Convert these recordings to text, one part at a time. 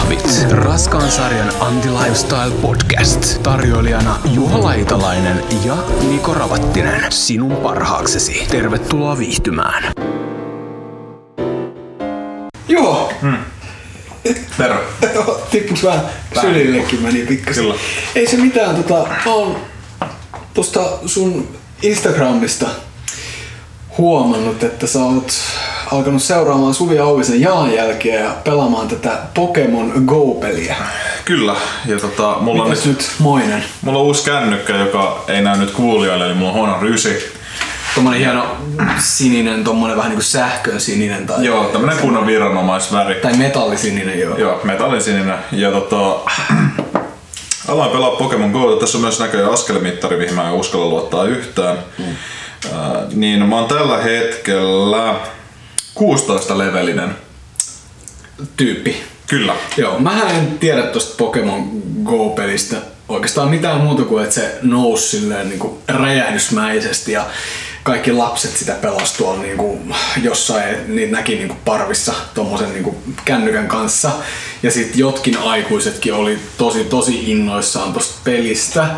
Kahvit. Raskaan sarjan Anti-Lifestyle Podcast. Tarjoilijana Juha Laitalainen ja Niko Ravattinen. Sinun parhaaksesi. Tervetuloa viihtymään. Joo. Terve. Tippuks vähän sylillekin meni pikkasen. Kyllä. Ei se mitään, oon tosta sun Instagramista huomannut, että sä oot alkanut seuraamaan Suvi Auvisen jalanjälkeä ja pelaamaan tätä Pokemon Go-peliä. Kyllä, ja mulla on nyt moinen? Mulla on uusi kännykkä, joka ei näy nyt kuulijoille, eli mulla on Honor 9. Tommonen hieno sininen, tommonen vähän niinku sähkön sininen tai... Joo, tämmönen kunnon viranomaisväri. Tai metallisininen, joo. Joo, metallisininen. Ja aloin pelaa Pokemon Go. Tässä on myös näköjään askelmittari, mihin mä en uskalla luottaa yhtään. Niin mä oon tällä hetkellä 16 levelinen tyyppi. Kyllä. Joo, mähän en tiedä tosta Pokemon Go-pelistä oikeastaan mitään muuta kuin, että se nousi silleen niinku räjähdysmäisesti ja kaikki lapset sitä pelas tuolla niinku jossain, niin näki niinku parvissa tommosen niinku kännykän kanssa. Ja sit jotkin aikuisetkin oli tosi innoissaan tosta pelistä.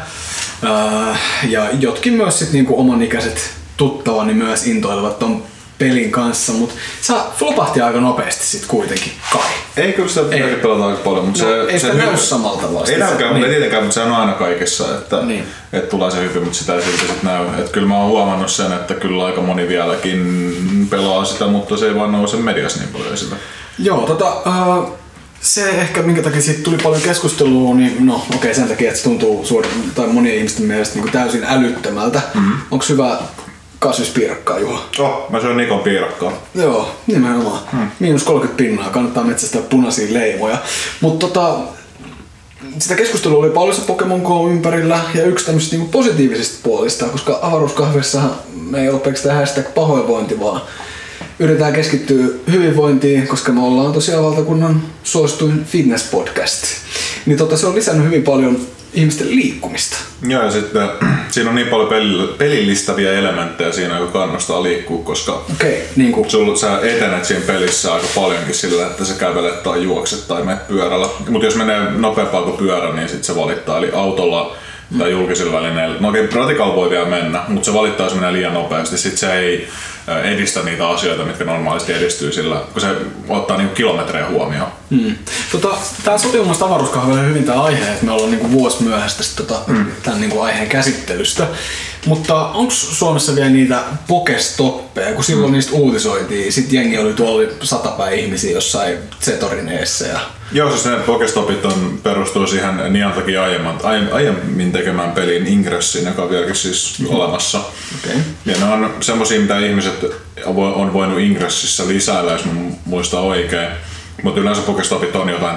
Ja jotkin myös sit niinku omanikäiset tuttavani myös intoilevat ton pelin kanssa, mut se flopahti aika nopeasti sit kuitenkin kai. Ei kyllä sitä pelata aika paljon, mutta ei sitä näy samalla tavalla. Ei näykään, mutta ei tietenkään, mutta se on aina kaikessa, että tulee se hype, mutta sitä ei silti sit näy. Et kyllä mä oon huomannut sen, että kyllä aika moni vieläkin pelaa sitä, mutta se ei vaan nouse mediassa niin paljon esille. Joo, se ehkä minkä takia siitä tuli paljon keskustelua, niin sen takia, että se tuntuu tai monien ihmisten mielestä niin kuin täysin älyttömältä. Onko hyvä kasvispiirakkaa, Juha? Mä syön Nikon piirakkaa. Joo, nimenomaan. -30 kannattaa metsästää punaisia leimoja. Mutta sitä keskustelua oli paljon se Pokemon Go ympärillä ja yksi tämmöisistä niinku positiivisista puolista, koska avaruuskahvessahan me ei ole pelkästään #pahoinvointi, vaan yritetään keskittyä hyvinvointiin, koska me ollaan tosiaan valtakunnan suosituin fitness-podcast. Niin se on lisännyt hyvin paljon ihmisten liikkumista. Joo, ja sitten siinä on niin paljon pelillistäviä elementtejä siinä, joka kannustaa liikkua, koska sä etenet siinä pelissä aika paljonkin sillä, että sä kävelet tai juokset tai menet pyörällä. Mutta jos menee nopeampaa kuin pyörä, niin sit se valittaa, eli autolla tai julkisilla välineillä. No okei, ratikalla voi vielä mennä, mutta se valittaa, jos menee liian nopeasti. Sit se ei edistä niitä asioita, mitkä normaalisti edistyy sillä, kun se ottaa niinku kilometrejä huomioon. Tää sopii mun mielestä avaruuskahvelle hyvin tää aihe, että me ollaan niinku vuosi myöhäistä tämän niinku aiheen käsittelystä. Mutta onko Suomessa vielä niitä pokestoppeja, kun silloin niistä uutisoitiin, sit jengi oli tuolla 100 päin ihmisiä jossain Zetorineessa ja... Joo, siis ne pokestopit perustuu siihen Niantakin aiemmin tekemään peliin Ingressiin, joka on vieläkin siis olemassa. Okay. Ja ne on semmosia, mitä ihmiset on voinut Ingressissä lisäillä, jos mä muistan oikein. Mutta yleensä pokestopit on jotain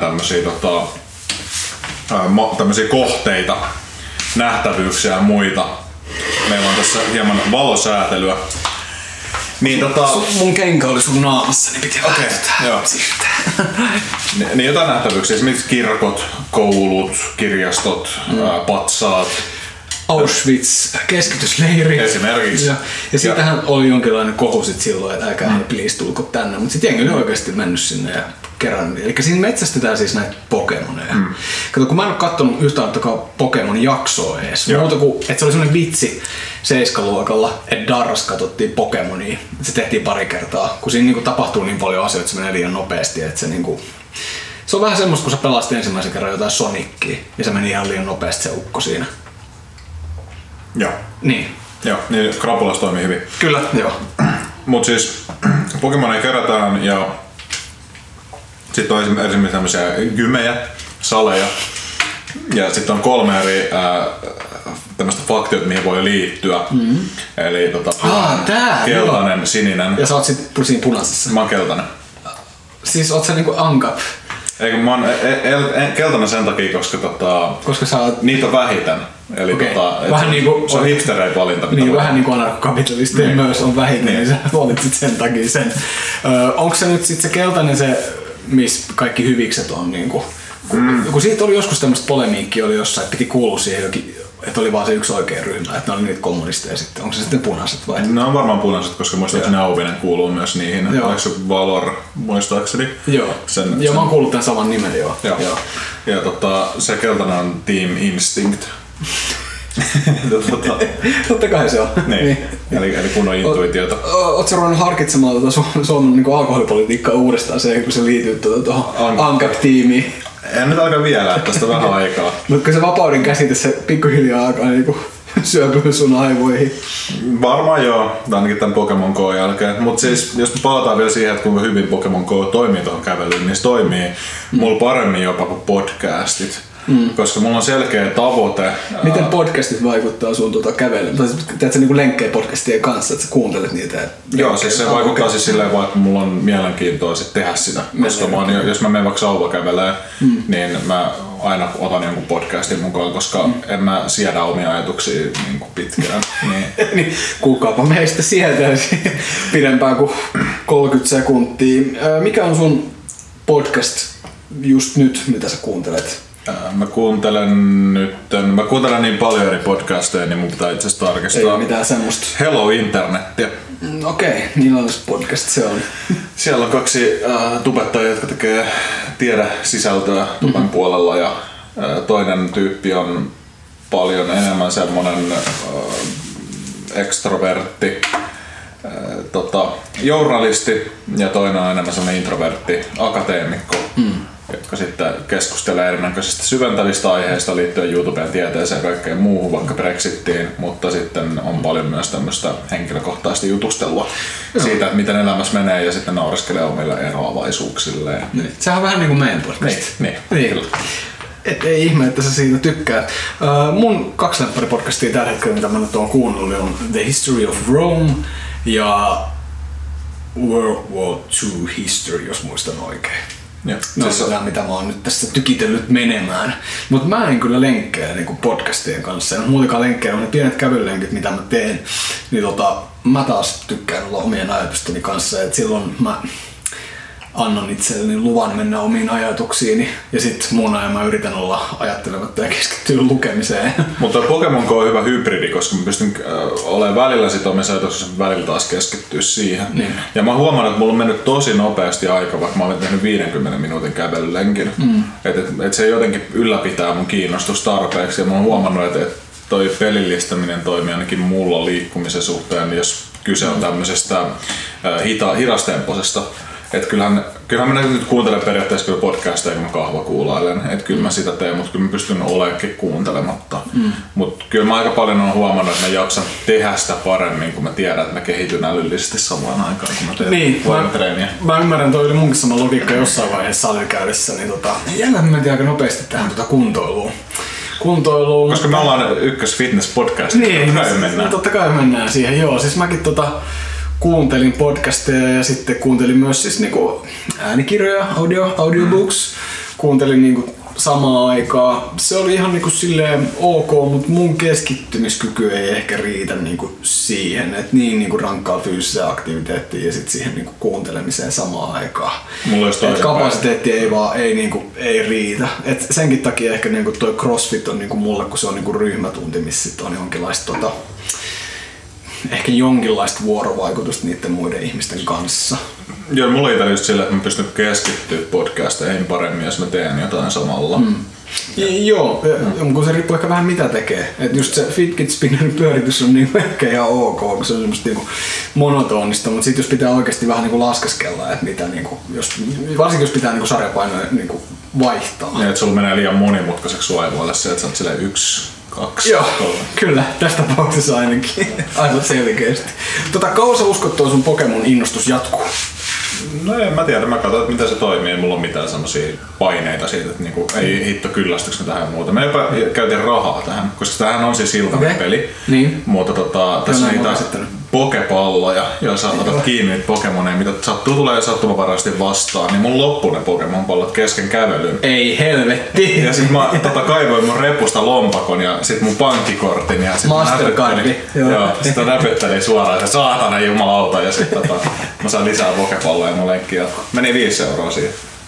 tämmösiä kohteita, nähtävyyksiä ja muita. Meillä on tässä hieman valosäätelyä. Niin mun kenkä oli sun naamassa, niin piti niin jotain nähtävyyksiä, esimerkiksi kirkot, koulut, kirjastot, patsaat. Auschwitz, keskitysleiri. Esimerkiksi. Ja siitähän oli jonkinlainen kohu sit silloin, että älkää please tulko tänne, mutta sit jengi oli oikeesti mennyt sinne ja kerran. Eli siinä metsästetään siis näitä Pokemoneja. Kato, kun mä en oo kattonut yhtään Pokemon jaksoa edes. Muuta kuin, että se oli semmonen vitsi 7-luokalla, että Darras katsottiin Pokemonia. Se tehtiin pari kertaa, kun siinä niinku tapahtuu niin paljon asioita, että se menee liian nopeasti, että se niinku... Se on vähän semmoista, kun sä pelasit ensimmäisen kerran jotain Sonicia ja se meni ihan liian nopeasti se ukko siinä. Joo. Niin. Joo, niin Krapulas toimii hyvin. Kyllä, joo. Mut siis Pokemoneja kerätään ja sitten on esimerkiksi tämmöisiä gymejä, saleja ja sitten on 3 eri tämmöistä faktiota, mihin voi liittyä. Eli keltainen, joo. Sininen. Ja sä oot sit siinä punaisessa. Mä oon keltainen. Siis oot sä niinku Ankap? Eikö mä oon keltainen sen takia, koska sä oot... niitä on vähiten. Eli vähän niinku... Se on hipstereitä valinta. Niin, vähän niinku anarkokapitalisteja myös on vähiten, niin sä valitsit sen takia sen. Onko se nyt sit se keltainen se, missä kaikki hyvikset on niinku... Kun siitä oli joskus tämmöistä polemiikkia oli jossain, että piti kuulua siihen jokin että oli vaan se yksi oikea ryhmä, että ne oli niitä kommunisteja sitten. Onko se sitten punaiset vai? Ne on varmaan punaiset, koska muistaakseni Auvinen kuuluu myös niihin. Joo. Oliko se Valor, muistaakseni? Joo. Joo, mä oon kuullut tämän saman nimen, joo. Ja se keltainen on Team Instinct. Totta kai se on. Niin. Eli kunnon intuitiota. Ootko sä ruvennut harkitsemaan Suomen niin alkoholipolitiikkaa uudestaan kun se liittyy tuohon ANCAP-tiimiin? En nyt aika vielä, että tästä vähän aikaa. Mutta kun se vapauden käsite se pikkuhiljaa alkaa niinku syöpyy sun aivoihin. Varmaan joo, ainakin tämän Pokemon Go jälkeen. Mutta siis jos me palataan vielä siihen, että kuinka hyvin Pokemon Go toimii tuohon kävelyyn, niin se toimii mulla paremmin jopa kuin podcastit. Koska mulla on selkeä tavoite. Miten podcastit vaikuttaa sun kävelyyn? Tai teet sä niinku lenkkejä podcastien kanssa, että sä kuuntelet niitä? Joo, siis se vaikuttaa siis silleen vaan, että mulla on mielenkiintoa sit tehdä sitä. Koska jos mä menen vaikka sauvakävelee, niin mä aina otan jonkun podcastin mukaan, koska en mä siedä omia ajatuksia niin kuin pitkään. Niin, kukaapa meistä sietäisi pidempään kuin 30 sekuntia. Mikä on sun podcast just nyt, mitä sä kuuntelet? Mä kuuntelen niin paljon eri podcasteja, niin mun pitää itse asiassa tarkistaa. Ei mitään semmoista. Hello Internettiä. Okei, millainen podcast se on? Siellä on 2 tubettajia, jotka tekee tiedesisältöä tuben puolella ja toinen tyyppi on paljon enemmän semmonen ekstrovertti journalisti ja toinen on enemmän semmonen introvertti akateemikko. Jotka sitten keskustelee erinäköisistä syventävistä aiheista liittyen YouTubeen, tieteeseen ja kaikkeen muuhun, vaikka Brexittiin, mutta sitten on paljon myös tämmöistä henkilökohtaista jutustelua siitä, että miten elämässä menee ja sitten naureskelee omille eroavaisuuksilleen. Niin. Sehän on vähän niin kuin meidän podcast. Niin. Kyllä. Ei ihme, että sä siitä tykkäät. Mun 2 lemppari-podcastia tällä hetkellä, mitä mä nyt oon kuunnellut, on The History of Rome ja World War II History, jos muistan oikein. No siis mitä mä oon nyt tässä tykitellyt menemään. Mutta mä en kyllä lenkkejä niin podcastien kanssa. En muutenkaan lenkkejä, ne pienet kävelylenkit mitä mä teen. Niin mä taas tykkään olla omien ajatusteni kanssa. Et silloin mä annan itselleni luvan mennä omiin ajatuksiini. Ja sit muun ajan mä yritän olla ajattelematta ja keskittyä lukemiseen. Mutta Pokemon Go on hyvä hybridi, koska mä pystyn olemaan välillä sit omissa ajatuksissa, välillä taas keskittyä siihen. Niin. Ja mä oon huomannut, että mulla on mennyt tosi nopeasti aika, vaikka mä olen tehnyt 50 minuutin kävelylenkin. Et se jotenkin ylläpitää mun kiinnostus tarpeeksi. Ja mä oon huomannut, että toi pelillistäminen toimii ainakin mulla liikkumisen suhteen, jos kyse on tämmöisestä hidastemposesta. Et kyllähän mä nyt kuuntelen periaatteessa kyllä podcasteja, kun mä kahvakuulailen. Et kyllä mä sitä teen, mutta kyllä mä pystyn oleenkin kuuntelematta. Mutta kyllä mä aika paljon oon huomannut, että mä jaksan tehdä sitä paremmin, kun mä tiedän, että mä kehityn älyllisesti samaan aikaan, kun mä teen voimatreeniä. Mä ymmärrän, toi oli munkin sama logiikka jossain vaiheessa salilla niin jännä mentiin aika nopeasti tähän kuntoiluun. Koska me ollaan ykkös-fitness-podcast, niin totta kai mennään siihen. Joo, siis mäkin kuuntelin podcasteja ja sitten kuuntelin myös siis niinku äänikirjoja, audiobooks. Kuuntelin niinku samaan aikaan. Se oli ihan niinku silleen ok, mutta mun keskittymiskyky ei ehkä riitä niinku siihen, että niin niinku rankkaa fyysiseen aktiviteettiin ja sitten siihen niinku kuuntelemiseen samaan aikaan. Et kapasiteetti ei riitä. Et senkin takia ehkä niinku toi CrossFit on niinku mulle, kun se on niinku ryhmätunti, missä sit on jonkinlaista ehkä jonkinlaista vuorovaikutusta niiden muiden ihmisten kanssa. Joo, mulla on just sillä, että mä pystyn keskittyä podcasteihin paremmin, jos mä teen jotain samalla. Joo, kun se riippuu ehkä vähän mitä tekee. Et just se fidget spinnerin pyöritys on niinku ehkä ihan ok, kun se on semmoista niinku monotonista, mutta sit jos pitää oikeasti vähän niinku laskeskella, että mitä niinku, varsinkin jos pitää niinku sarjapainoja niinku vaihtaa. Ja että sulla menee liian monimutkaiseksi suojeluille se, että sä oot silleen 1, 2, Joo, 3. Kyllä, tästä tapauksessa ainakin. Aivan selkeästi. Kauan sä uskot toi sun Pokemon innostus jatkuu? No en mä tiedä, mä katson, että miten se toimii, ei mulla ole mitään semmosia paineita siitä, että niinku, ei hitto kyllästyks tähän ja muuta. Me jopa käytiin rahaa tähän, koska tämähän on siis iltainen peli, mutta tässä on niitä pokepalloja, joissa otat kiinni niitä Pokemoneja, mitä sattuu tulee sattumavaraisesti vastaan, niin mun loppuu ne Pokemon-pallot kesken kävelyn. Ei helvetti! Ja sit mä kaivoin mun repusta lompakon ja sit mun pankkikortin ja sit Mastercardi. Sit mä näpyttelin suoraan se saatana jumalauta ja sit mä sain lisää Pokepalloja mun lenkkiin. Meni 5 € siihen.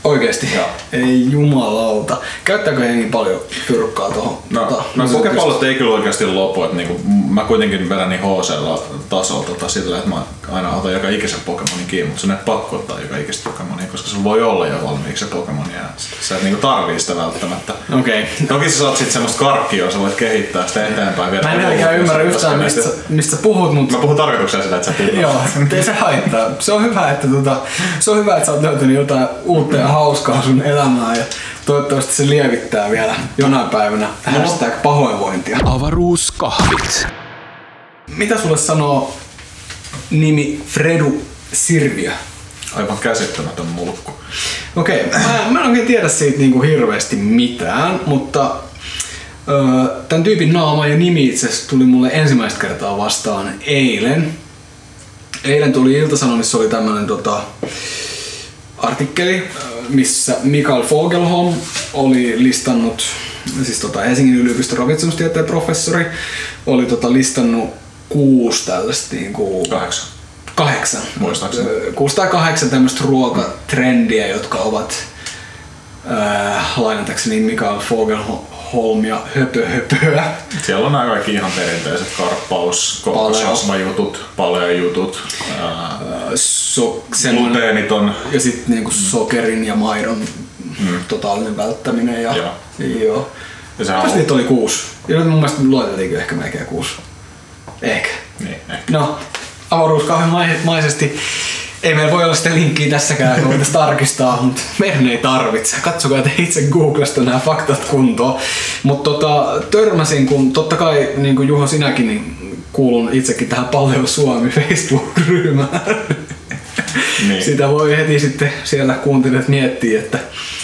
Oikeesti? Joo. Ei jumalauta. Käyttääkö jengi paljon fyrkkaa tohon? No pokepallot ei kyllä oikeasti lopu. Niinku, mä kuitenkin vedän niin HC-tasolla sillä, että mä aina otan joka ikisen Pokemonin kiinni, mutta sun ei pakko ottaa joka ikistä Pokemonia, koska sun voi olla jo valmiiksi se Pokemon ja sä et niinku tarvii sitä välttämättä. Okei. Toki sä saat sit semmoista karkkia, sä voit kehittää sitä eteenpäin vielä. Mä en vieläkään ymmärrä yhtään mistä sä puhut, mutta... Mä puhun tarkoituksella sitä, että sä tiedät. Joo, ei se haittaa. Se on hyvä, että sä oot löytänyt jotain uutta ja hauskaa sun elämään ja toivottavasti se lievittää vielä jonain päivänä #pahoinvointia. Avaruuskahvit. Mitä sulle sanoo nimi Fredu Sirviö? Aivan käsittämätön mulkku. Okei, mä en oikein tiedä siitä niinku hirveästi mitään, mutta tän tyypin naama ja nimi itse asiassa tuli mulle ensimmäistä kertaa vastaan eilen. Eilen tuli Ilta-Sanomissa oli tämmönen artikkeli, missä Mikael Fogelholm oli listannut, siis Helsingin yliopiston ravitsemustieteen professori, oli listannut 6 tällaista niinku... 8. Muistaakseni. 6 tai 8 tämmöistä ruokatrendiä, jotka ovat lainatakseni Mikael Fogelholmia höpöhöpöä. Siellä on nämä kaikki ihan perinteiset karppaus, kokkosrasvajutut, paleojutut, gluteeniton. Ja sitten niinku sokerin ja maidon totaalinen välttäminen. Joo. Ja niitä oli 6. Ja mun mielestä lueteltiinko ehkä melkein 6. Ehkä. Niin, ehkä. No, avaruuskahvimaisesti ei meillä voi olla sitä linkkiä tässäkään, että voitaisiin tarkistaa, mutta meidän ei tarvitse. Katsokaa te itse Googlesta nämä faktat kuntoon. Mutta törmäsin, kun totta kai niin kuin Juho sinäkin, niin kuulun itsekin tähän Paleo Suomi Facebook-ryhmään. Niin. Sitä voi heti sitten siellä kuuntelijat miettiä, että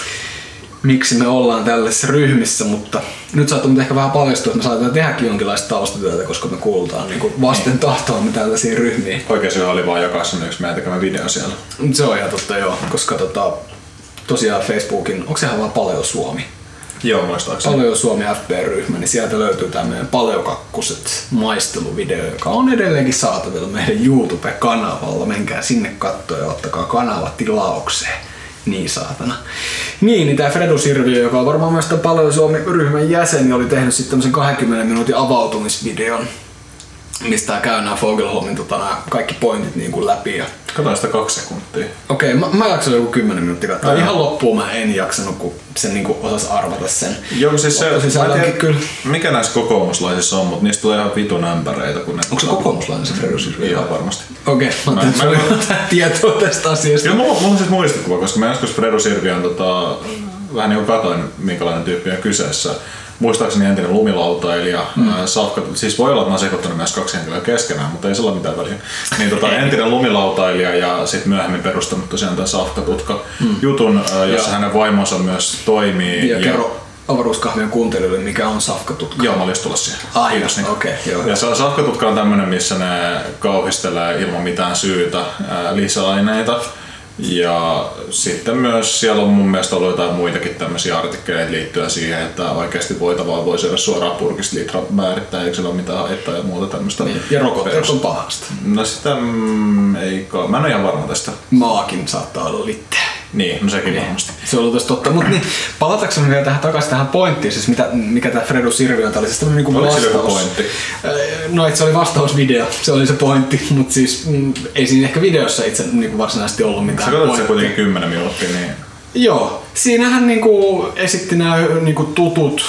miksi me ollaan tällaisessa ryhmissä, mutta nyt saattaa ehkä vähän paljastua, että me saatetaan tehdäkin jonkinlaista taustatyötä, koska me kuulutaan niin vasten tahtoamme tällaisiin ryhmiin. Oikein syy oli vaan jakaa semmoinen yksi meidän tekemä video siellä. Se on ihan totta, joo, koska tosiaan Facebookin, onko sehän vaan Paleo Suomi? Joo, muistaakseni. Paleo Suomi FB-ryhmä, niin sieltä löytyy tämmöinen Paleokakkuset maisteluvideo, joka on edelleenkin saatavilla meidän YouTube-kanavalla. Menkää sinne katsoa ja ottakaa kanava tilaukseen. Niin saatana. Niin tää Fredu Sirviö, joka on varmaan myös tämän Paleo Suomi-ryhmän jäsen, niin oli tehnyt sitten tämmösen 20 minuutin avautumisvideon, mistä käy nämä Fogelholmin kaikki pointit niin kuin läpi. Ja... Katsotaan sitä 2 sekuntia. Okei, mä jaksoin joku 10 minuuttia katsoa. Ihan loppuun mä en jaksanut, kun sen niin osasi arvata sen. Joo, siis se, kyllä. Mikä näissä kokoomuslaisissa on, mutta niistä tulee ihan vitun ämpäreitä. Kun ne onko se kokoomuslainen se Fredu Sirviö? Ihan varmasti. Okei, mä ajattelin, että sulla on tietoa tästä asiasta. Joo, mulla on siis muistikuva, koska mä joskus Fredu Sirviön vähän niin kuin katoin, minkälainen tyyppi on kyseessä. Muistaakseni entinen lumilautailija, siis voi olla, että mä oon sekoittanut myös 2 henkilöä keskenään, mutta ei sillä ole mitään väliä. Niin entinen lumilautailija ja sitten myöhemmin perustanut tosiaan tämän Safkatutka-jutun, jossa hänen vaimonsa myös toimii. Ja kerro avaruuskahvien kuuntelijoille, mikä on Safkatutka. Joo, mä olin just tulla siihen. Okei. Ja Safkatutka on tämmönen, missä ne kauhistelee ilman mitään syytä lisäaineita. Ja sitten myös siellä on mun mielestä ollut jotain muitakin tämmöisiä artikkeleita liittyen siihen, että oikeasti voitavaa voi syödä suoraan purkista litran määrittää, eikö sillä ole mitään haittaa ja muuta tämmöistä. Niin. Ja rokotteet on pahasta. No sitä mä en ole ihan varma tästä. Maakin saattaa olla litteä. Niin, no sekin varmasti. Se on ollut totta. Mutta niin, palataanko me vielä takaisin tähän pointtiin, siis mikä tämä Fredu Sirviö on, siis tämmöinen niin vastaus. Oliko se pointti? No, se oli vastausvideo, se oli se pointti, mutta siis ei siinä ehkä videossa itse niin varsinaisesti ollut mitään pointtia. Se kuitenkin 10 minuuttia, niin... Joo, siinähän niinku esitti nämä niinku tutut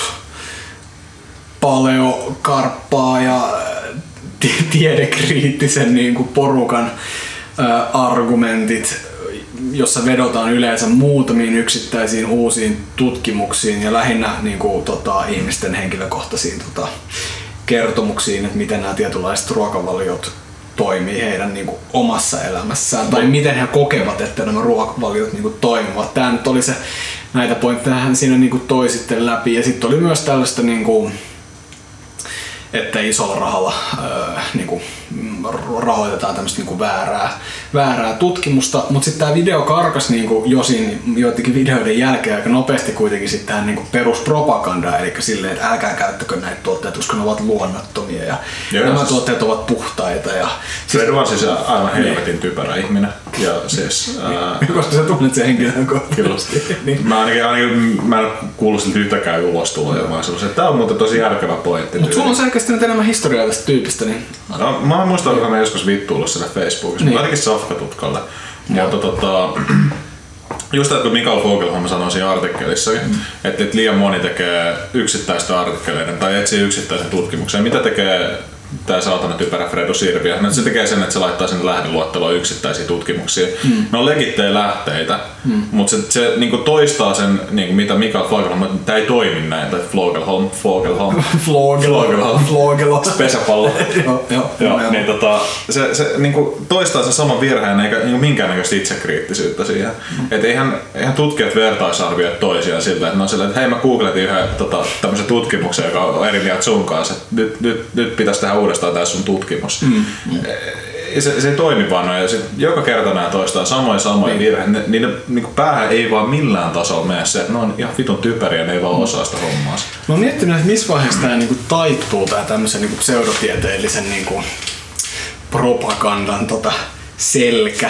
paleokarppaa ja tiedekriittisen niinku porukan argumentit, jossa vedotaan yleensä muutamiin yksittäisiin uusiin tutkimuksiin ja lähinnä niinku, ihmisten henkilökohtaisiin kertomuksiin, että miten nämä tietynlaiset ruokavaliot toimii heidän niinku omassa elämässään tai miten he kokevat, että nämä ruokavaliot niinku toimivat. Tää nyt oli se, näitä pointteja hän siinä niinku toi sitten läpi ja sitten oli myös tällaista niinku, että isolla rahalla niinku, rahoitetaan tämmöistä niinku väärää tutkimusta, mutta sitten tämä video karkasi niinku jo siinä joidenkin videoiden jälkeen aika nopeasti kuitenkin sitten tähän niinku peruspropagandaan, eli silleen, että älkää käyttäkö näitä tuotteita, koska ne ovat luonnottomia ja nämä tuotteet ovat puhtaita. Ja Fredu on siis aivan helvetin typerä ihminen. Ja siis... koska sä tunnet sen henkilökohtaisesti. Niin. Mä en kuullut siltä yhtäkään ulostuloa, ja mä oon sellaiset, että tää on muuten tosi järkevä pointti. Mut sulla on selkeästi nyt enemmän historiaa tästä tyypistä, niin... No, mä muistan, että mä joskus vittuillut siellä Facebookissa, niin. Ainakin Safka-tutkalle. Mutta just että kun Mikael Fogelholm sanoi siinä artikkelissakin, että liian moni tekee yksittäistä artikkeleiden tai etsii yksittäisen tutkimuksen. Mitä tekee tää saatana typerä Fredo Sirviö? No, se tekee sen, että se laittaa sinne lähdeluetteloon yksittäisiä tutkimuksia. Ne on legittejä lähteitä, mutta se niinku toistaa sen, niinku, mitä Mikael Fogelholm, että tää ei toimi näin, tai Fogelholm. Pesäpallo. Joo, niin se niinku toistaa sen saman virheen eikä niinku minkäännäköistä itsekriittisyyttä siihen. Et eihän tutkijat vertaisarvioi toisiaan siltä, että ne on silleen, että hei mä googletin yhden tämmöisen tutkimuksen, joka on eri mieltä sun kanssa, että nyt pitäisi tehdä uudestaan tää sun tutkimus. Se ei toimi vaan noin, ja sit joka kerta nää toistaa samoja virheitä. Niiden niinku päähän ei vaan millään tasolla mene se, että ne on ihan vitun typeriä, ne ei vaan osaa sitä hommaa. Mä oon miettinyt, että missä vaiheessa tää niinku taittuu tää tämmösen niinku pseudotieteellisen niinku propagandan selkä.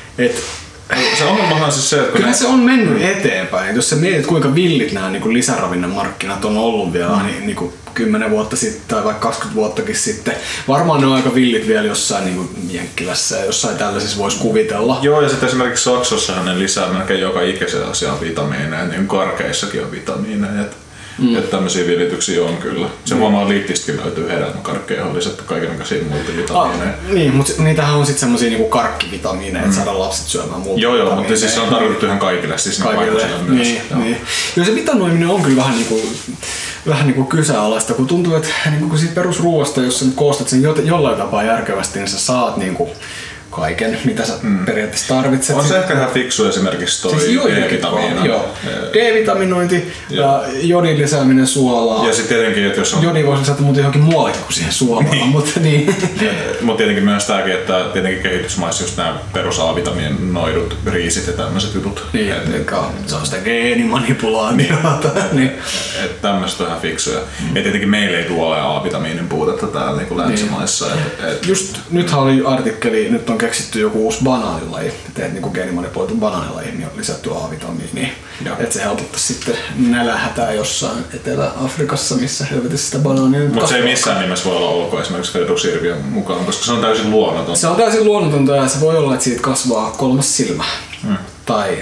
Se ongelmahan on siis se, että kyllä se on mennyt eteenpäin. Jos sä mietit, kuinka villit nämä niin lisäravinnemarkkinat on ollut vielä niin 10 vuotta sitten tai vaikka 20 vuottakin sitten. Varmaan ne on aika villit vielä jossain niin Jenkkilässä ja jossain tällaisissa voisi kuvitella. Joo, ja sitten esimerkiksi Saksassahan ne lisää melkein joka ikisen asian vitamiineja, niin karkeissakin on vitamiineja. Että tämmöisiä vilityksiä on kyllä. Se huomaa liittistäkin löytyy hedelmäkarkkeja, johon lisätty kaikenlaisia multivitamiineja. Niin, mutta niitähän on sitten semmosia niinku karkkivitamiineja, että saadaan lapset syömään multivitamiineja. Joo, mutta siis se on tarkoitettu ihan kaikille, siis kaikille myös. Niin. Joo, se vitanoiminen on kyllä vähän niinku kyseenalaista, kun tuntuu, että niinku kun siitä perusruuasta, jos sä nyt koostat sen jollain tapaa järkevästi, niin sä saat niinku kaiken, mitä sä periaatteessa tarvitset. On se ehkä ihan fiksu esimerkiksi toi siis D-vitamiina. Joo. D-vitaminointi ja jodin lisääminen suolaa. Ja sitten tietenkin, että jos on... Jodi voisi lisätä muuten johonkin muuallekin kuin siihen suolaan, mutta niin. Mutta tietenkin myös tääkin, että tietenkin kehitysmaissa just nämä perus A-vitamiinoidut riisit ja tämmöiset jutut. Niin, se on sitä geenimanipulaatiota. Niin. Että tämmöiset on ihan fiksuja. Ja tietenkin meillä ei tule ole A-vitamiinin puutetta täällä niin kuin länsimaissa. Just nythän oli artikkeli, nyt on keksitty joku uusi banaanilaji, että niinku geenimanipuloitu banaanilaji, niin on lisätty A-vitamiinia. Että se helpottaisi sitten nälähätää jossain Etelä-Afrikassa, missä helvetissä sitä banaania. Mutta se ei missään nimessä voi olla ok esimerkiksi Fredo Sirviön mukaan, koska se on täysin luonnoton. Se on täysin luonnotonta ja se voi olla, että siitä kasvaa 3. silmä. Tai,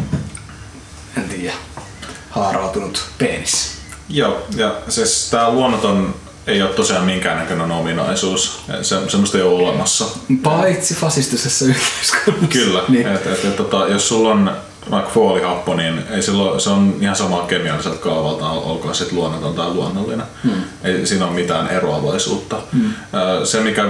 en tiedä, haarautunut penis. Joo, ja siis tää luonnoton ei ole tosiaan minkäännäköinen ominaisuus. Semmoista ei ole olemassa. Paitsi fasistisessa yhteiskunnassa. Kyllä. Niin. Jos sulla on vaikka foolihappo, niin ei se on ihan samaa kemialliselta kaavalta, olkoon sitten luonnoton tai luonnollinen. Ei siinä ole mitään eroavaisuutta. Se mikä...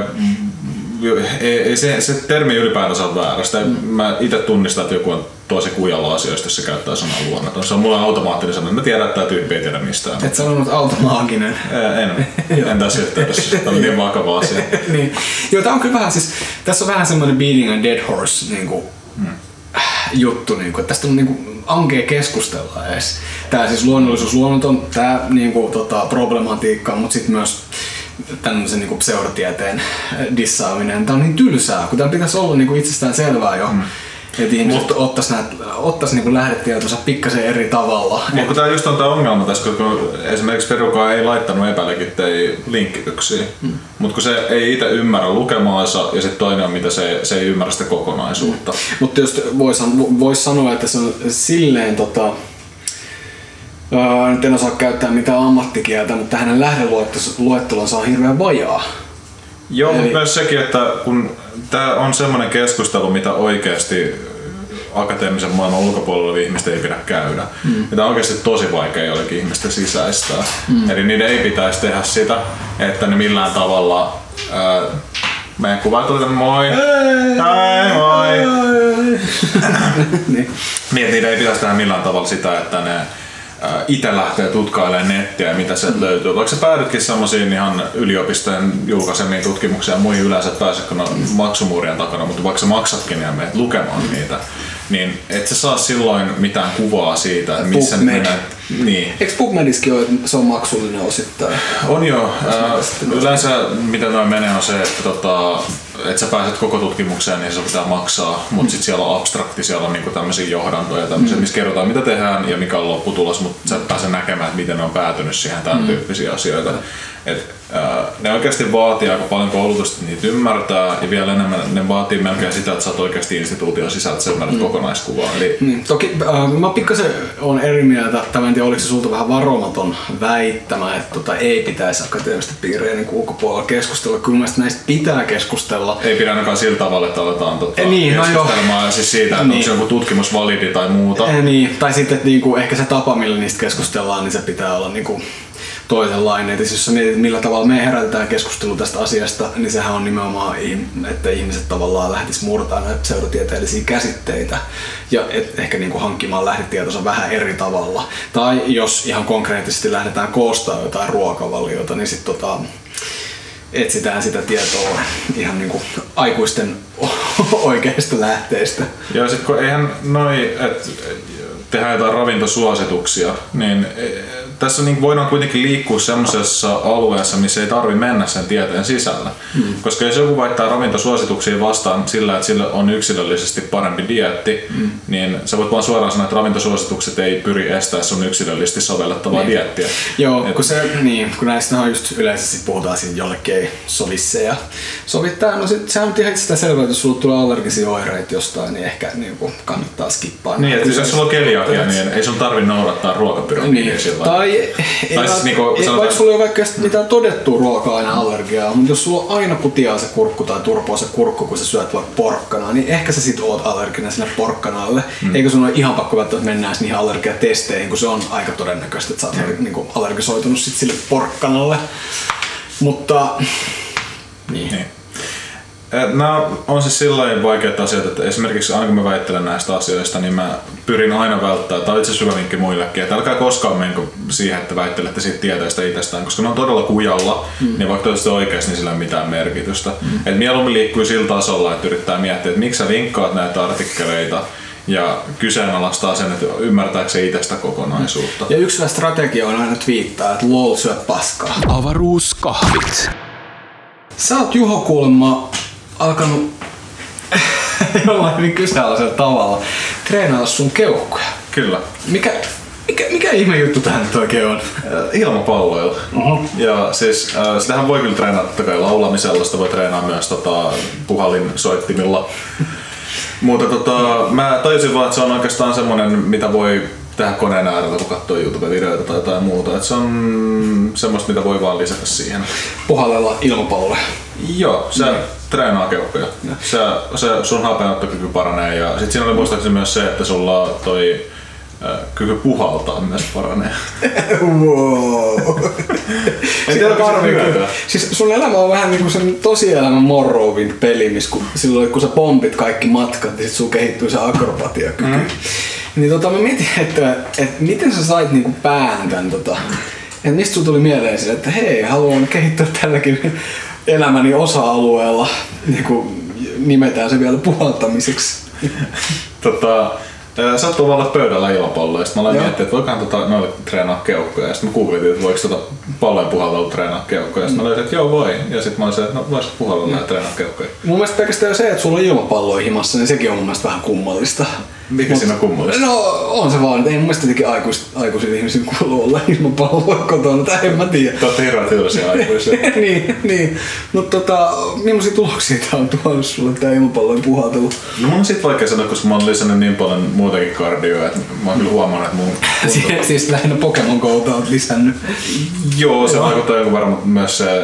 Ei se termi ylipäätänsä on väärä. Mä itse tunnistan, että joku on tosi kujalla asioista, jos se käyttää sanaa luonnoton. Se on mulle automaattinen sana. Mä tiedän, että tämä tyyppi ei tiedä mistään. Et sanonut automaaginen. En tässä yhteydessä. Tämä on niin vakava asia. Niin. Joo, tää on kyllä vähän siis... Tässä on vähän semmoinen beating a dead horse niinku, juttu. Niinku, että tästä on niinku ankea keskustella edes. Tää siis luonnollisuus, luonnoton, tää niinku, problematiikka, mutta sitten myös tämmöisen niinku pseudotieteen dissaaminen. Tää on niin tylsää, kun tää pitäisi olla niinku itsestään selvää jo. Että ihmiset ottais niinku lähdetietonsa pikkasen eri tavalla. Mutta tää just on tää ongelma tässä, kun esimerkiksi Perukaa ei laittanut epälegittejä linkkityksiä. Mutta kun se ei itse ymmärrä lukemaansa ja sitten toinen on mitä se ei ymmärrä sitä kokonaisuutta. Mutta just vois sanoa, että se on silleen nyt en osaa käyttää mitään ammattikieltä, mutta hänen lähdeluettelonsa on hirveän vajaa. Joo, mutta myös sekin, että kun tää on semmoinen keskustelu, mitä oikeasti akateemisen maailman ulkopuolella ihmisten ei pidä käydä. Ja tää on oikeasti tosi vaikea jollekin ihmisten sisäistää. Eli niiden ei pitäisi tehdä sitä, että ne millään tavalla... meidän kuva tuli tänne, moi! Hei, moi! Niin, niiden ei pitäisi tehdä millään tavalla sitä, että ne itse lähtee tutkailemaan nettiä ja mitä sieltä löytyy. Vaikka sä päädytkin semmoisiin ihan yliopistojen julkaisemiin tutkimuksiin ja muihin yleensä pääse kun on maksumuurien takana, mutta vaikka sä maksatkin ja menet lukemaan niitä, niin et sä saa silloin mitään kuvaa siitä, että missä PubMed. Niin. Eikö PubMediskin ole, että se on maksullinen osittain? On joo. Yleensä mitä noin menee on se, että että sä pääset koko tutkimukseen, niin se pitää maksaa, mutta sitten siellä on abstrakti, siellä on niinku tämmöisiä johdantoja, tämmöisiä, missä kerrotaan mitä tehdään ja mikä on lopputulos, mutta sä et pääse näkemään, että miten ne on päätynyt siihen tämän tyyppisiä asioita. Ne oikeasti vaatii aika paljon koulutusta, että niitä ymmärtää, ja vielä enemmän ne vaatii melkein sitä, että sä oot oikeasti instituution sisältä, että sä ymmärrät kokonaiskuvaa. Eli... Toki mä pikkasen on eri mieltä, tai en tiedä oliko se sulta vähän varomaton väittämä, että ei pitäisi akateemista piirejä niin ulkopuolella keskustella. Kyllä mielestäni näistä pitää keskustella. Ei pidä ainakaan sillä tavalla, että aletaan keskustelemaan ja siis siitä, että onko se joku tutkimus validi tai muuta. Tai sitten, että niinku, ehkä se tapa, millä niistä keskustellaan, niin se pitää olla niinku toisenlainen. Et jos sä mietit, millä tavalla me herätetään keskustelua tästä asiasta, niin sehän on nimenomaan, että ihmiset tavallaan lähtis murtamaan näitä pseudotieteellisiä käsitteitä ja ehkä niinku hankkimaan lähdetietonsa vähän eri tavalla. Tai jos ihan konkreettisesti lähdetään koostamaan jotain ruokavaliota, niin sitten etsitään sitä tietoa ihan niinku aikuisten oikeista lähteistä. Ja sitten kun eihän että tehdään jotain ravintosuosituksia, niin tässä niin voidaan kuitenkin liikkua semmoisessa alueessa, missä ei tarvitse mennä sen tieteen sisällä. Koska jos joku vaihtaa ravintosuosituksia vastaan sillä, että sillä on yksilöllisesti parempi dieetti, niin sä voit vaan suoraan sanoa, että ravintosuositukset ei pyri estää sun yksilöllisesti sovellettavaa diettiä. Joo, kun näistä just yleisesti puhutaan siitä jollekin ei sovi se ja sovittaa. No sehän on ihan sitä selvää, että jos sulla tulee allergisia oireita jostain, niin ehkä niin kannattaa skippaa. Niin, että jos sulla on keliakia, niin ei sun tarvitse noudattaa ruokapyramidia sillä. Vaikka sulla ei ole vaikka mitään todettua ruoka-aineallergiaa, mutta jos sulla aina kutiaa se kurkku tai turpoaa se kurkku, kun sä syöt vaikka porkkanaa, niin ehkä sä sit oot allerginen sinne porkkanalle. Eikä sun ole ihan pakko välttämättä mennä niihin allergiatesteihin, kun se on aika todennäköistä, että sä oot niinku allergisoitunut sit sille porkkanalle. Mutta niin. Nämä on siis sillain vaikeita asioita, että esimerkiksi aina kun mä väittelen näistä asioista, niin mä pyrin aina välttämään, tai itse asiassa hyvä vinkki muillekin, että älkää koskaan menkö siihen, että väittelette siitä tieteestä itsestään, koska ne on todella kujalla, niin vaikka toivottavasti oikeasti, niin sillä ei ole mitään merkitystä. Et mieluummin liikkuu sillä tasolla, että yrittää miettiä, että miksi sä vinkkaat näitä artikkeleita, ja kyseenalaistaa sen, että ymmärtääkö se itsestä kokonaisuutta. Ja yksi strategia on aina twiittaa, että lol syöt paskaa. Avaruuskahvit. Sä oot Juho kuulemma alkanut jollain hyvin kyseenalaisella tavalla treenata sun keuhkoja. Kyllä. Mikä ihme juttu tähän nyt oikein on? Ilmapalloilla. Ja siis sitähän voi kyllä treenata totta kai laulamisella, sitä voi treenaa myös puhallinsoittimilla. Mutta mä tajusin vaan, että se on oikeastaan semmonen, mitä voi tehdä koneen äärellä, kun katsoo YouTube-videoita tai jotain muuta. Et se on semmoista, mitä voi vaan lisätä siihen. Puhallella ilmapallolle. Joo, se treenaa keuhkoja. Se sun hapenottokyky paranee ja sit siinä oli muistaakseni myös se, että sulla toi kyky puhaltaa myös paranee. Wow. Siis sun elämä on vähän niinku sen tosielämän Morrowind-peli, missä silloin kun sä pompit kaikki matkat, niin sit sun kehittyy se akrobatiakyky. Niin mä mietin, että miten sä sait niinku pään tän että mistä sun tuli mieleen sille, että hei, haluan kehittyä tälläkin elämäni osa-alueella, niinku nimetään se vielä puhaltamiseksi. Sattuu vaan olla pöydällä ilmapalloa ja sit mä aloin miettiä, että voikohan noille treenaa keuhkoja ja sit mä googletin, että voiko pallojen puhallella treenaa keuhkoja ja sit mä löysin, että joo voi ja sit mä olin se, että no vois puhallella ja treenaa keuhkoja. Mun mielestä pelkästään se, että sulla on ilmapalloja himassa, niin sekin on mun mielestä vähän kummallista. Mikä siinä on kummallista? No on se vaan, että ei mun mielestä jotenkin aikuisille ihmisille kuulu olla ilmapalloja kotona, tai en mä tiedä. Te ootte hirveän tylsiä aikuisia. niin. Mutta millaisia tuloksia tää on tuonut sulle tää ilmapallojen puhaltelu? No mun on sit vaikea sanoa, koska mä oon lisännyt niin paljon muutakin kardioa, että mä oon kyllä huomannut, että mun... Siis lähinnä Pokemon Gota oot lisännyt. Joo, se vaikuttaa jonkun varmaan myös se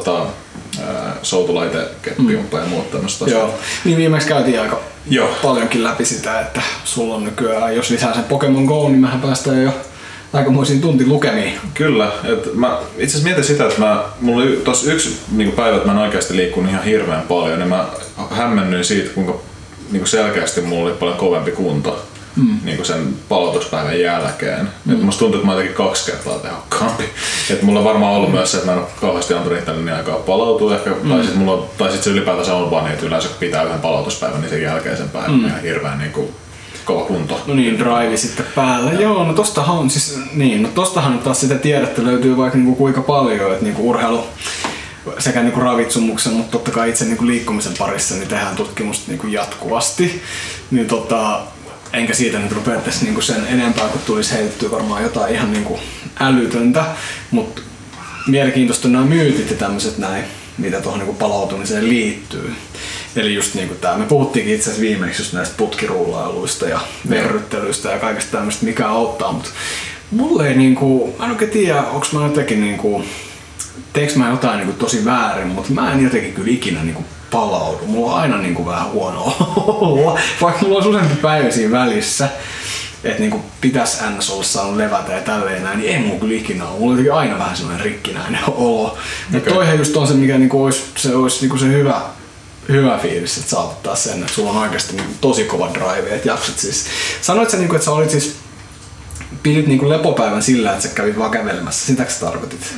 soutulaite-keppiumpa ja muut tämmöistä. Joo, niin viimeksi käytiin aika paljonkin läpi sitä, että sulla on nykyään, jos lisää sen Pokemon Go, niin mehän päästään jo aikamoisiin tuntilukemiin. Kyllä, että mä itse asiassa mietin sitä, että mulla oli tossa yksi päivä, että mä en oikeasti liikkunut ihan hirveän paljon, niin mä hämmennyin siitä, kuinka selkeästi mulla oli paljon kovempi kunto sen palautuspäivän jälkeen. Että musta tuntuu, että mä oon jotenkin 2 kertaa tehokkaampi. Että mulla on varmaan ollut myös se, että mä en ole kauheasti antanut itselleni aikaa palautua ehkä, tai sit se ylipäätänsä on vaan niin, että yleensä pitää yhden palautuspäivän, niin sen jälkeisen päivän ihan hirveän kova kunto. No niin, drive sitten päällä. Joo, no tostahan taas sitä tiedettä löytyy vaikka kuinka paljon, että urheilu sekä niinku ravitsumuksen, mutta totta kai itse niinku liikkumisen parissa niin tehdään tutkimusta niinku jatkuvasti. Niin enkä siitä nyt rupea tässä niinku sen enempää, kun tulisi heitettyä varmaan jotain ihan niinku älytöntä, mutta mielenkiintoista nämä myytit ja tämmöiset näin, mitä tuohon niinku palautumiseen liittyy. Eli just niinku tää, me puhuttiinkin itse asiassa viimeksi just näistä putkirullailuista ja verryttelyistä ja kaikesta tämmöistä, mikä auttaa, mutta mulle ei niinku, mä en oikein tiedä, onks mä jotenkin niinku, teekö mä jotain niinku tosi väärin, mutta mä en jotenkin kyllä ikinä niinku palaudu. Mulla on aina niinku vähän huono olla, vaikka mulla olisi useampi päivä siinä välissä, että niinku pitäisi ns. Olla saanut levätä ja tälleen näin, niin ei mulla kyllä ikinä ole. Mulla on aina vähän semmoinen rikkinäinen olo. Ja toihan just on se, mikä niinku olisi niinku se hyvä fiilis, että saavuttaa sen, että sulla on oikeasti niinku tosi kova drive, että jaksat siis. Sanoit sä niinku, että sä olit siis pidit niinku lepopäivän sillä, että sä kävit vaan kävelemässä. Sitäkö sä tarkoitit?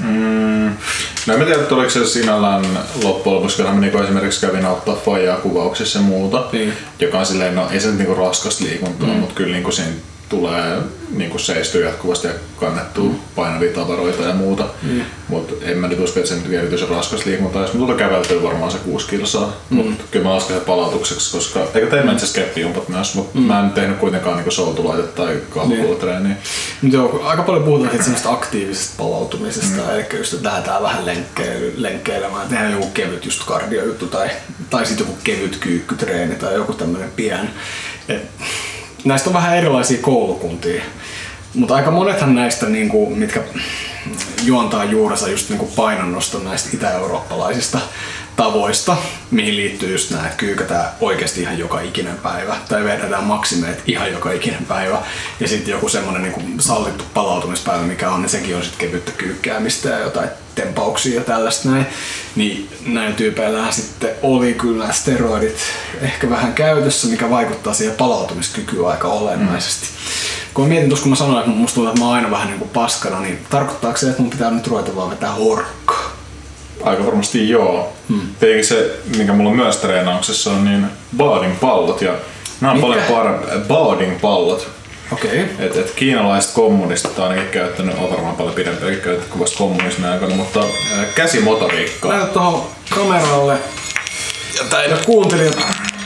No en tiedä, että oliko se sinällään loppujen lopuksi, kun mä niinku esimerkiksi kävin auttaa faijaa kuvauksissa ja muuta, joka on silleen, no ei se niinku raskasta liikuntaa, mutta kyllä niinku siinä tulee niinku seistyä jatkuvasti ja kannettua painavia tavaroita ja muuta. Mutta en mä nyt usko, että se nyt erityisen raskas liikuntaa. Jos mä tulla käveltyä varmaan se 6 kilsaa, mutta kyllä mä lasken sen palautukseksi, koska eikö tein itse asiassa keppijumpat myös, mutta mä en tehnyt kuitenkaan niinku soutulaitetta tai kalkulatreeniä. Joo, aika paljon puhutaan semmoista aktiivisesta palautumisesta, eli just, että lähdetään vähän lenkkeilemään, tehdään joku kevyt just kardiojuttu tai sitten joku kevyt kyykkytreeni tai joku tämmönen pien. Näistä on vähän erilaisia koulukuntia, mutta aika monethan näistä, niinku, mitkä juontaa juurensa just niinku painonnoston näistä itä-eurooppalaisista tavoista, mihin liittyy just nämä, että kyykätään oikeasti ihan joka ikinen päivä tai vedetään maksimeet ihan joka ikinen päivä ja sitten joku semmoinen niinku sallittu palautumispäivä, mikä on, niin sekin on sitten kevyttä kyykkäämistä ja jotain tempauksia ja tällaista näin. Niin näin tyypeillähän sitten oli kyllä steroidit ehkä vähän käytössä, mikä vaikuttaa siihen palautumiskykyyn aika olennaisesti. Kun mietin tuossa, kun mä sanoin, että musta tuntuu, että mä oon aina vähän niin kuin paskana, niin tarkoittaako se, että mun pitää nyt ruveta vaan vetää horkkaa? Aika varmasti joo. Tietenkin se, mikä mulla on myös treenauksessa, on niin Baadin-pallot. Ja nämä on paljon Baadin-pallot. Okei. Et kiinalaiset kommunistit on ainakin käyttänyt, on varmaan paljon pidempiäkin käytetty kuin vasta kommunismin aikana, mutta käsimotoriikkaa. Näytät tuohon kameralle, ja teidän kuuntelijat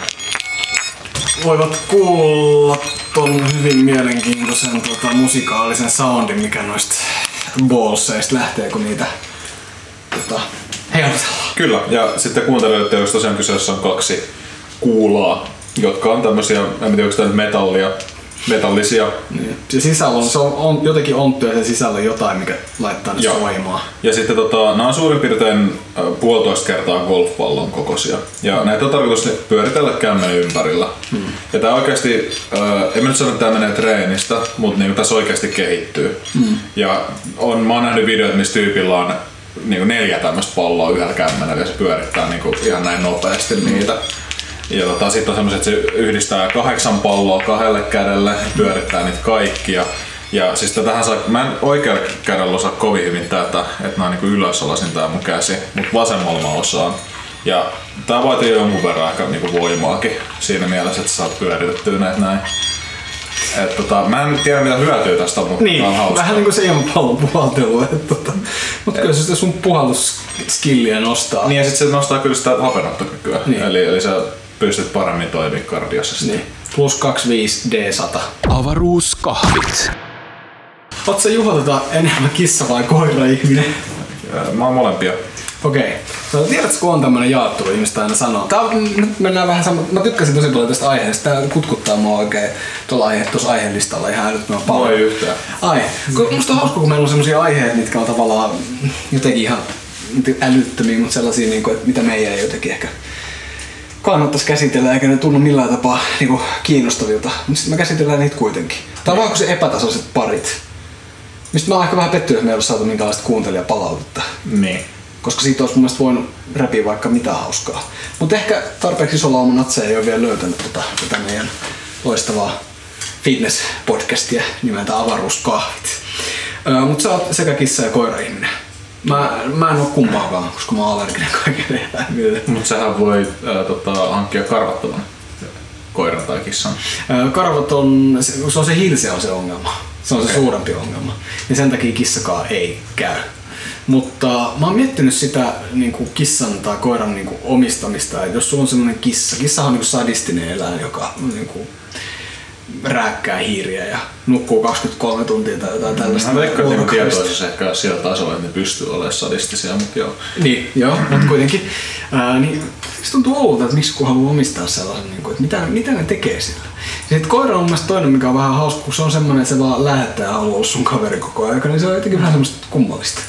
voivat kuulla ton hyvin mielenkiintoisen musikaalisen soundin, mikä noista ballseista lähtee, kun niitä heilutellaan. Kyllä, ja sitten kuuntelijoille tiedoksi tosiaan kyseessä on 2 kuulaa, jotka on tämmösiä, en tiedä, onko tämä metallisia. Niin. Se sisällä on jotenkin onttuja sen sisällä jotain, mikä laittaa ne soimaan. Ja sitten nämä on suurin piirtein 1,5 kertaa golfpallon kokoisia. Ja näitä on tarkoitus pyöritellä kämmen ympärillä. Ja tää oikeasti, en mä nyt sano, että tää menee treenistä, mutta niinku tässä oikeasti kehittyy. Ja mä oon nähnyt videoita, missä tyypillä on niinku 4 tämmöistä palloa yhdellä kämmenellä ja se pyörittää niinku ihan näin nopeasti niitä. Ja sitten on semmoset, että se yhdistää 8 palloa 2 kädelle, pyörittää niitä kaikkia. Ja siis tähän mä en oikealla kädellä osaa kovin hyvin tätä, että nää on niinku ylösalaisin tää mun käsi, mutta vasemmalla mä osaan. Ja tää vaatii jonkun verran aika niinku voimaakin siinä mielessä, että sä saat pyöritettyä näitä näin. Mä en tiedä mitä hyötyä tästä on, mutta niin, tää on hauskaa. Vähän niinku se ilmapallon puhaltelu. Mutta kyllä se sitä sun puhallusskilliä nostaa. Niin ja sit se nostaa kyllä sitä hapenottokykyä. Niin. Eli sä pystyt paremmin toimimaan kardiossa. Niin. Plus 25 D100. Avaruuskahvit. Oot sä Juho enemmän kissa vai koira-ihminen? Mä oon molempia. Okei. Tiedätkö, kun on tämmönen jaottelu, ihmiset aina sanoo. Nyt mennään vähän sama. Mä tykkäsin tosi paljon tästä aiheesta. Tää kutkuttaa mua oikein tuossa aiheellistalla ihan älyttömän paljon. Ei yhtään. Musta on hauska, kun meillä on semmosia aiheita, mitkä on tavallaan jotenkin ihan älyttömiä, mutta sellaisia, että mitä meidän ei jotenkin ehkä kannattaisi käsitellä, eikä ne tunnu millään tapaa niinku kiinnostavilta. Mutta sitten me käsitellään niitä kuitenkin. Tää on vaan se epätasoiset parit. Mistä mä oon ehkä vähän pettynyt, että me ei ole saatu minkälaista kuuntelijapalautetta. Niin. Koska siitä olisi mun mielestä voinut repiä vaikka mitä hauskaa. Mutta ehkä tarpeeksi isolla oma natse ei ole vielä löytänyt tätä meidän loistavaa fitness-podcastia nimeltä Avaruuskahvit. Mutta sä oot sekä kissa- ja koira-ihminen. Mä en oo kumpaakaan, koska mä oon allerginen kaikille eläimille. Mutta sähän voi hankkia karvattoman koiran tai kissan. Karvaton, se on se hilse on se ongelma. Se on se suurempi ongelma. Ja sen takia kissakaan ei käy. Mutta mä oon miettinyt sitä niin kuin kissan tai koiran niin kuin omistamista, että jos sulla on semmoinen kissahan on niin kuin sadistinen eläin, joka niin kuin rääkkää hiiriä ja nukkuu 23 tuntia tai jotain tällaista. Mä veikkaan, että tietoisuus ehkä sillä tasolla, että ne pystyy olemaan sadistisia, mutta joo. Niin, joo, mutta kuitenkin. Niin, se tuntuu oudolta, että miksi kun haluaa omistaa sellaisen, että mitä ne tekee sillä. Sitten koira on mun mielestä toinen, mikä on vähän hauska, kun se on semmoinen, että se vaan lähettää ja haluaa olla sun kaveri koko ajan, niin se on jotenkin vähän semmoista kummallista.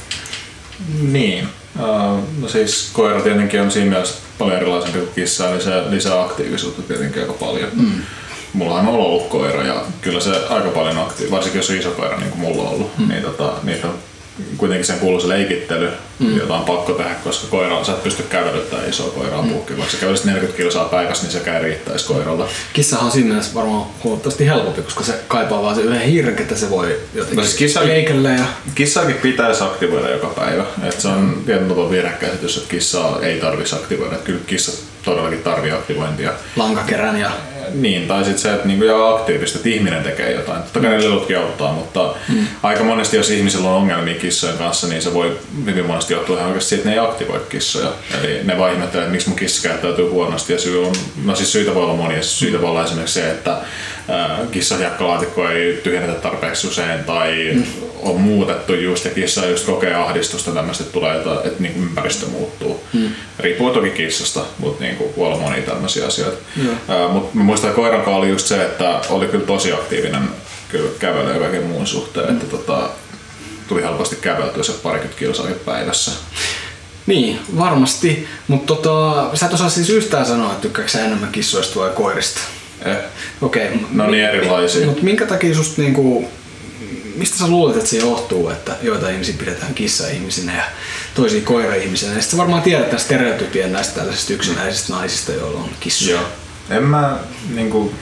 Niin. No siis koira tietenkin on siinä mielessä paljon erilaisempi kuin kissa, niin se lisää aktiivisuutta tietenkin aika paljon. Mullahan on ollut koira ja kyllä se aika paljon varsinkin jos on iso koira niin kuin mulla on ollut, niin niitä on kuitenkin sen kuuluu se leikittely, jota on pakko tehdä, koska koira, sä et pysty kävelyttämään isoa koiraa puhkiin. Vaikka sä kävelisit 40 kilsaa päivässä, niin sekään riittäisi koiralta. Kissahan on siinä mielessä varmaan huomattavasti helpompi, koska se kaipaa vaan se yhden hiiren, että se voi jotenkin leikellä. Kissaakin pitäisi aktivoida joka päivä. Et se on tietyn tapaa virhekäsitys, että kissaa ei tarvitsisi aktivoida. Kyllä kissa todellakin tarvitsee aktivointia. Lankakerän ja... Niin, tai sitten se, että niinku aktiivista, että ihminen tekee jotain. Totta kai ne lelutkin auttaa, mutta aika monesti jos ihmisillä on ongelmia kissojen kanssa, niin se voi hyvin monesti johtua ihan oikeasti siitä, että ne ei aktivoi kissoja. Eli ne vaan ihmettelee, että miksi mun kissa käyttäytyy huonosti ja syitä voi olla monia. Syitä voi olla esimerkiksi se, että kissahiekkalaatikko ei tyhjennetä tarpeeksi usein tai on muutettu just ja kissa just kokee ahdistusta tämmöistä, että tulee jotain, että niin ympäristö muuttuu. Riippuu toki kissasta, mutta niin voi olla monia tämmöisiä asioita. Mutta muistan, että koiran kanssa oli just se, että oli kyllä tosi aktiivinen kyllä kävely ja kaiken muun suhteen, että tuli helposti käveltyä se 20 kilsaakin päivässä. Niin, varmasti, mutta sä et osaa siis yhtään sanoa, että tykkääkö sä enemmän kissoista vai koirista? Okei. No niin erilaisia. Mutta minkä takia susta niinku, mistä sä luulet, että se johtuu, että joitain ihmisiä pidetään kissa-ihmisinä ja toisia koira-ihmisinä? Ja sit sä varmaan tiedät tämän stereotypien näistä tällaisista yksinäisistä naisista, joilla on kissoja. Joo. En mä niinku,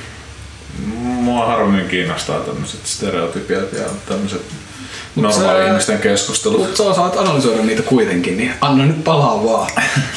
mua harvemmin kiinnostaa tämmöiset stereotypiat ja tämmöiset normaali ihmisten keskustelut. Mutta sä osaat analysoida niitä kuitenkin, niin anna nyt palaa vaan.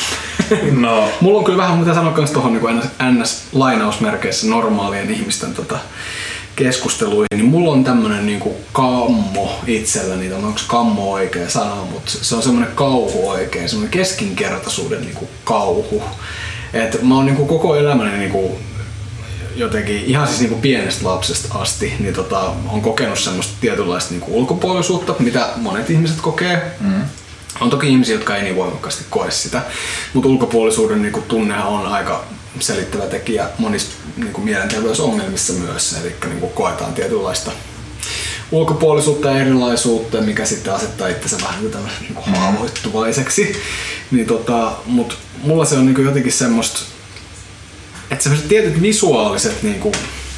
No. Mulla on kyllä vähän mitä sanoa kans tohon niin NS-lainausmerkeissä normaalien ihmisten keskusteluihin, niin mulla on tämmönen niinku kammo itselläni, onko kammo oikea sana, mutta se on semmonen kauhu oikein, semmonen keskinkertaisuuden niinku kauhu. Et mä oon niinku koko elämäni niinku jotenkin ihan siis niinku pienestä lapsesta asti niin on kokenut semmoista tietynlaista niinku ulkopuolisuutta, mitä monet ihmiset kokee. On toki ihmisiä, jotka ei niin voimakkaasti koe sitä, mutta ulkopuolisuuden niinku tunnehan on aika selittävä tekijä monissa niinku mielenterveysongelmissa myös, eli niinku koetaan tietynlaista ulkopuolisuutta ja erilaisuutta, mikä sitten asettaa itsensä vähän niinku haavoittuvaiseksi. Niin mut mulla se on niinku jotenkin semmoista, että sellaiset tietyt visuaaliset niinku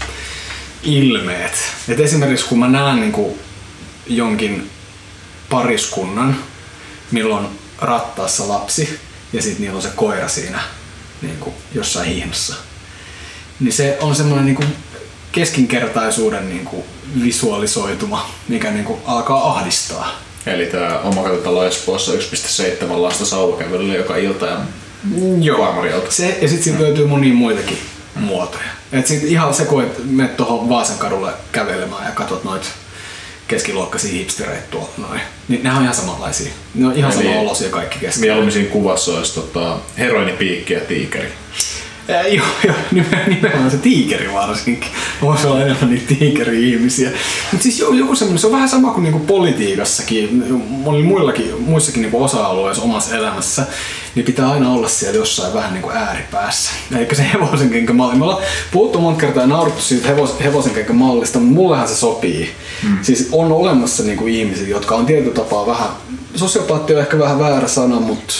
ilmeet, että esimerkiksi kun mä näen niinku jonkin pariskunnan, milloin rattaassa lapsi ja sitten niillä on se koira siinä niinku jossain hihnassa, niin se on semmoinen niinku keskinkertaisuuden niinku visualisoituma, mikä niinku alkaa ahdistaa. Eli tää omakotitalo Espoossa 1,7 lasta sauvakävelylle joka ilta ja farmarilta. Se, ja sit siitä löytyy monia muitakin muotoja. Et sit ihan se, kun menet tuohon Vaasankadulle kävelemään ja katsot noita keskiluokkaisia hipstereitä tuolla noin, niin ne on ihan samanlaisia. Ne on ihan samanlaisia kaikki kesken. Mieluummin siinä kuvassa olisi heroinipiikki ja tiikeri. Joo, nimenomaan se tiikeri varsinkin. Voisi olla enemmän niitä tiikeri-ihmisiä. Mutta siis joku semmoinen, se on vähän sama kuin niinku politiikassakin, muissakin niinku osa-alueissa omassa elämässä, niin pitää aina olla siellä jossain vähän niinku ääripäässä. Eikä se hevosenkenkämalli. Me ollaan puhuttu monta kertaa ja naurittu siitä hevosenkenkämallista, mutta mullehan se sopii. Siis on olemassa niinku ihmisiä, jotka on tietyllä tapaa vähän, sosiopaatti on ehkä vähän väärä sana, mutta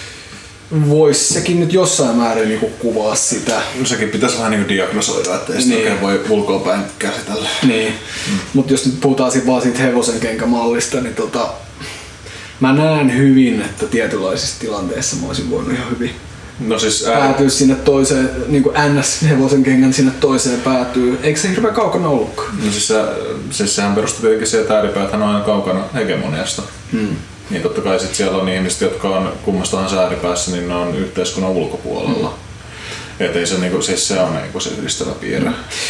vois sekin nyt jossain määrin niinku kuvaa sitä. No sekin pitäisi vähän niinku diagnosoida, ettei sitä oikein voi ulkoapäin käsitellä. Niin. Mut jos nyt puhutaan vaan siitä hevosenkenkämallista, niin mä näen hyvin, että tietynlaisissa tilanteissa mä olisin voinut ihan hyvin päätyä sinne toiseen, niinku NS-hevosenkengän sinne toiseen päätyy. Eikö se hirveän kaukana ollutkaan? No siis sehän perustuu tietenkin siihen, että ääripäät on aina kaukana hegemoniasta. Niin totta kai sit siellä on ihmiset, jotka on kummastahan ääripäässä, niin ne on yhteiskunnan ulkopuolella. Että ei se, niinku, siis se on niinku se yhdistävä piirre.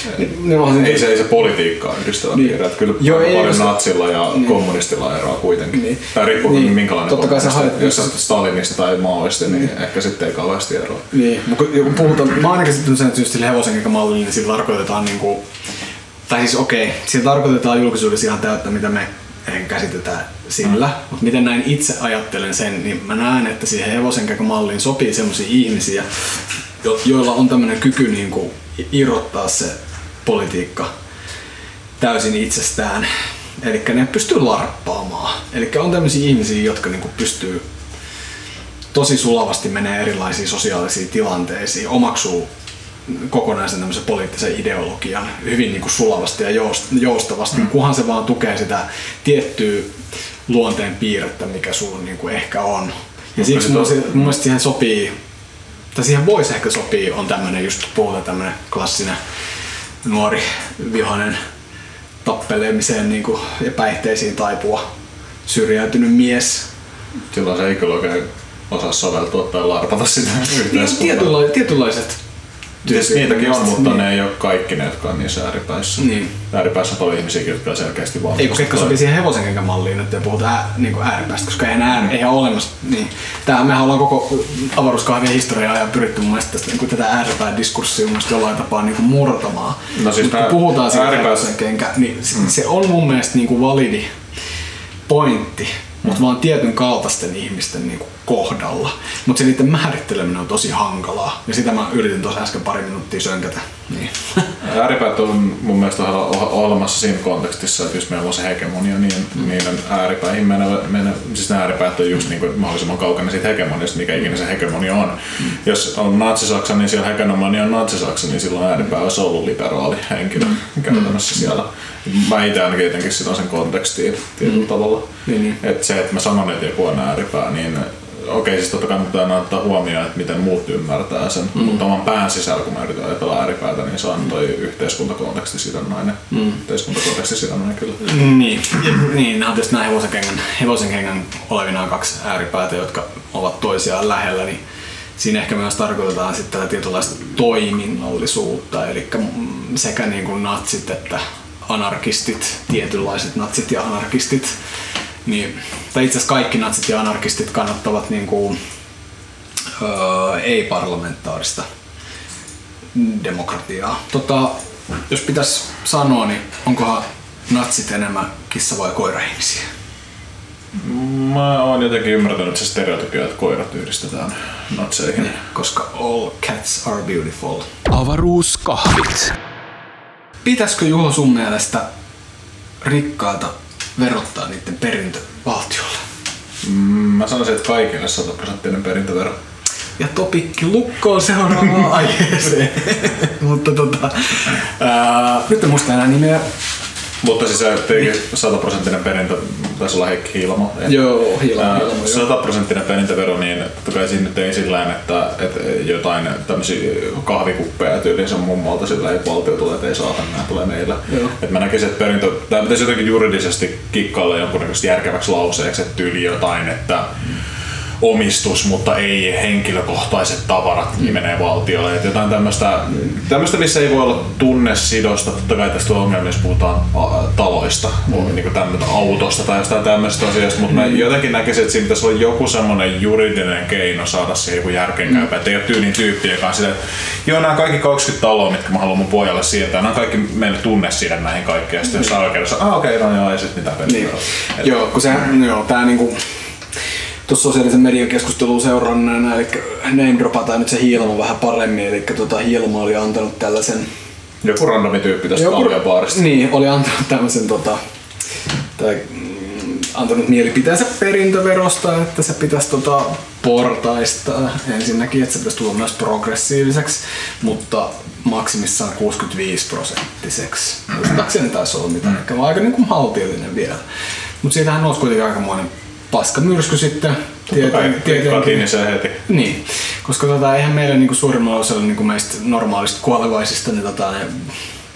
Ei se politiikkaa yhdistävä piirre. Että kyllä paljon natsilla ja kommunistilla eroa kuitenkin. Tai riippuu minkälainen kommunisti. Jos olet stalinista tai maoisti, niin ehkä sitten ei kauheasti eroa. Niin, mutta kun puhutaan, mä oon aina käsittänyt sen, että just sillä hevosenkenkämallilla, niin sillä tarkoitetaan niinku, tai siis sillä tarkoitetaan julkisuudessa ihan täyttä, mitä me käsitetään sillä, mutta miten näin itse ajattelen sen, niin mä näen, että siihen hevosenkäkömalliin sopii semmosia ihmisiä, joilla on tämmöinen kyky niin kuin irrottaa se politiikka täysin itsestään. Eli ne pystyy larppaamaan. Eli on tämmöisiä ihmisiä, jotka niin kuin pystyy tosi sulavasti menee erilaisiin sosiaalisiin tilanteisiin, omaksuu kokonaisen tämmöisen poliittisen ideologian hyvin niin kuin sulavasti ja joustavasti, kunhan se vaan tukee sitä tiettyä luonteen piirrettä, mikä sulla niin kuin ehkä on. Ja siksi mun mielestä siihen sopii, tai siihen voisi ehkä sopia, on tämmöinen, just puhutaan tämmöinen klassinen nuori vihainen tappelemiseen niin kuin, ja päihteisiin taipuva syrjäytynyt mies. Silloin se ei kyllä oikein osaa soveltua tai larpata sitä yhteiskuntaa. Tietynlaiset. Siis niitäkin on, mutta niin. Ne ei ole kaikki ne, jotka on niissä ääripäissä. Niin. Ääripäissä on paljon ihmisiä, jotka selkeästi vaan... Ei kun ketkä sopii siihen hevosenkenkämalliin, että ei puhuta niin ääripäistä, koska eihän ole olemassa. Niin. Mehän ollaan koko avaruuskahvien historiaa ja pyritty mun mielestä tästä, niin tätä ääripään diskurssia mun mielestä jollain tapaa niin murtamaan. No siis kun puhutaan siitä hevosenkenkä, niin se on mun mielestä niin validi pointti. Mutta vaan tietyn kaltaisten ihmisten niinku kohdalla. Mutta se niiden määritteleminen on tosi hankalaa. Ja sitä mä yritin tuossa äsken pari minuuttia sönkätä. Niin. Ääripäät on mun mielestä olemassa siinä kontekstissa, että jos meillä on se hegemonia, niin niiden ääripäihin siis ne ääripäät on just niinku mahdollisimman kaukana siitä hegemoniasta, mikä ikinä se hegemonia on. Jos on Natsi-Saksa, niin siellä hegemonia on Natsi-Saksa, niin silloin ääripää olisi ollut liberaali henkilö käytännössä siellä. Mä itse ainakin jotenkin sitä sen kontekstiin tietyllä tavalla. Että se, että mä sanon, että joku on ääripää, niin okei, siis totta kai pitää ottaa huomioon, että miten muut ymmärtää sen. Mutta oman pään sisällä, kun mä yritän ajatella ääripäätä, niin se on toi yhteiskuntakontekstisidonnainen. Yhteiskuntakontekstisidonnainen kyllä. Niin, nämä on tietysti nämä hevosenkengän olevinaan kaksi ääripäätä, jotka ovat toisiaan lähellä. Niin siinä ehkä myös tarkoitetaan sitten tätä tietynlaista toiminnallisuutta, eli sekä niin kuin natsit että anarkistit, tietynlaiset natsit ja anarkistit, niin, tai itse asiassa kaikki natsit ja anarkistit kannattavat niin kuin, ei-parlamentaarista demokratiaa. Jos pitäisi sanoa, niin onkohan natsit enemmän kissa- vai koira-ihmisiä? Mä oon jotenkin ymmärtänyt se stereotypia, että koirat yhdistetään natseihin. Koska all cats are beautiful. Avaruuskahvit. Pitäisikö Juho sun mielestä rikkailta verottaa niiden perintö valtiolle? Mä sanoisin, että kaikille 100% perintövero. Ja topikki lukkoon seuraavaan aiheeseen. Mutta nyt en muista enää nimeä. Mutta siis se teki 100% perintö, taisi olla Heikki Hiilamo. Joo, Hiilamo. 100% perintövero, niin totta kai siinä nyt ei sillään, että jotain tämmöisiä kahvikuppeja tyyliin mummolta sillä ei valtio tule, että ei saata, nämä tulee meillä. Että mä näkisin, että tämä pitäisi jotenkin juridisesti kikkailla jonkunnäköisesti järkeväksi lauseeksi, että tyyli jotain, että omistus, mutta ei henkilökohtaiset tavarat menee valtiolle. Et jotain tämmöistä, missä ei voi olla tunnesidosta. Totta kai tästä on ongelmia, jos puhutaan taloista, niin kuin autosta tai jostain tämmöistä asioista, mutta mä jotenkin näkisin, että siinä pitäisi olla joku semmoinen juridinen keino saada siihen joku järkeenkäypä. Että ei ole tyylin tyyppiä kanssa että joo, nämä kaikki 20 taloa, mitkä mä haluan mun pojalle siirtää, nämä kaikki meille tunnesidä näihin kaikkeen. Ja sitten jos oikeudessa, okei, no joo, ei sit mitään peliä. Joo, kun tää niinku tuossa sosiaalisen median keskustelua seuranneena, eli name-dropataan nyt se Hiilamo vähän paremmin, eli Hiilamo oli antanut tällaisen... Joku randomi tyyppi tästä kaljabaarista. Niin, oli antanut tämmöisen antanut mielipiteensä perintöverosta, että se pitäisi portaistaa ensinnäkin, että se pitäisi tulla myös progressiiviseksi, mutta maksimissaan 65%-iseksi. Muistaakseni taisi olla mitään, ehkä aika niin kuin maltillinen vielä. Mutta siitähän nousi kuitenkin aikamoinen paskamyrsky sitten. Tietenkin se heti. Niin, koska eihän meillä niinku suurimmalla osalla niinku meistä normaalista kuolevaisista niin ne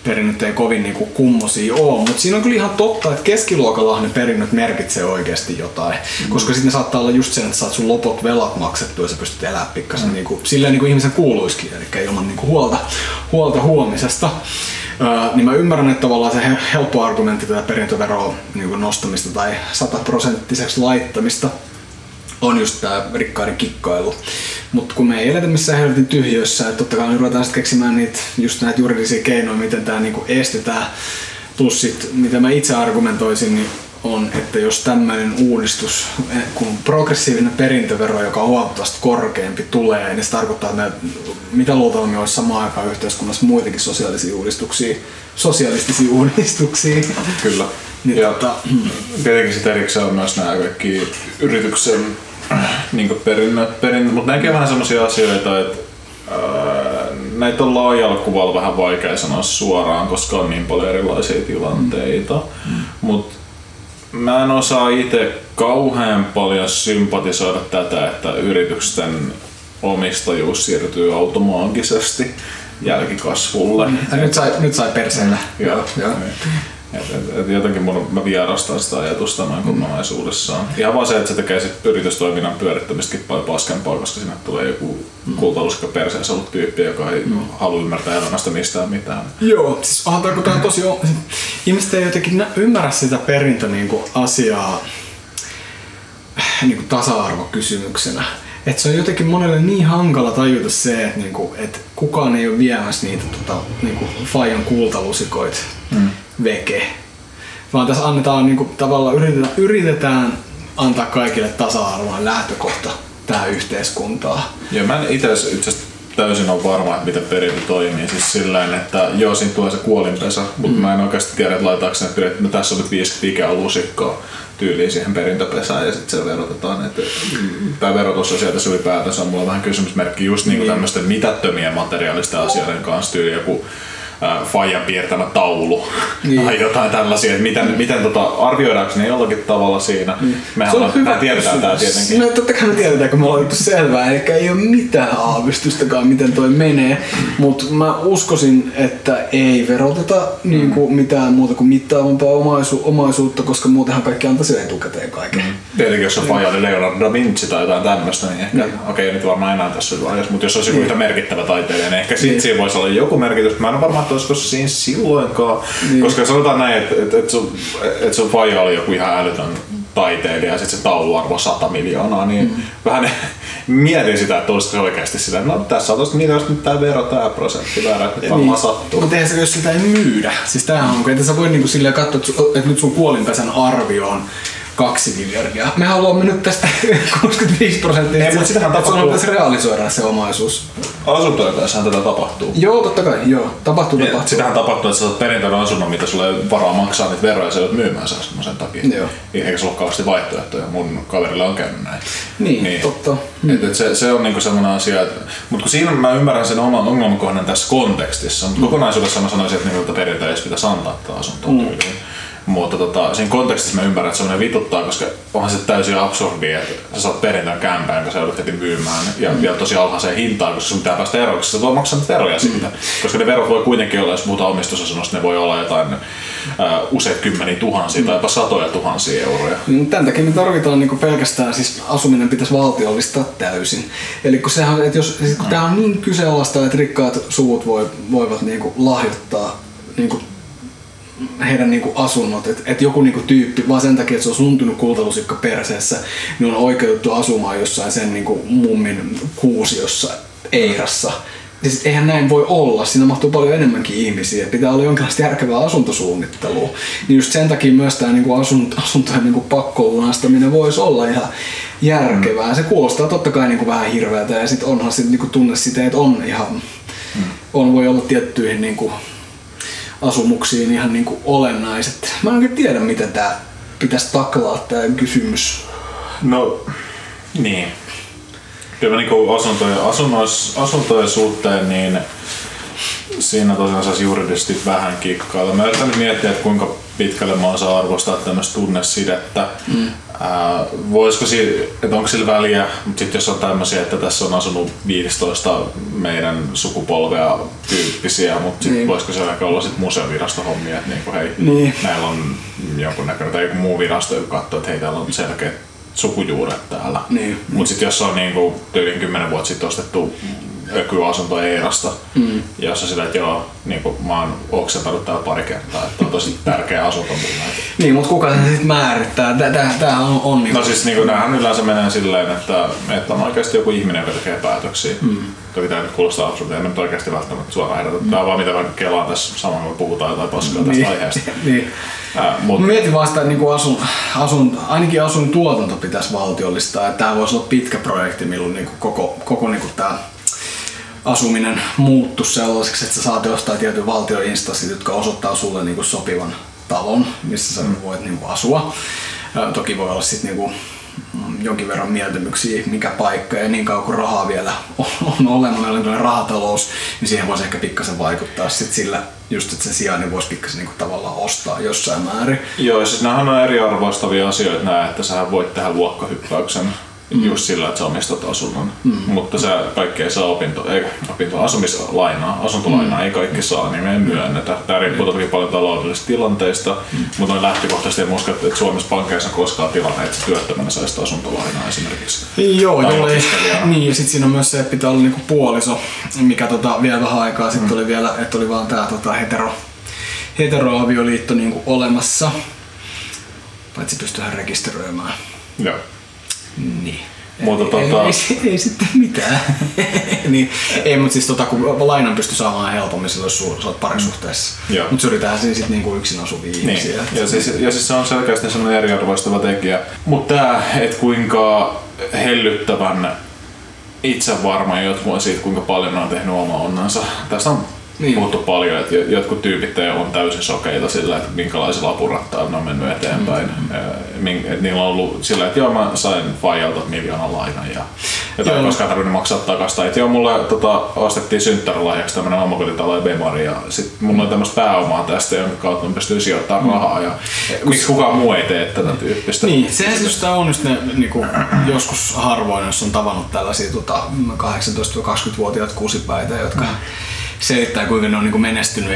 perinnöt ei kovin niinku kummosia ole, mutta siinä on kyllä ihan totta, että keskiluokalla ne perinnöt merkitsee oikeasti jotain, koska sitten ne saattaa olla just sen, että saat sun loput velat maksettua ja sä pystyt elämään pikkasen niinku, silleen niinku ihmisen kuuluisikin, eli ilman niinku huolta huomisesta. Niin mä ymmärrän, että tavallaan se helppo argumentti tätä perintöveroa niinku nostamista tai 100% laittamista on just tää rikkaiden kikkailu. Mutta kun me ei eletä missään helvetin tyhjössä, että totta kai me ruvetaan sitten keksimään just näitä juridisia keinoja, miten tää niinku estetään. Plus sit, mitä mä itse argumentoisin, niin on, että jos tämmöinen uudistus, kun progressiivinen perintövero, joka on huomattavasti korkeampi, tulee, niin se tarkoittaa, että mitä luultavasti olisi samaan aikaan yhteiskunnassa muitakin sosialistisia uudistuksia. Kyllä. Niin, ja tietenkin sitten erikseen on myös nämä kaikki yrityksen niin perinnöt, mutta näinkin vähän sellaisia asioita, että näitä on laajalla kuvalla vähän vaikea sanoa suoraan, koska on niin paljon erilaisia tilanteita. Mutta mä en osaa itse kauhean paljon sympatisoida tätä, että yritysten omistajuus siirtyy automaagisesti jälkikasvulle. Nyt sai perseellä. Joo. Jotenkin mä vierastan sitä ajatusta noin kokonaisuudessaan. Ihan vaan se, että se tekee sit yritystoiminnan pyörittämistäkin paljon paskempaa, koska sinne tulee joku kultalusikka perseessä ollut tyyppi, joka ei halua ymmärtää elämästä mistään mitään. Joo, siis onhan tämä tosiaan, ihmiset ei jotenkin ymmärrä sitä perintö-asiaa tasa-arvokysymyksenä. Et se on jotenkin monelle niin hankala tajuta se, että kukaan ei ole viemässä niitä faijan kultalusikoita veke. Vaan tässä annetaan tavallaan yritetään antaa kaikille tasa-arvoinen lähtökohta tähän yhteiskuntaan. Joo, mä en itse asiassa täysin ole varma, että miten perintö toimii. Siis sillain, että joo, siinä tulee se kuolinpesä, mutta mä en oikeasti tiedä, että laitaanko ne, että no, tässä on nyt 50 ikää lusikkaa tyyliin siihen perintöpesään ja sitten se verotetaan. Tämä verotus on sieltä ylipäätänsä on mulla vähän kysymysmerkki just niin tämmöisten mitättömien materiaalisten asioiden kanssa, tyyli joku faijan piirtämä taulu tai jotain tällaisia, että miten arvioidaanko ne jollakin tavalla siinä. Mehän tiedetään tää tietenkin. No totta kai me tiedetään, kun me ollaan otettu selvää, eli ei ole mitään aavistustakaan, miten toi menee, mutta mä uskoisin, että ei veroteta mitään muuta kuin mittaavampaa omaisuutta, koska muutenhan kaikki antaisi etukäteen kaiken. Tietenkin jos on faija oli Leonardo da Vinci tai jotain tämmöistä, niin ehkä okei, nyt varmaan enää tässä vaiheessa, mutta jos olisi joku yhtä merkittävä taiteilija, niin ehkä siinä voisi olla joku merkitys. Mä en ole varma, että olisiko siinä silloinkaan, koska sanotaan näin, että sun faija oli joku ihan älytön taiteilija ja sitten se tauluarvo 100 miljoonaa, niin vähän mietin sitä, että olisiko se oikeasti sitä, no tässä on tosta miljoonasta nyt tää vero, tää prosentti väärä, että nyt varmaan sattuu. Mutta eihän se, jos sitä ei myydä, siis tämähän on, että sä voi silleen katsoa, että nyt sun kuolinpesän arvio on 2 miljardia. Me haluamme nyt tästä 65%, mutta sitähän tapahtuu. Sun pitäisi realisoida se omaisuus. Asuntojenpäissähän tätä tapahtuu. Joo, totta kai. Joo. Tapahtuu. Sitähän tapahtuu, että sä saat perintönä asunnon, mitä sulle ei varaa maksaa niitä veroja ja sä joudut myymään sen takia. Joo. Eikä sulla ole kauheasti vaihtoehtoja. Mun kaverille on käynyt näin. Niin. Totta. Se on niinku semmoinen asia, mutta kun siinä mä ymmärrän sen oman ongelmakohdan tässä kontekstissa, mutta kokonaisuudessa mä sanoisin, että perintö ei pitäisi antaa tätä asuntoa tyyliin. Mutta siinä kontekstissa mä ymmärrän, että semmoinen vituttaa, koska onhan se täysin absurdia, että sä saat perintön kämpään, jonka sä joudut heti myymään ja vielä tosi alhaiseen hintaan, koska sun pitää päästä eroon, koska sä voi maksaa veroja siitä. Koska ne verot voi kuitenkin olla, jos puhutaan omistusasunnosta, ne voi olla jotain useat kymmeniä tuhansia tai jopa satoja tuhansia euroja. Tän takia me tarvitaan pelkästään, siis asuminen pitäisi valtiollistaa täysin. Eli kun sehän, että kun tää on niin kyseenalaista, että rikkaat suvut voivat lahjoittaa heidän asunnot, että joku tyyppi vaan sen takia, että se on suntunut kultalusikka perseessä, niin on oikeutettu asumaan jossain sen mummin kuusiossa Eirassa. Ja sit eihän näin voi olla, siinä mahtuu paljon enemmänkin ihmisiä, pitää olla jonkinlaista järkevää asuntosuunnittelua. Niin just sen takia myös tämä asuntojen pakkolunastaminen voisi olla ihan järkevää. Se kuulostaa totta kai vähän hirveältä ja sit onhan sit tunnesiteet on ihan, voi olla tiettyihin asumuksiin ihan olennaiset. Mä en oikein tiedä, miten tää pitäisi taklaa tää kysymys. No, niin. Kyllä asuntojen suhteen, niin siinä tosiaan saisi juridisesti vähän kikkailla. Mä yritän miettiä, että kuinka pitkälle mä osaan arvostaa tämmöistä tunnesidettä. Voisiko että onko sillä väliä, mutta sitten jos on tämmöisiä, että tässä on asunut 15 meidän sukupolvea tyyppisiä, mutta sitten voisiko se ehkä olla sitten museovirastohommia, että niinku, hei, meillä on jonkunnäköinen tai joku muu virasto, joka katsoo, että hei, täällä on selkeät sukujuuret täällä. Mutta sitten jos on niinku tyyliin 10 vuotta sitten ostettu ökyasunto Eerasta, jossa sillä, että joo, niinku, mä oon oksentanut täällä pari kertaa, että on tosi tärkeä asunto mulle. Niin, mutta kuka se sitten määrittää? Tämähän on niinku... No siis niinku, näähän yleensä menee silleen, että on oikeasti joku ihminen, joka tekee päätöksiä. Toki tää nyt kuulostaa absurdia, en nyt oikeasti välttämättä suoraan herätä. Tää on vaan mitä mä kelaan tässä samalla, kun me puhutaan jotain paskaa tästä aiheesta. Mietin vaan sitä, että niinku ainakin asuintuotanto pitäisi valtiollistaa. Tämä voisi olla pitkä projekti, milloin niinku koko niinku tää asuminen muuttuu sellaiseksi, että sä saat jostain tietyn valtioinstanssit, jotka osoittaa sulle niinku sopivan talon, missä sä voit niinku asua. Toki voi olla sit niinku jonkin verran mieltymyksiä, mikä paikka, ja niin kauan kuin rahaa vielä on olemassa, rahatalous, niin siihen voisi ehkä pikkasen vaikuttaa sit sillä, just että se sijainnin voisi pikkasen niinku tavallaan ostaa jossain määrin. Joo, siis nämähän on eriarvoistavia asioita nämä, että sä voit tehdä luokkahyppäyksen just sillä, että sä omistat asunnon, mutta sä kaikki ei saa asumislainaa, asuntolainaa ei kaikki saa, niin me ei myönnetä. Tää riippuu toki paljon taloudellisista tilanteista, mutta on lähtökohtaisesti en usko, että Suomessa pankeissa on koskaan tilanne, että työttömänä saisi asuntolainaa esimerkiksi. Joo, niin, ja sit siinä on myös se, että pitää olla niinku puoliso, mikä vielä vähän aikaa sitten oli vielä, että oli vaan tää heteroavioliitto niinku olemassa, paitsi pystyhän rekisteröimään. Joo. Niin. Mutta ei sitten mitään. Niin, ei, mutta siis kun lainan pystyy saamaan helpommin silloin, jos sä oot parisuhteessa. Mutta syrjitään siinä sitten niinku yksin asuvia ihmisiä. Niin. Ja siis se on selkeästi sellainen eriarvoistava tekijä. Mutta tää, että kuinka hellyttävän itsevarma jotkut siitä, kuinka paljon ne on tehnyt oma onnansa. Tästä on puhuttu paljon, että jotkut tyypit on täysin sokeita sillä, että minkälaisilla apurattailla ne on mennyt eteenpäin. Niillä on ollut sillä, että joo, mä sain faijalta 1 miljoonan lainan ja jotain ei koskaan tarvinnut maksaa takaisin. Että joo, mulle ostettiin synttärilahjaksi tämmönen omakotitalo ja bemari ja sit mulla on tämmöistä pääomaa tästä, jonka kautta mä pystyn sijoittamaan rahaa ja miksi kukaan muu ei tee tätä tyyppistä. Niin, sehän siis on just ne niinku, joskus harvoin, jos on tavannut tällaisia 18-20-vuotiaat kusipäitä, jotka selittää, kuinka ne on niinku menestynyt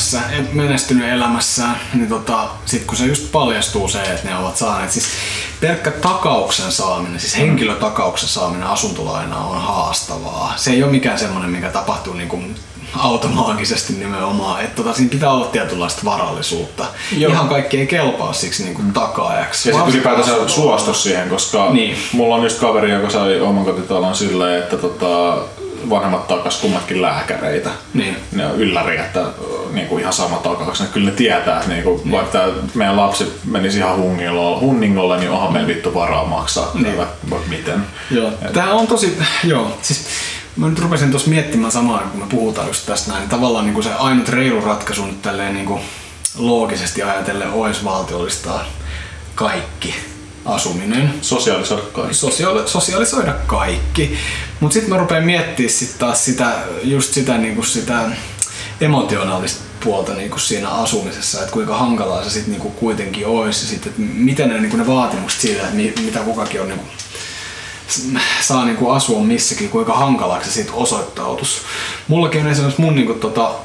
elämässään, niin sit kun se just paljastuu se, että ne ovat saaneet, siis pelkkä takauksen saaminen, siis henkilötakauksen saaminen asuntolainaa on haastavaa. Se ei ole mikään semmoinen, mikä tapahtuu niinku automaagisesti nimenomaan, että siinä pitää olla tietynlaista varallisuutta. Joo. Ihan kaikki ei kelpaa siksi niinku takaajaksi. Ja sitten ylipäätään suostu siihen, koska mulla on just kaveri, joka sai omakotitalon silleen, että vanhemmat takas kummatkin lääkäreitä. Niin. Ne on ylläri, että niinku ihan sama takaus. Kyllä ne tietää, että niinku, vaikka meidän lapsi menisi ihan hunningolle, niin onhan meillä vittu varaa maksaa. Vaikka miten. Joo. Tää on tosi, siis mä nyt rupesin tuossa miettimään samaa, kun me puhutaan just tästä näin. Niin tavallaan niinku se ainut reilu ratkaisu nyt tälleen niinku loogisesti ajatellen olisi valtiollistaa kaikki asuminen. Sosialisoida kaikki. Mut sit mä rupean miettimään sit taas sitä emotionaalista puolta niinku siinä asumisessa, että kuinka hankalaa se sit niinku kuitenkin olisi ja sit, että miten ne vaatimukset siitä, että mitä kukakin on niinku, saa niinku asua missäkin, kuinka hankalaksi se sit osoittautus. Mullakin on esimerkiksi mun niinku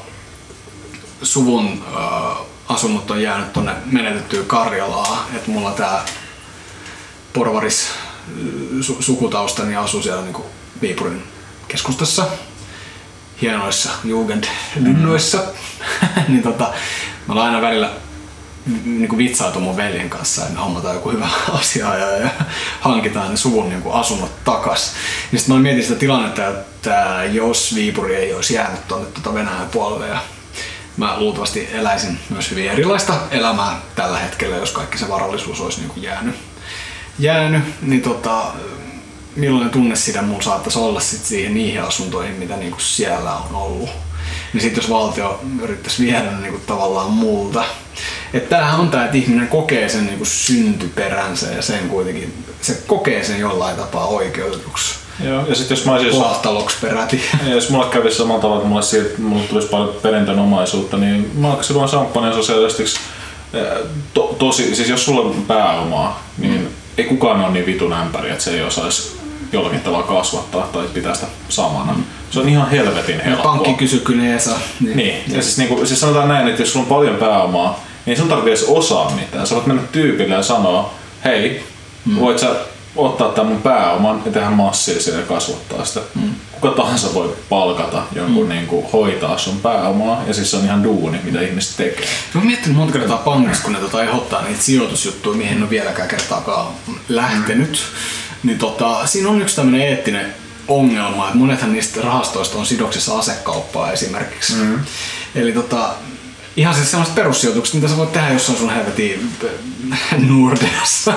suvun asunnot on jäänyt tonne menetettyyn Karjalaan, että mulla tää porvaris sukutaustani asuu siellä niinku Viipurin keskustassa hienoissa Jugendlynnoissa. Niin mä olen aina välillä niinku vitsaitu mun veljen kanssa, että me hommataan joku hyvä asia ja hankitaan ne suvun niinku asunnot takas. Niin sit mä mietin sitä tilannetta, että jos Viipuri ei olisi jäänyt tonne Venäjän puolelle ja mä luultavasti eläisin myös hyvin erilaista elämää tällä hetkellä, jos kaikki se varallisuus olisi niinku jäänyt, niin millainen tunneside mun saattaisi olla sit siihen niihin asuntoihin, mitä niinku siellä on ollut. Niin sit jos valtio yrittäisi viedä niinku tavallaan multa. Että tämähän on tää, että ihminen kokee sen niinku syntyperänsä ja sen kuitenkin, se kokee sen jollain tapaa oikeutetuksi. Joo, ja sit jos mä olisin kohtaloksi peräti. Ja jos mulle kävisi samalla tavalla, että mulle tulisi paljon perintön omaisuutta, niin mä alkaisin vaan champagnea sosiaalistiksi tosi, siis jos sulla on pääomaa, niin ei kukaan ole niin vitun ämpäri, että se ei osaisi jollakin tavalla kasvattaa tai pitää sitä samana. Se on ihan helvetin helppoa. Pankki kysyy kyllä ei saa. Niin. Ja siis sanotaan näin, että jos sulla on paljon pääomaa, niin sun tarvitsee edes osaa mitään. Sä voit mennä tyypille ja sanoa, hei, voit sä ottaa tämän mun pääoman ja tehdä massiivisen ja kasvattaa sitä. Kuka tahansa voi palkata jonkun niinku hoitaa sun pääomaa ja siis se on ihan duuni, mitä ihmiset tekee. Mä oon miettinyt monta kertaa pankissa, kun ne ehdottaa niitä sijoitusjuttuja, mihin en ole vieläkään kertaakaan lähtenyt. Niin siinä on yksi tämmönen eettinen ongelma, että monethan niistä rahastoista on sidoksissa asekauppaa esimerkiksi. Eli ihan siis sellaiset perussijoitukset, mitä sä voit tehdä, jos on sun helvetin Nordeassa.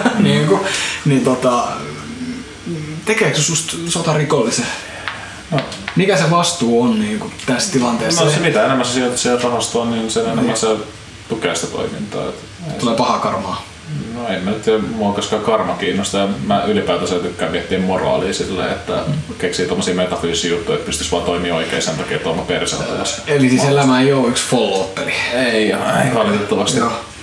Tekeekö susta sotarikollisen? No. Mikä se vastuu on niin tässä tilanteessa? No se mitä enemmän sä sijoitat siihen rahastoon, niin sen enemmän se tukee sitä toimintaa. Tulee pahaa karmaa. No en mä nyt tiedä, mua koskaan karma kiinnostaa ja mä ylipäätänsä tykkään miettiä moraalia silleen, että keksii tommosia metafyysisiä juttuja, että pystyis vaan toimia oikein sen takia, että oma perse on tulossa. Eli siis elämä ei oo yksi follow-up-peli? Ei valitettavasti.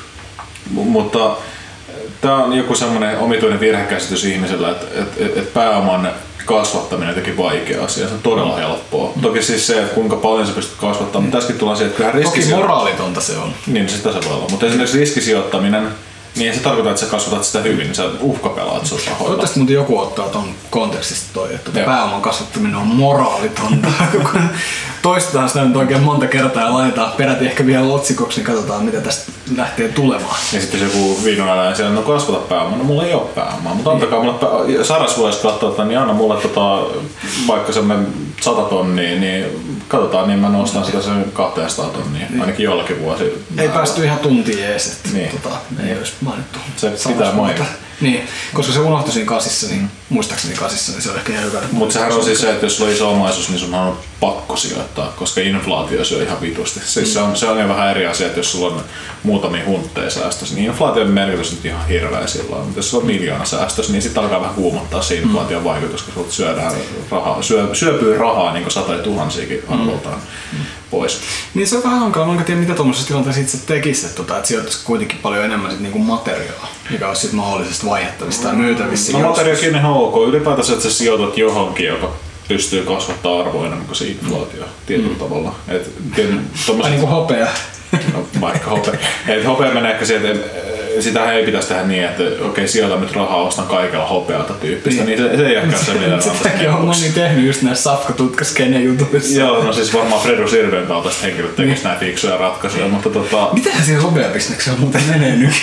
Mutta tää on joku semmonen omituinen virhekäsitys ihmisellä, että pääoman kasvattaminen teki vaikea asia. Se on todella helppoa. Toki siis se, että kuinka paljon sä pystyt kasvattamaan, mutta tässäkin tullaan siihen, että kyllähän riskisijoittaminen... Toki moraalitonta se on. Niin, sitä se voi olla. Mutta esimerkiksi riskisijoittaminen, niin se tarkoittaa, että sä kasvatat sitä hyvin, niin sä uhkapelaat sun rahoilla. Toivottavasti muuten joku ottaa ton kontekstista toi, että pääoman kasvattaminen on moraalitonta. Toistetaan sitä nyt oikein monta kertaa ja laitetaan peräti ehkä vielä otsikoksi, niin katsotaan mitä tästä lähtee tulemaan. Ja sitten jos joku viikonalainen siellä, no kasvata pääomaa, no mulla ei oo pääomaa, mutta antakaa mulle Saras voisi katsoa, niin anna mulle vaikka semmoinen 100 tonnia, niin katsotaan, niin mä nostan sitä sen 200 tonnia, ainakin jollakin vuosi. Ei päästy ihan tuntiin ees, että niin. Ei olisi mainittu. Se pitää mainita. Niin, koska se unohtui siinä kasissa, niin muistaakseni kasissa, niin se on ehkä ihan hyvä. Mutta sehän on siis se, että jos sulla on iso omaisuus, niin sun on pakko sijoittaa, koska inflaatio syö ihan vitusti. Siis se on jo vähän eri asia, että jos sulla on muutamia huntteja säästössä, niin inflaation merkitys on ihan hirveä silloin. Mutta jos sulla on miljoona säästössä, niin sitten alkaa vähän huumottaa se inflaation vaikutus, koska sulta syödään rahaa, syöpyy rahaa niin kuin satoja tuhansiakin arvoltaan pois. Niin se on vähän hankala, mä en tiedä mitä tuommoisessa tilanteessa itse tekisi, että sijoittaisi kuitenkin paljon enemmän sit niinku materiaa, mikä olisi sit mahdollisesti vaihdettavissa tai myytävissä. No materiaakin ihan ok, ylipäätänsä että sä sijoitat johonkin, joka pystyy kasvattaa arvoa enemmän kuin se inflaatio tietyllä tavalla. Niin kuin hopea. No, vaikka hopea. Hopea menee ehkä siihen, että sitähän ei pitäisi tehdä niin, että okei, sijoitan nyt rahaa, ostan kaikella hopeata tyyppistä, niin se ei ehkä se millään tavalla. Sitäkin on moni tehnyt just näissä safkatutkaskeneen jutuissa. Joo, no siis varmaan Fredu Sirven kaltaiset henkilöt tekis näitä fiksuja ratkaisuja, mutta mitähän siinä hopeabisneksellä muuten menee nyt?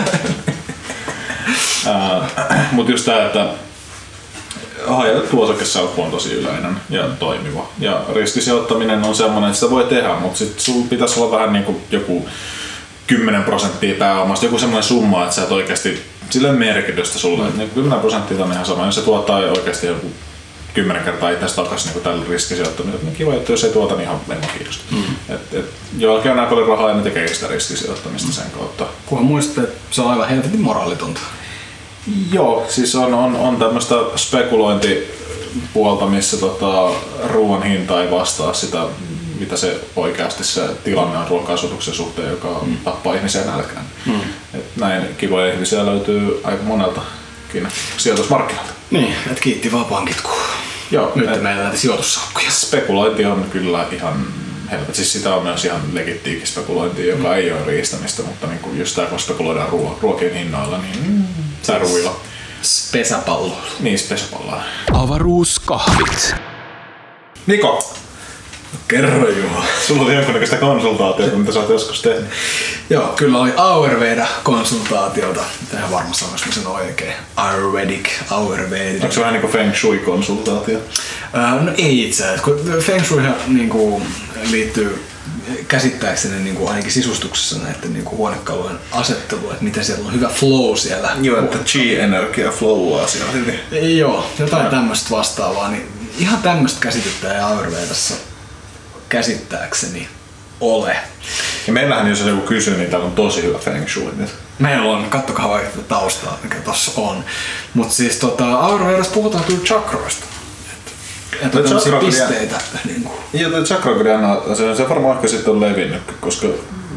Mutta just tää, että hajautettu osakesalkku on tosi yleinen ja toimiva. Ja riskisijoittaminen on semmoinen, että sitä voi tehdä, mutta sit sulla pitäisi olla vähän niinku joku 10% pääomasta, joku semmoinen summa, että sä et oikeasti sille merkitystä sulle. 10% on ihan sama, jos se tuottaa oikeasti joku 10 kertaa itseäsi takaisin niin tällä riskisijoittamisella. Niin kiva, että jos ei tuota, niin ihan en kiinnosta. Jollakin on näin paljon rahaa ja ne tekee sitä riskisijoittamista sen kautta. Kunhan muistat, että se on aivan helvetin moraalitonta. Joo, siis on tämmöistä spekulointipuolta, missä ruoan hinta ei vastaa sitä, mitä se oikeasti se tilanne on ruokakasvatuksen suhteen, joka tappaa ihmisiä nälkään. Näin kivoja ihmisiä löytyy aika moneltakin sijoitusmarkkinoilta. Niin, että kiitti vaan pankit, kun nyt meillä näitä sijoitussalkkuja. Spekulointi on kyllä ihan helvetti. Siis sitä on myös ihan legittiikin spekulointia, joka ei ole riistämistä, mutta niin just tää, kun spekuloidaan ruokien hinnoilla, niin ruuilla. Spesäpalloilla. Niin, spesäpalloilla. Avaruuskahvit. Niko! Kerro Juha. Sulla oli jonkunnäköistä konsultaatiota, mitä sä oot joskus tehnyt. Joo, kyllä oli Ayurveda-konsultaatiota. Tähän varmasti sanois mä sen oikein. Ayurvedic. Onko se vähän niinku Feng Shui-konsultaatio? No ei itse asiassa, kun Feng Shuihan niinku liittyy käsittääkseni niinku ainakin sisustuksessa näiden niinku huonekalujen asetteluun, että miten siellä on hyvä flow siellä. Joo, että chi-energia flowaa siellä hyvin. Joo, jotain tämmöistä vastaavaa, niin ihan tämmöistä käsitettä ei Ayurvedassa käsittääkseni ole. Ja meillähän jos joku kysyy, niin täällä on tosi hyvä Feng Shui nyt. Meillä on, kattokaa vaikka taustaa, mikä tossa on. Mut siis Ayurvedassa puhutaan kyllä chakroista. Että on tämmöisiä pisteitä. Joo, toi chakrakodiana, se varmaan ehkä sitten on levinnyt, koska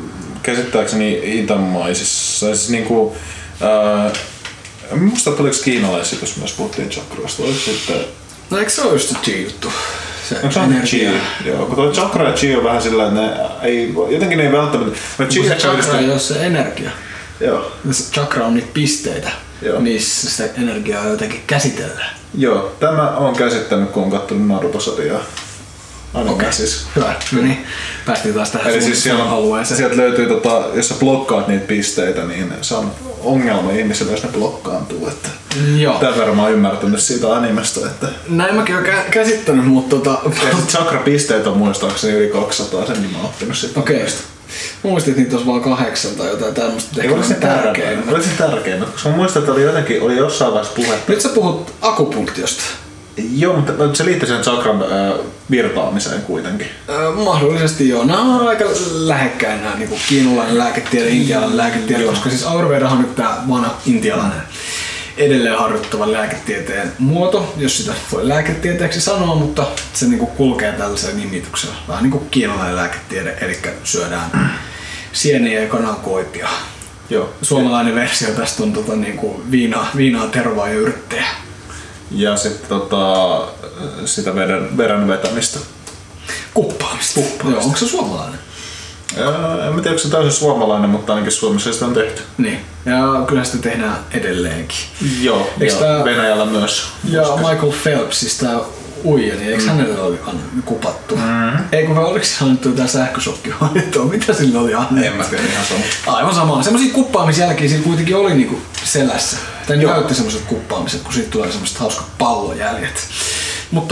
käsittääkseni itämaisissa, siis niinku musta oliko kiinalaisissa, jos myös puhuttiin chakroista, oliko sitten... No eikö se ole just chi-juttu? Onko se chi? Joo, kun tuo chakra ja chi on vähän sillä, että ne ei, jotenkin ne ei välttämättä... Se chakra ei ole se energia. Joo. Se chakra on niitä pisteitä, joo, missä sitä energiaa jotenkin käsitellään. Joo, tämä on käsittänyt, kun on katsonut Naruto-sarjaa. Okei, siis. Hyvä. No niin, päästiin taas tähän eli siis alueeseen. Sieltä löytyy, jos sä blokkaat niitä pisteitä, niin se on ongelma ihmisille, jos ne blokkaantuu. Että tämän verran mä oon ymmärtänyt siitä animesta. Että näin mäkin oon käsittänyt, mutta chakra-pisteet on muistaakseni yli 200, sen niin mä oon oppinut sitten. Okei. Mä muistin, että niitä olisi vaan 8 tai jotain tämmöistä. Ei, oliko se tärkein? Oliko se tärkein? Koska mä muistan, että oli jossain vaiheessa puhetta. Nyt sä puhut akupunktiosta. Joo, mutta se liittyy sen chakran virtaamiseen kuitenkin. Mahdollisesti joo. Nämä on aika lähekkäin nämä niin kiinalainen lääketiede, intialainen lääketiede, koska siis Ayurvedahan on nyt tämä vanha intialainen edelleen harjoittava lääketieteen muoto, jos sitä voi lääketieteeksi sanoa, mutta se niin kuin kulkee tällaisella nimityksellä. Vähän niin kuin kiinalainen lääketiede, eli syödään sieniä ja kanankoipia. Joo. Suomalainen versio tästä on niin kuin viinaa, tervaa ja yrttejä. Ja sitten sitä veren vetämistä. Kuppaamista. Joo, onko se suomalainen? En tiedä, onko se täysin suomalainen, mutta ainakin Suomessa sitä on tehty. Niin, ja kyllä sitä tehdään edelleenkin. Joo, ja Venäjällä myös. Ja Michael Phelps, siis tää uija, niin eikö hänelle oli kupattu? Ei kun oliko se annettu jotain sähkösokkihoitoa? Mitä sillä oli annettu? En mä tiedä ihan sama. Aivan sama. Semmosia kuppaamisjälkiä siinä kuitenkin oli niinku selässä. Tai näytti semmoiset kuppaamiset, kun siitä tulee semmoiset hauskat pallojäljet. Mutta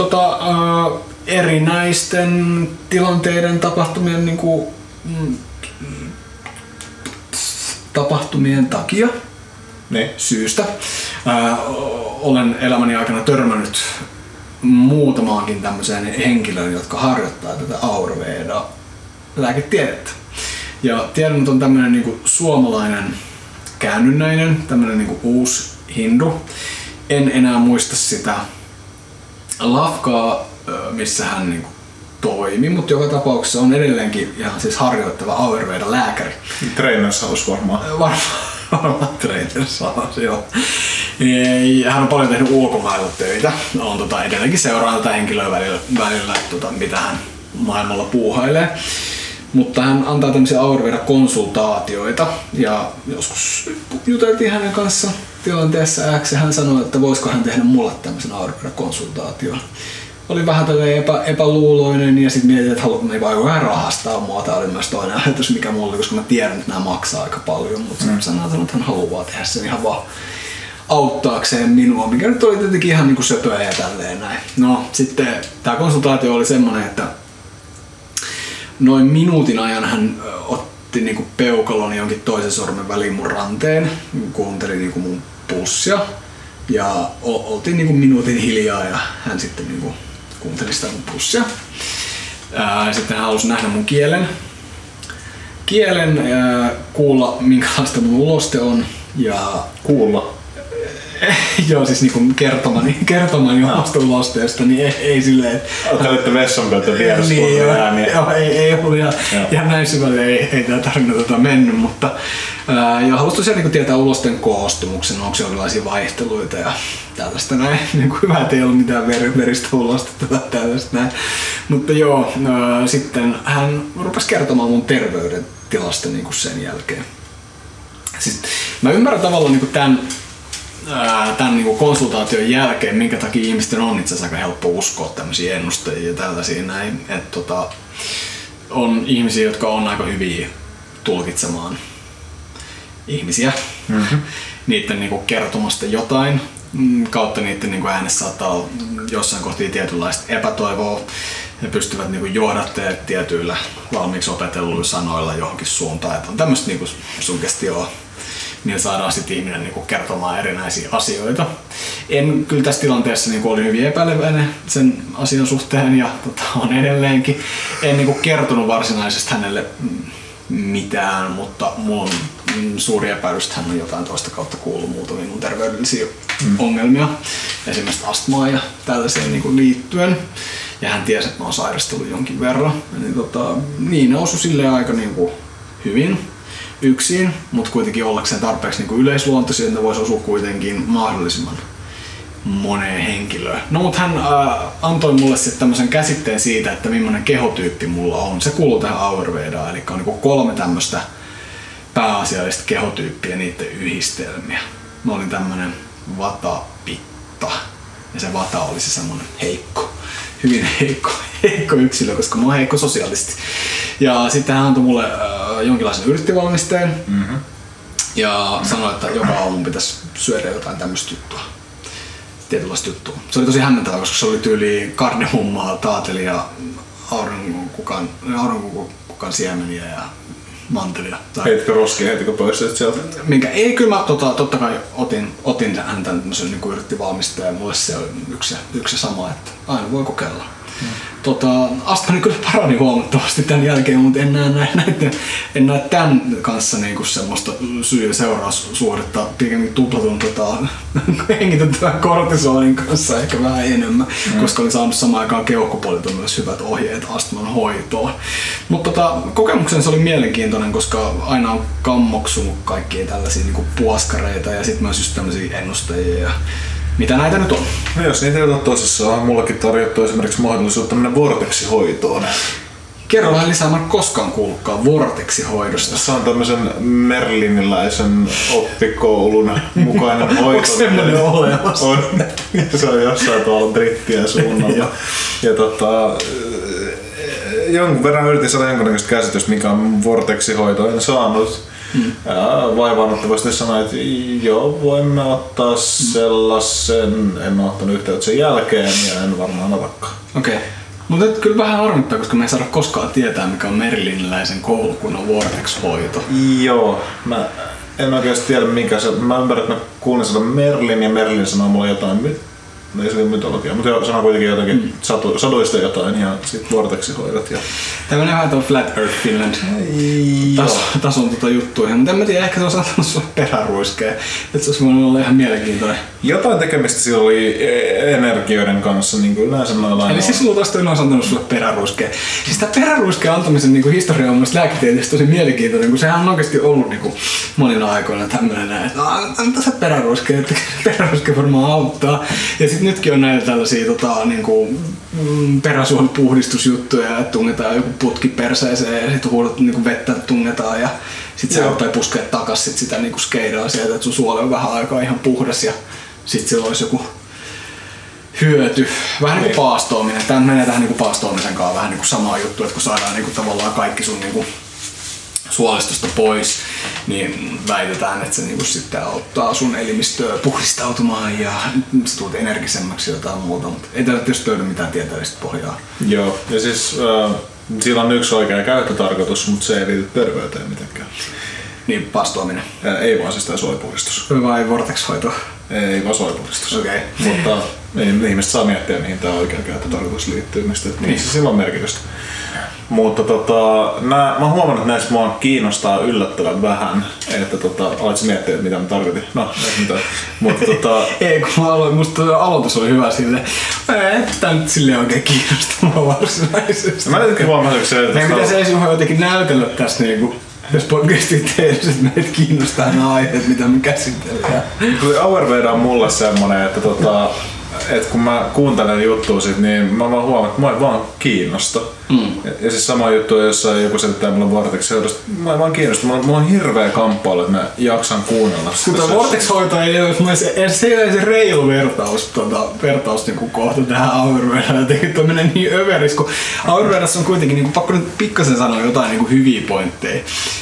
erinäisten tilanteiden tapahtumien niinku tapahtumien takia syystä olen elämäni aikana törmännyt muutamaankin tämmöiseen henkilöön, jotka harjoittaa tätä Ayurveda-lääketiedettä. Ja tiedän, että on tämmöinen niinku suomalainen käännynnäinen, tämmöinen niinku uusi hindu. En enää muista sitä lafkaa, missä hän niinku toimi, mutta joka tapauksessa on edelleenkin ihan siis harjoittava Ayurveda-lääkäri. Trainers House varmaan. Varmaan Trainers House, joo. Hän on paljon tehnyt ulkomailla töitä. On edelleenkin seuraa tätä henkilöä välillä mitä hän maailmalla puuhailee. Mutta hän antaa tämmöisiä Ayurveda-konsultaatioita ja joskus juteltiin hänen kanssa tilanteessa X ja hän sanoi, että voisiko hän tehdä mulle tämmöisen Ayurveda-konsultaation. Oli vähän epäluuloinen ja sitten mietin, että ei vaan vähän rahastaa mua. Tämä oli myös toinen ajatus, mikä mulla oli, koska mä tiedän, että nämä maksaa aika paljon, mutta sanoi, että hän haluaa tehdä sen ihan vaan auttaakseen minua, mikä nyt oli tietenkin ihan niinku söpöä ja tälleen näin. No sitten tämä konsultaatio oli semmoinen, että noin minuutin ajan hän otti niinku peukalon jonkin toisen sormen väliin mun ranteen, kuunteli niinku mun pulssia ja oltiin niinku minuutin hiljaa ja hän sitten niinku kuunteli sitä mun pulssia. Sitten hän halusi nähdä mun kielen kuulla minkälaista mun uloste on ja kuulla. Joo, siis niinku kertomani omasta ulosteesta, niin ei silleen... Ottelitte vessanpöytön vieressä niin, ääniä. Joo, ei ollut ihan näin syvälle ei tää tarina mennyt, mutta ja halusi tosiaan niinku tietää ulosten koostumuksen, onko jonkinlaisia vaihteluita ja tällaista näin. Niinku hyvä, ettei ollut mitään veristä ulostetta tai tällaista näin. Mutta joo, sitten hän rupesi kertomaan mun terveydentilasta niinku sen jälkeen. Siis, mä ymmärrän tavallaan niinku tämän niinku konsultaation jälkeen, minkä takia ihmisten on itse asiassa aika helppo uskoa tämmöisiä ennustajia ja tällaisia näin. On ihmisiä, jotka on aika hyviä tulkitsemaan ihmisiä, niiden niinku kertomasta jotain. Kautta niiden niinku äänessä saattaa olla jossain kohtia tietynlaista epätoivoa. He pystyvät niinku johdattelemaan tietyillä valmiiksi opetelluilla sanoilla johonkin suuntaan. Että on tämmöistä niinku suggestioa. Niin saadaan sitten ihminen niinku kertomaan erinäisiä asioita. En kyllä tässä tilanteessa niinku olin hyvin epäileväinen sen asian suhteen ja on edelleenkin. En niinku kertonut varsinaisesti hänelle mitään, mutta mulla on suuri epäilys, että hän on jotain toista kautta kuullut muutamia mun terveydellisiä ongelmia. Esimerkiksi astmaa ja tällaiseen niinku liittyen. Ja hän tiesi, että mä oon sairastellut jonkin verran. Niin ne osui silleen aika niinku hyvin. yksin, mutta kuitenkin ollakseen tarpeeksi niin kuin yleisluontoisia, että ne voisi osua kuitenkin mahdollisimman moneen henkilöön. No mut hän antoi mulle sitten tämmöisen käsitteen siitä, että millainen kehotyyppi mulla on. Se kuuluu tähän Ayurvedaan, eli on niinku 3 tämmöistä pääasiallista kehotyyppiä ja niiden yhdistelmiä. Mä olin tämmönen vata-pitta ja se vata oli se semmonen heikko, hyvin heikko yksilö, koska mä oon heikko sosiaalisesti. Ja sitten hän antoi mulle jonkinlaisen yrttivalmisteen ja sanoi, että joka aamu pitäisi syödä jotain tämmöistä juttua. Tietynlaista juttua. Se oli tosi hämmentävää, koska se oli tyyli kardemummaa, taatelia, aurinkokukan siemeniä ja mantelia. Heitkö roskia heti kun poistit sieltä? Ei, kyllä mä totta kai otin häntä tämmöisen niin yrttivalmisteen ja mulle se on yksi sama, että aina voi kokeilla. Astmani kyllä parani huomattavasti tämän jälkeen, mutta en näe tämän kanssa niinku semmoista syy- ja seuraussuhdetta, pikemminkin tuplatun hengitettyvän kortisonin kanssa ehkä vähän enemmän, koska olin saanut samaan aikaan keuhkopolilta myös hyvät ohjeet astman hoitoon. Mutta kokemuksen se oli mielenkiintoinen, koska aina on kammoksunut kaikkia tällaisia niinku puoskareita ja sitten myös just tämmöisiä ennustajia. Ja mitä näitä nyt on? No jos niitä ei ole tosissaan, on mullakin tarjottu esimerkiksi mahdollisuutta mennä vorteksihoitoon. Kerro vähän lisää, mä en koskaan kuullutkaan vorteksihoidosta. Se on tämmöisen merliniläisen oppikoulun mukainen hoito. Onko semmoinen olemassa? On. Se on jossain tuolla Brittien suunnalla. Ja jonkun verran yritin saada jonkunnäköistä käsitystä, mikä on vorteksihoito. En saanut. Vaivaannuttavasti sanoi, että joo, voimme ottaa sellaisen, en ole ottanut yhteyttä sen jälkeen ja en varmaan otakaan. Okei. Mutta kyllä vähän harmittaa, koska me ei saada koskaan tietää, mikä on merliniläisen koulukunnan vortex-hoito. Joo, mä en oikeasti tiedä mikä se. Mä ymmärrän, että mä kuulin sitä Merlin ja Merlin sanoo mulle jotain, ei se ole mytologia, mutta sanoo kuitenkin jotakin saduista jotain ja sit vortexihoidot. Tämmönen vähän tuo Flat Earth Finland tason juttuja, mutta en mä tiedä, ehkä se on saattanut sulle peräruiskea, että se olisi voinut olla ihan mielenkiintoinen. Jotain tekemistä sillä oli energioiden kanssa, niin kuin yleensä noilla. Eli siis luultavasti yleensä antanut sulle peräruiskea. Siis tää peräruiskeen antamisen niin historia on mun lääketieteellisesti tosi mielenkiintoinen, kun sehän on oikeasti ollut niin kuin monina aikoina tämmönen näin, että antaa sä peräruiskea, että peräruiske varmaan auttaa. Ja sit nytkin on näitä tällaisia niinku peräsuolipuhdistusjuttuja, että tungetaan joku putki perseeseen ja sit huudot niinku vettä tungetaan ja sit se auttaa puskea takas sit sitä niinku skeidaa sieltä, että sun suoli on vähän aikaa ihan puhdas ja sit sillä olisi joku hyöty. Vähän niinku paastoaminen. Tää menee tähän niinku paastoamisen kanssa vähän niinku samaa juttu, että kun saadaan niinku tavallaan kaikki sun niinku suolistosta pois, niin väitetään, että se niinku sitten auttaa sun elimistöä puhdistautumaan ja sä tulet energisemmäksi jotain muuta, mutta ei tällä tietysti löydy mitään tieteellistä pohjaa. Joo, ja siis sillä on yksi oikea käyttötarkoitus, mutta se ei liity terveyteen mitenkään. Niin, paastoaminen? Ei vaan siis tää suolipuhdistus. Vai vortex-hoito? Ei vaan suolipuhdistus. Okei. Mutta ihmiset saa miettiä, mihin tää oikea käyttötarkoitus liittyy, mistä niin se sillä on merkitystä. Mutta mä oon huomannut, että näissä mua kiinnostaa yllättävän vähän, että aloitko miettiä, mitä mä tarkoitin? No, ei mitään. Mutta ei, kun musta aloitus oli hyvä silleen, tää nyt silleen oikein kiinnostaa mua varsinaisesti. Mä jotenkin huomasin se, että meidän pitäisi ensin jotenkin näytellä tässä niinku, jos podcastin tehdessä, että meitä kiinnostaa nämä aiheet, mitä me käsitellään. Ayurveda on mulle semmonen, että kun mä kuuntelen juttua sit, niin mä vaan huomaan, että mua ei vaan kiinnosta. Ja siis sama juttu, jos joku selittää mulle vortex-hoidosta, mua ei vaan kiinnosta. Mulla on hirveä kamppailu, että mä jaksan kuunnella sitä. Mutta vortex-hoito ei ole se reilu vertaus niin kohta tähän Ayurvedaan. Jotenkin toi menee niin överis, kun Ayurvedassa on kuitenkin niin pakko nyt pikkasen sanoa jotain niin hyviä pointteja.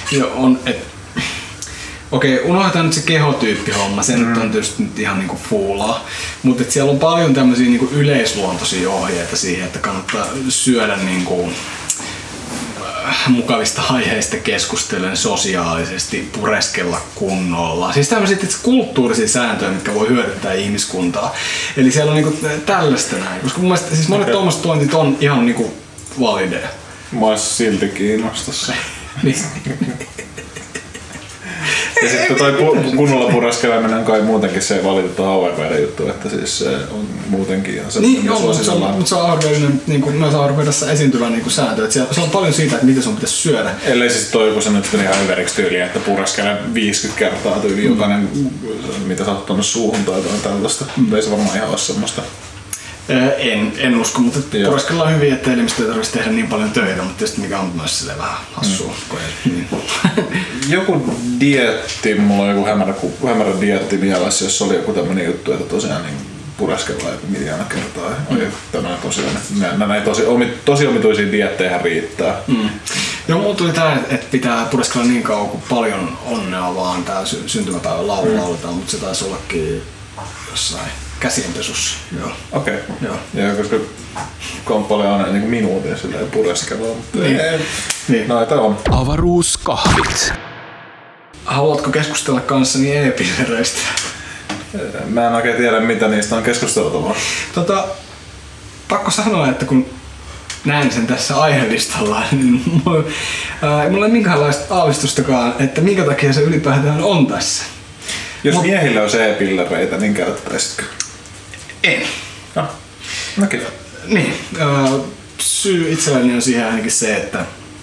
Okei, unohdetaan nyt se kehotyyppihomma, se nyt on tietysti nyt ihan niinku fuulaa, mutta siellä on paljon tämmöisiä niinku yleisluontoisia ohjeita siihen, että kannattaa syödä niinku mukavista aiheista keskustellen sosiaalisesti, pureskella kunnolla. Siis tämmöisiä kulttuurisia sääntöjä, mitkä voi hyödyttää ihmiskuntaa. Eli siellä on niinku tällaista näin, koska mun mielestä siis monet tuommoiset pointit on ihan niinku valideja. Mä ois silti kiinnostossa. Ja sitten toi kunnolla pureskeleminen on kai muutenkin se valitettu Auerweden juttu, että siis se on muutenkin ihan semmoinen niin, mutta se on Auerweden, niin kuin myös Auerwedessä esiintyvä niin kuin sääntö, että se on paljon siitä, että mitä sun pitäisi syödä. Ellei siis toi joku sanoo, että ihan överiksi tyyliä, että pureskele 50 kertaa tyyli jokainen, mitä sä oot tuonne suuhun tai jotain tällaista. Ei se varmaan ihan ole semmoista. En usko, mutta pureskellaan hyvin, että elimistö ei tarvitse tehdä niin paljon töitä, mutta tietysti mikä on myös silleen vähän hassua. Niin. Joku dieetti, mulla on joku hämärä dieetti mielessä, jossa oli joku tämmönen juttu, että tosiaan niin pureskellaan joku miljoona kertaa. Tämmönen tosiaan, näitä tosi omituisia dieettejä riittää. Joo, mulla tuli tää, että pitää pureskella niin kauan, kun paljon onnea vaan tää syntymäpäivän lauletaan, mutta se taisi ollakin jossain käsienpesussa. Okei. Ja koska komppale on niin minuutin silleen pureskelua, mutta niin. Noita on. Avaruuskahvit. Haluatko keskustella kanssani e-pillereistä? Mä en oikein tiedä, mitä niistä on keskusteltavaa. Pakko sanoa, että kun näin sen tässä aihelistalla, niin mulla ei ole minkäänlaista aavistustakaan, että minkä takia se ylipäätään on tässä. Jos miehillä on e-pillereitä, niin käyttäisitkö? En. Okei. Niin. Syy itselläni on siihen ainakin se, että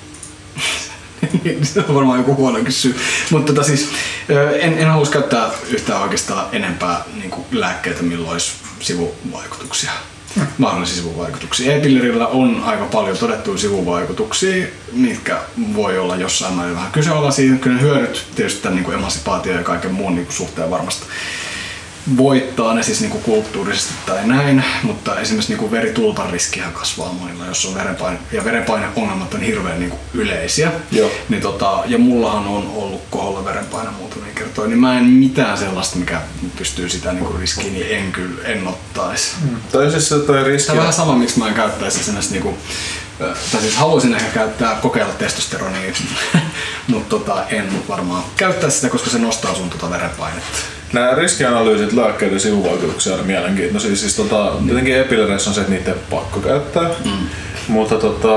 se on varmaan joku huonokin syy. Mutta siis en halus käyttää yhtään oikeastaan enempää niin kuin lääkkeitä, milloin olisi sivuvaikutuksia. Mahdollisia sivuvaikutuksia. E-pillerillä on aika paljon todettuja sivuvaikutuksia, mitkä voi olla jossain määrin vähän kyseenalaisia. Kyllä ne hyödyt tietysti tämän niin kuin emansipaation ja kaiken muun niin kuin suhteen varmasti voittaa ne siis niin kuin kulttuurisesti tai näin, mutta esimerkiksi niin kuin veritulpan riskihän kasvaa monilla, jos on verenpaineongelmat on hirveän niin kuin yleisiä. Niin ja mullahan on ollut koholla verenpaine muutamia kertoja, niin mä en mitään sellaista, mikä pystyy sitä niin kuin riskiä, niin en ottaisi. Toi siis toi riski. Tämä on vähän sama, miksi mä en käyttäisi sellaista niinku, tai siis haluaisin ehkä kokeilla testosteronia, mutta en varmaan käyttää sitä, koska se nostaa sun verenpainetta. Nämä riskianalyysit lääkkeiden sivuvaikutuksia on mielenkiintoisia. Siis tietenkin e-pillereissä on se, että niitä ei pakko käyttää, mutta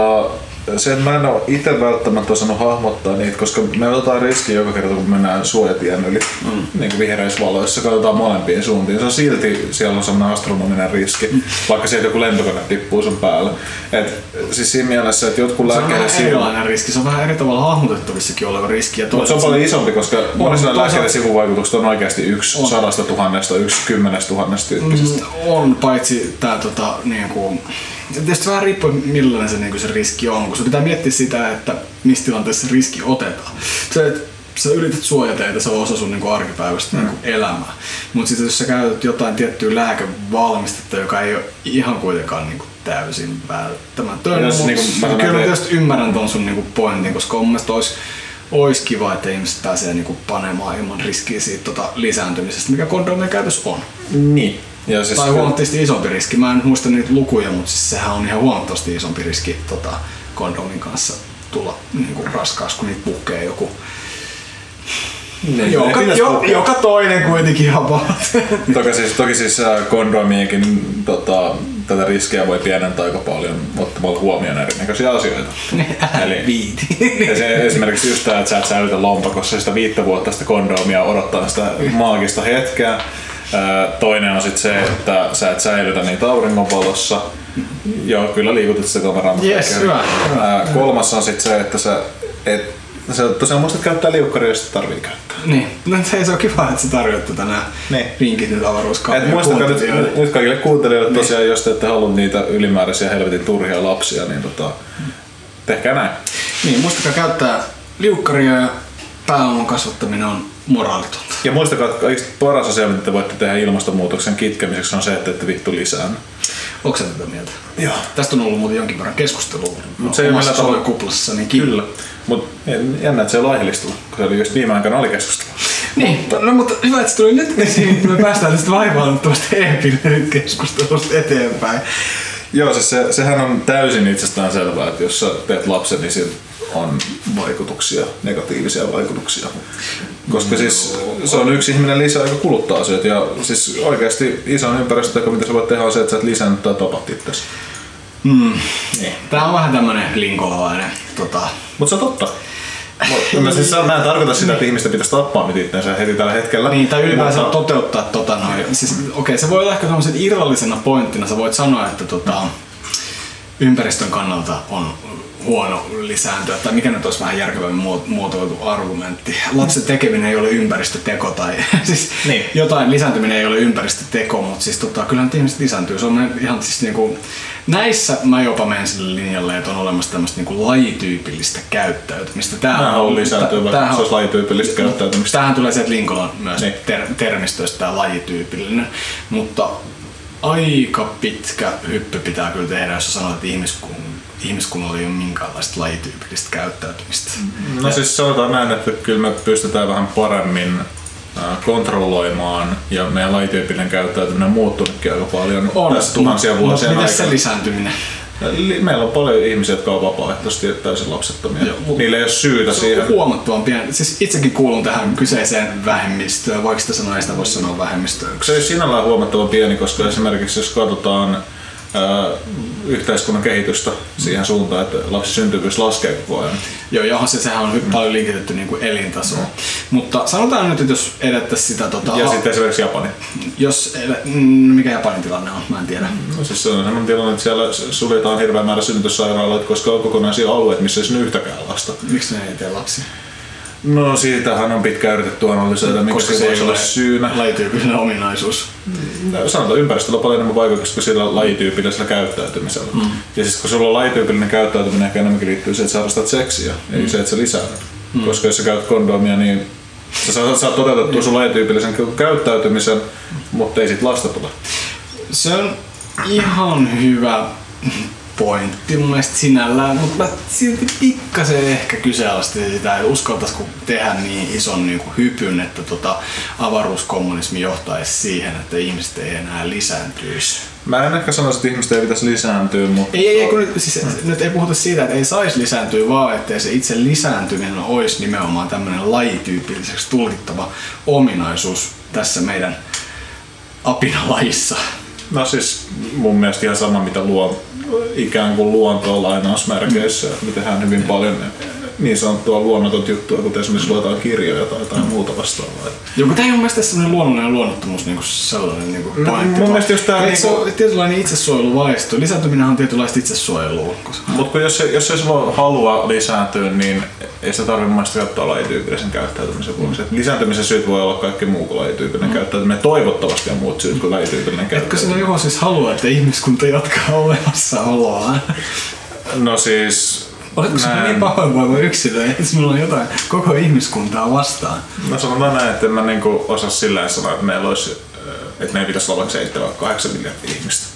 se, että mä en ole itse välttämättä osannut hahmottaa niitä, koska me otetaan riski joka kerta, kun mennään suojatien yli niin kuin vihreissä valoissa, katsotaan molempiin suuntiin. Se on silti, siellä on sellainen astronominen riski, vaikka sieltä joku lentokone tippuu sun päälle. Siis siinä mielessä, että jotkut lääkkeiden se on erilainen riski, se on vähän eri tavalla hahmotettavissakin oleva riski. Mutta se on paljon isompi, koska monissa lääkkeiden sivuvaikutukset on oikeasti 1 100 000, 1 10 000 tyyppisestä. On, paitsi tää niinku... Tietysti vähän riippuu millainen se riski on, kun sun pitää miettiä sitä, että missä tilanteessa se riski otetaan. Se, että sä yrität suojateitä, se on osa sun niinku arkipäivästä niinku elämää. Mutta sitten jos sä käytät jotain tiettyä lääkevalmistetta, joka ei ole ihan kuitenkaan niinku täysin välttämätön, kyllä mä tietysti ymmärrän ton sun niinku pointin, koska mun mielestä olisi kiva, että ihmiset pääsee niinku panemaan ilman riskiä siitä lisääntymisestä, mikä kondomien käytös on. Niin. Ja siis tai huomattavasti isompi riski. Mä en muista niitä lukuja, mutta siis sehän on ihan huomattavasti isompi riski kondomin kanssa tulla niinku raskaaksi, kun niitä puhkee joku. Joka toinen kuitenkin about. Toki siis kondomienkin tätä riskiä voi pienentää aika paljon ottamalla huomioon erinäköisiä asioita. Eli esimerkiksi just tämä, että sä et säilytä lompakossa sitä 5 vuotta sitä kondomia odottaa sitä maagista hetkeä. Toinen on sitten se, että sä et säilytä niitä auringonvalossa. Joo, kyllä liikutit sitä kameraa. Yes, hyvä. Kolmas on sitten se, että sä tosiaan muistat käyttää liukkaria, jos sitä tarvii käyttää. Niin, no se on kiva, että sä tarjoat nämä vinkit nyt avaruuskahvia. Muistakaa nyt kaikille kuuntelijoille tosiaan, jos te ette halua niitä ylimääräisiä helvetin turhia lapsia, niin tehkää näin. Niin, muistakaa käyttää liukkaria ja pääoman kasvattaminen on moraalitonta. Ja muistakaa, että paras asia, mitä te voitte tehdä ilmastonmuutoksen kitkemiseksi, on se, että ette vittu lisää. Onko sä tätä mieltä? Joo. Tästä on ollut muuten jonkin verran keskustelua se ei omassa somekuplassa. Niin kyllä. Mutta jännä, että se ei aiheellistella, kun se oli just viime aikana oli keskustelu. Niin, mutta hyvä, että se tuli nyt esiin. Me päästään tästä vaivaanuttavasta e-pillerin keskustelusta eteenpäin. Joo, siis sehän on täysin itsestään selvää, että jos sä teet lapsen, niin sillä on vaikutuksia, negatiivisia vaikutuksia. Koska siis se on yksi ihminen lisää, joka kuluttaa asioita. Ja siis oikeasti isoin ympäristöteko, mitä sä voit tehdä, on se, että sä et lisännyt tai tapat itsesi. Niin. Tää on vähän tämmönen linkolalainen. Mut se on totta. Mä en tarkoita sitä, että ihmisten pitäisi tappaa nyt itseensä heti tällä hetkellä. Niin, tai ylipäänsä toteuttaa Siis, se voi olla ehkä tommosen irrallisena pointtina. Sä voit sanoa, että ympäristön kannalta on huono lisääntyä, tai mikä nyt olisi vähän järkevämmin muotoiltu argumentti. Lapsen tekeminen ei ole ympäristöteko, tai siis niin. Jotain lisääntyminen ei ole ympäristöteko, mutta siis kyllähän ihmiset lisääntyy. Se on ihan siis niinku, näissä mä jopa menen sille linjalle, että on olemassa tämmöistä niinku lajityypillistä käyttäytymistä. Mä haluan lisääntyä, vaikka se olisi lajityypillistä käyttäytymistä. Tämähän tulee sieltä Linkolan myös niin. Termistöstä tämä lajityypillinen, mutta aika pitkä hyppy pitää kyllä tehdä, jos sä sanot, että ihmiskunnalla ei ole minkäänlaista lajityypillistä käyttäytymistä. No siis sanotaan näin, että kyllä me pystytään vähän paremmin kontrolloimaan ja meidän lajityypillinen käyttäytyminen on muuttunutkin aika paljon tässä tuhansia vuosien aikana. Miten se lisääntyminen? Meillä on paljon ihmisiä, jotka on vapaaehtoisesti täysin lapsettomia. Niillä ei ole syytä siihen. Se on huomattavan pieni. Siis itsekin kuulun tähän kyseiseen vähemmistöön. Voiko sitä sanoa, ei sitä voi sanoa vähemmistööksi? Se ei sinällään huomattavan pieni, koska esimerkiksi jos katsotaan yhteiskunnan kehitystä siihen suuntaan, että lapsisyntyvyys laskee koko ajan. Joo, sehän on paljon linkitetty niin kuin elintasoon. Mutta sanotaan nyt, että jos edettäisiin sitä... Ja sitten esimerkiksi Japani. Mikä Japanin tilanne on? Mä en tiedä. No siis se on sellainen tilanne, että siellä suljetaan hirveä määrä synnytyssairaaloita, koska on kokonaisia alueita, missä ei synny yhtäkään lasta. Miksi ne ei tee lapsia? No siitähän on pitkään yritetty analysoida, miksi se voisi olla syynä. Lajityypillinen ominaisuus. No, sanotaan ympäristöllä on paljon enemmän vaikutuksia kuin sillä lajityypillisellä käyttäytymisellä. Ja siis kun sulla on lajityypillinen käyttäytyminen, ehkä enemmänkin liittyy siihen, että sä harrastat seksiä, ei se, että sä lisää. Koska jos sä käytät kondomia, niin sä saat toteutettua sun lajityypillisen käyttäytymisen, mutta ei sit lasta tule. Se on ihan hyvä pointti mun mielestä sinällään, mutta mä silti pikkasen ehkä kyseenalaistin sitä, että uskaltaisiko tehdä niin ison niin kuin hypyn, että avaruuskommunismi johtaisi siihen, että ihmiset ei enää lisääntyisi. Mä en ehkä sanoisi, että ihmiset ei pitäisi lisääntyä, mutta... Nyt ei puhuta siitä, että ei saisi lisääntyä, vaan että se itse lisääntyminen olisi nimenomaan tämmöinen lajityypilliseksi tulkittava ominaisuus tässä meidän apinalajissa. No siis mun mielestä ihan sama mitä ikään kuin luontoa lainausmerkeissä. Me tehdään hyvin paljon niin sanottua luonnotonta juttua, kuten esimerkiksi luetaan kirjoja tai jotain muuta vastaavaa. Joo, kun tämä ei ole mielestäni sellainen luonnollinen luonnottomuus niin sellainen niin pointti. Mun mielestä just tää se on tietynlainen itsesuojeluvaisto. Lisääntyminen on tietynlaista itsesuojelua. Mutta jos ei sulla halua lisääntyä, niin ei sitä tarvitse mielestäni ottaa lajityypillisen käyttäytymisen vuoksi. Lisääntymisen syyt voi olla kaikki muu kuin lajityypillinen käyttäytyminen. Toivottavasti on muut syyt kuin lajityypillinen käyttäytyminen. Etkö sinä Juho siis halua, että ihmiskunta jatkaa olemassaoloaan? No siis... Oletko sinä niin pahoinvoiva yksilö, että sinulla on jotain koko ihmiskuntaa vastaan? No sanotaan näin, että en mä niinku osaa sillä sanoa, että meillä olisi, että meidän pitäisi olla 7-8 miljardia ihmistä.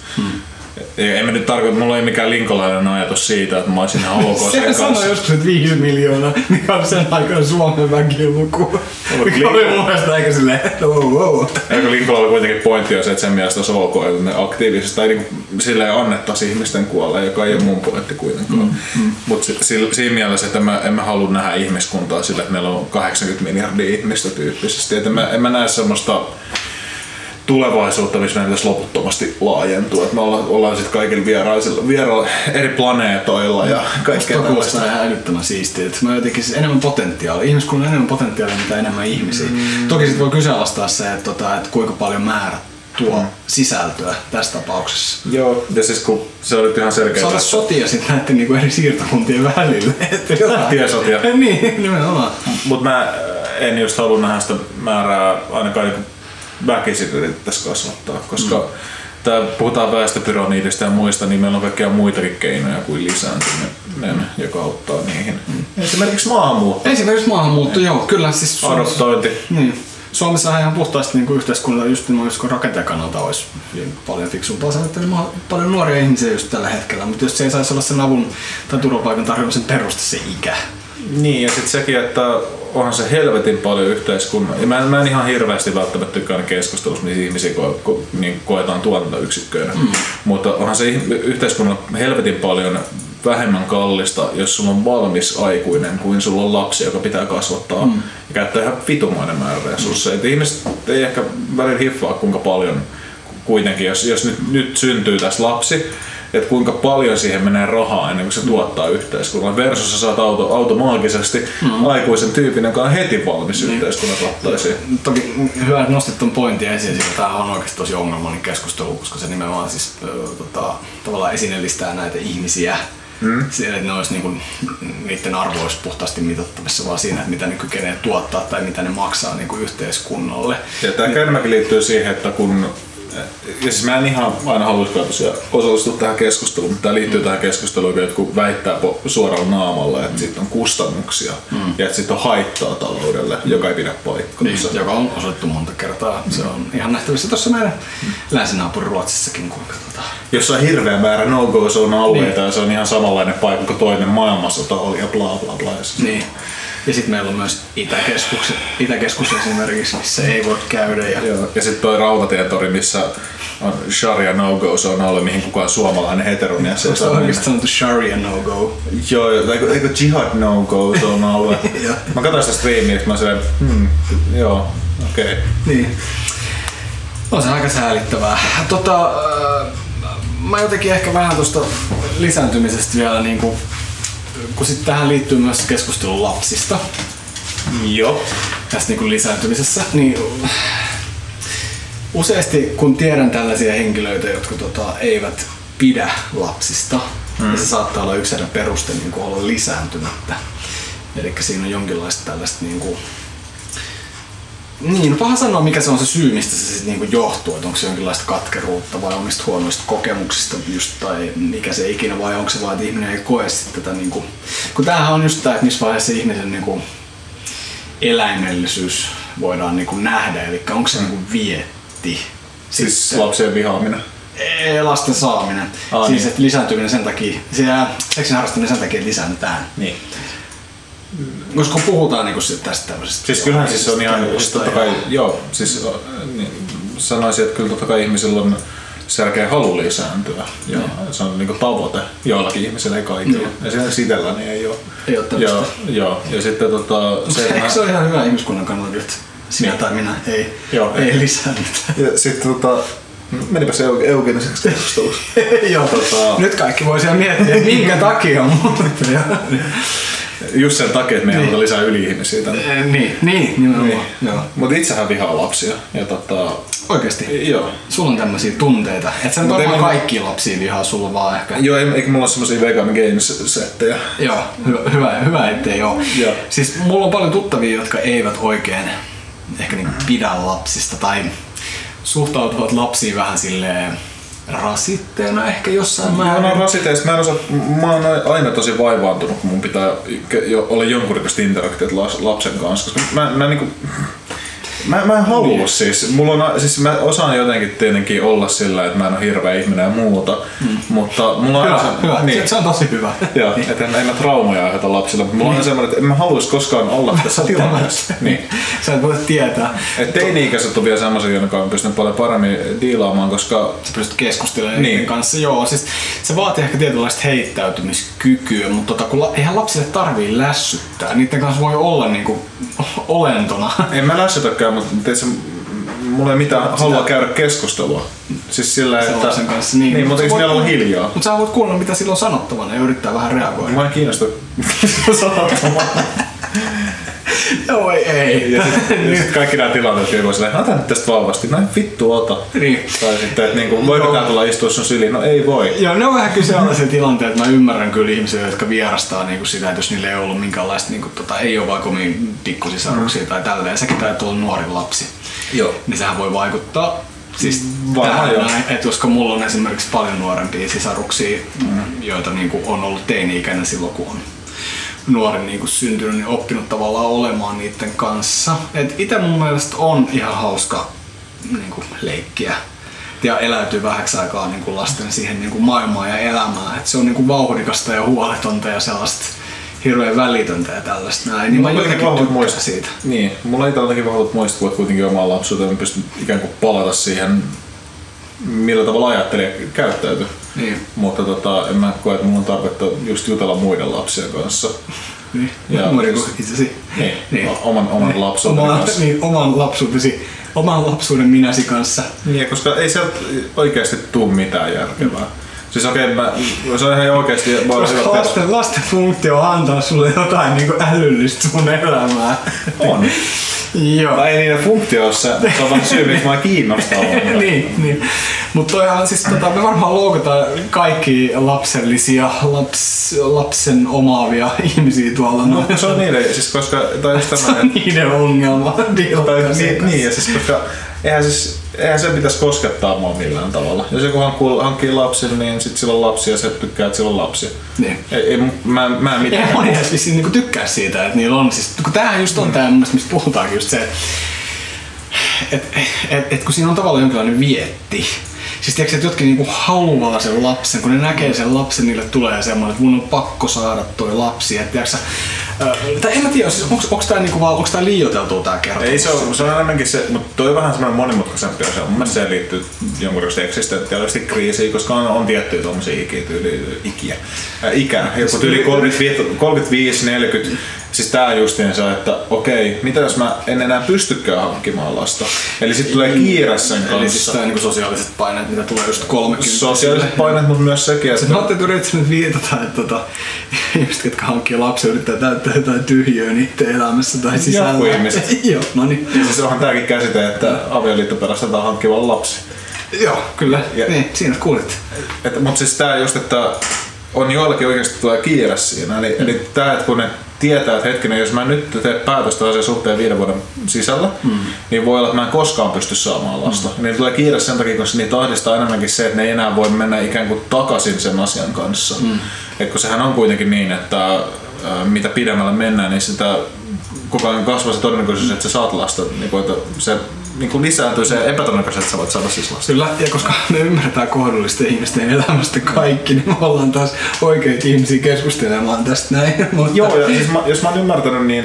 En mä nyt tarkoita, mulla ei mikään linkolainen ajatus siitä, että mä olisin ihan ok sen kanssa. Sehän sanoi joskus, että 5 miljoonaa, mikä on sen aikana Suomen väkiluku. Mikä oli mun mielestä aika silleen, wow. Eikö Linkolalla kuitenkin pointti on se, että sen mielestä olisi ok, että me aktiivisesti tai niin silleen annettaisiin ihmisten kuolla, joka ei ole mun pointti kuitenkaan. Mutta siinä mielessä, että en mä halua nähdä ihmiskuntaa sillä, että meillä on 80 miljardia ihmistä tyyppisesti. Että en mä näe semmoista tulevaisuutta, missä meidän pitäisi loputtomasti laajentua. Että me ollaan sitten kaikilla vierailla eri planeetoilla ja kaikkea tällaista. Kuulostaa ihan älyttömän siistiä. Että mä jotenkin siis enemmän potentiaalia. Ihmiskunnan enemmän potentiaalia, mitä enemmän ihmisiä. Toki sitten voi kyseenalaistaa se, että kuinka paljon määrä tuo sisältöä tässä tapauksessa. Joo, ja siis kun se oli ihan selkeä. Saada sotia sitten näiden niinku eri siirtokuntien välillä. Tiesotia. Niin, nimenomaan. Mutta mä en just halua nähdä sitä määrää ainakaan niinku väkisin yritettäisiin kasvattaa, koska puhutaan väestöpyramiidista ja muista, niin meillä on kaikkia muitakin keinoja kuin lisääntyminen, joka auttaa niihin. Esimerkiksi maahanmuutto. Joo, kyllä. Siis adoptointi. Niin. Suomessa ihan puhtaasti niin yhteiskunnalla just rakenteen kannalta olisi paljon fiksumpaa sanoa, että paljon nuoria ihmisiä just tällä hetkellä, mutta jos se ei saisi olla sen avun tai turvapaikan tarjoamisen peruste se ikä. Niin, ja sitten sekin, että onhan se helvetin paljon yhteiskunnan. Ja mä en ihan hirveästi välttämättä tykkään keskustelussa, missä ihmisiä koetaan tuotantoyksikköinä. Mutta onhan se yhteiskunnan helvetin paljon vähemmän kallista, jos sulla on valmis aikuinen kuin sulla on lapsi, joka pitää kasvattaa ja käyttää ihan vitumainen määrä resursseja. Ihmiset ei ehkä välillä hiffaa kuinka paljon kuitenkin, jos nyt syntyy tässä lapsi, että kuinka paljon siihen menee rahaa ennen kuin se tuottaa yhteiskunnan. Versus sä saat automaagisesti aikuisen tyypin, joka on heti valmis yhteiskunnan rattaisiin. Toki hyvä, että nostit ton pointin esiin, sillä tämä on oikeasti tosi ongelmallinen keskustelu, koska se nimenomaan siis tavallaan esineellistää näitä ihmisiä. Siellä, että ne olisi niinku, niiden arvo olisi puhtaasti mitattavissa vaan siinä, että mitä ne kykenee tuottaa tai mitä ne maksaa niinku yhteiskunnalle. Ja tämä enemmänkin liittyy siihen, että kun ja siis mä en ihan aina haluaisikaan tosiaan osallistua tähän keskusteluun, mutta tämä liittyy tähän keskusteluun, että kun väittää suoralla naamalla, että siitä on kustannuksia ja että siitä on haittaa taloudelle, joka ei pidä paikkaansa. Niin, joka on osoitettu monta kertaa. Se on ihan nähtävissä tuossa meidän länsinaapurin Ruotsissakin, kun katsotaan. Jossa on hirveä määrä no-go zone-alueita ja se on ihan samanlainen paikka kuin toinen maailmansota oli ja bla bla bla. Niin. Ja sitten meillä on myös Itäkeskus esimerkiksi, missä ei voi käydä. Ja sitten toi Rautatietori, missä on Sharia no-go zone alue, mihin kukaan suomalainen heteromies ei saa mennä. Oikeasti sanottu Sharia no-go? Joo, eikö jihad no-go zone alue? Mä katsoin sitä striimiä, että mä silleen, joo, okei. Niin. On se aika säälittävää. Mä jotenkin ehkä vähän tuosta lisääntymisestä vielä niinku, kun sitten tähän liittyy myös keskustelu lapsista. Joo. Tässä niinku lisääntymisessä, niin useasti kun tiedän tällaisia henkilöitä, jotka eivät pidä lapsista, ja se saattaa olla yksi peruste niinku olla lisääntymättä. Eli siinä on jonkinlaista tällaista niinku, niin, paha sanoa mikä se on se syy, mistä se sitten niinku johtuu, että onko se jonkinlaista katkeruutta vai omista huonoista kokemuksista just, tai mikä se ikinä, vai onko se vaan, että ihminen ei koe sitten tätä niinku, kun tämähän on just tää, että missä vaiheessa ihmisen niinku eläimellisyys voidaan niinku nähdä, eli onko se niinku vietti. Siis lapsien vihaaminen? Ei, lasten saaminen. Siis niin. Että lisääntyminen sen takia, seksin harrastaminen sen takia, että lisäännytään. Niin. Koska kun puhutaan niinku tästä tämmöisestä... Siis kyllähän siis on ihan, totta kai, joo, siis sanoisin, että kyllä totta kai ihmisillä on selkeä halu lisääntyä. Ja se on niinku tavoite joillakin ihmisillä, ei kaikilla. Esimerkiksi itselläni ei ole. Ei ole tämmöistä. Joo, ja sitten Eikö se ole ihan hyvä ihmiskunnan kannalta, että sinä tai minä ei lisäännytä? Ja sitten menipä se eugeniseksi keskustelussa. Joo, nyt kaikki voi siellä miettiä, minkä takia on muuta. Just sen takia, että me ei haluta lisää yli-ihmisiä tänne. Niin, nimenomaan. Mutta itsehän vihaa lapsia. Ja oikeesti? Joo. Sulla on tämmösiä tunteita. Et sä nyt varmaan kaikkia lapsia vihaa, sulla vaan ehkä. Joo, eikä mulla ole semmosia vegan games-settejä. Joo, hyvä ettei oo. Siis mulla on paljon tuttavia, jotka eivät oikein ehkä niinku pidä lapsista tai suhtautuvat lapsiin vähän silleen rasitteena ehkä jossain määrin. Mä oon rasitteista. Mä oon aina tosi vaivaantunut, kun mun pitää olla jonkunlaista interaktiota lapsen kanssa, koska mä en halua siis. Mä osaan jotenkin tietenkin olla sillä, että mä en ole hirveä ihminen ja muuta, mutta mulla on hyvä. Niin. Se on tosi hyvä. Joo, että en mä traumoja aiheuta lapsille, mutta mulla on semmoinen, että en mä haluaisi koskaan olla tässä tilanteessa. Niin. Sä et voi tietää. Et teini-ikäiset on vielä semmoisia, jotka on pystynyt paljon paremmin diilaamaan, koska sä pystyt keskustelemaan niiden kanssa. Joo, siis se vaatii ehkä tietynlaista heittäytymiskykyä, mutta kun eihän lapsille tarvii lässyttää. Niiden kanssa voi olla niinku olentona. En mä lässytäkään, mutta mulla ei mitään halua käydä keskustelua. Siis sillä, että sen kanssa, niin mutta eikö meillä olla hiljaa? Mutta sä voit kuunnella mitä sillä on sanottavana ja yrittää vähän reagoida. Mä en kiinnosta sanottavana. Joo, ei. Ja sit kaikki nämä tilanteet, jotka voi silleen, ota nyt tästä vauvasti, no vittu ota. Niin. Tai sitten, että niinku, voiko tää tulla istua sun syliin? No ei voi. Joo, ne on vähän kyllä sellaisia tilanteita, että mä ymmärrän kyllä ihmisiä, jotka vierastaa niinku sitä, että jos niillä ei ollut minkäänlaista, niinku, ei ole vaikka omia pikkusisaruksia tai tälleen. Säkin taidat olla nuori lapsi. Joo. Niin sehän voi vaikuttaa. Siis tähän, että koska mulla on esimerkiksi paljon nuorempia sisaruksia, joita niinku on ollut teini-ikäinen silloin, kun on nuori niinku syntynyt, niin oppinut tavallaan olemaan niiden kanssa. Et ite mun mielestä on ihan hauska niinku leikkiä ja eläytyy vähäksi aikaa niinku lasten siihen niinku maailmaan ja elämään. Et se on niinku vauhdikasta ja huoletonta ja sellaista hirveän välitöntä ja tällaista näin. Niin mä jotenkin tykkään siitä. Niin, mulla on jotenkin vahvat muistuvat kuitenkin omaa lapsuuteen, mä pystyn ikään kuin palata siihen, millä tavalla ajattelija käyttäytyy. Niin. Mutta en mä koe, että mulla on tarvetta just jutella muiden lapsien kanssa. Niin, muiden kuin itsesi. Niin. Oman lapsuuden kanssa. Niin, oman lapsuuden minäsi kanssa. Niin, koska ei sieltä oikeasti tule mitään järkevää. Siis se on ihan oikeesti... Lasten funktio on antaa sulle jotain niinku älyllistä sun elämää. On. Joo. Ei niiden funktio ole se on vaan syy, miksi mä kiinnostaa. niin. Mutta toihan siis me varmaan loukataan kaikki lapsellisia, lapsen omaavia ihmisiä tuolla. No, se on niiden, siis koska... Tai just tämmönen, niiden ongelma. Niin, ja siis koska... Eihän se pitäisi koskettaa mua millään tavalla. Jos joku hankkii lapsen, niin sit sillä on lapsi ja se tykkää, että sillä on lapsi. Niin. Mä en mitään. Ja moni edes vissiin niinku tykkää siitä, että niillä on. Siis, kun tämähän just on tää mun mielestä, mistä puhutaankin just se, että kun siinä on tavallaan jonkinlainen vietti. Siis tiedätkö, että jotkin niinku haluaa sen lapsen, kun ne näkee sen lapsen, niille tulee semmoinen, että mun on pakko saada toi lapsi. Et, tiedätkö, tai en mä tiedä, siis onko tää niinku liioiteltua tää kertomus? Ei se on enemmänkin se, mutta toi on vähän semmoinen monimutkaisempi asia. Mun mielestä se liittyy jonkunlaista eksistentiaalisesti kriisiin, koska on tiettyjä tommosia ikää. Joku tyyli 35, 40. Siis tää justiinsa, että okei, mitä jos mä en enää pystykään hankkimaan lasta? Eli sit tulee kiire sen kanssa. Eli siis tää niinku sosiaaliset paineet, mitä tulee just 30. Sosiaaliset paineet, mutta myös sekin, että... Mä ajattelin, että yrittänyt viitata, että ihmiset, jotka hankkii lapsia, yrittää täyttää jotain tyhjöä niiden elämässä tai sisällä. Joku ihmiset. Joo, no niin. Ja siis onhan tääkin käsite, että avioliitto perustetaan hankkivan lapsi. Joo, kyllä. Ja, niin, siinä kuulit. Mutta siis tää just, että on joillakin oikeasti tulee kiire siinä. Eli tää, että kun ne tietää, että hetkinen, jos mä nyt teen päätöstä asian suhteen 5 vuoden sisällä, niin voi olla, että mä en koskaan pysty saamaan lasta. Niin tulee kiire sen takia, koska niitä ahdistaa enemmänkin se, että ne ei enää voi mennä ikään kuin takaisin sen asian kanssa. Et kun sehän on kuitenkin niin, että mitä pidemmälle mennään, niin sitä koko ajan kasvaa se todennäköisyys, että sä saat lasta. Että se lisääntyy se epätodennäköisesti, että sä voit saada siis lasta. Kyllä, ja koska me ymmärretään kohdullisten ihmisten elämästä kaikki, niin me ollaan taas oikeita ihmisiä keskustelemaan tästä näin. Mutta... Joo, ja siis jos mä oon ymmärtänyt, niin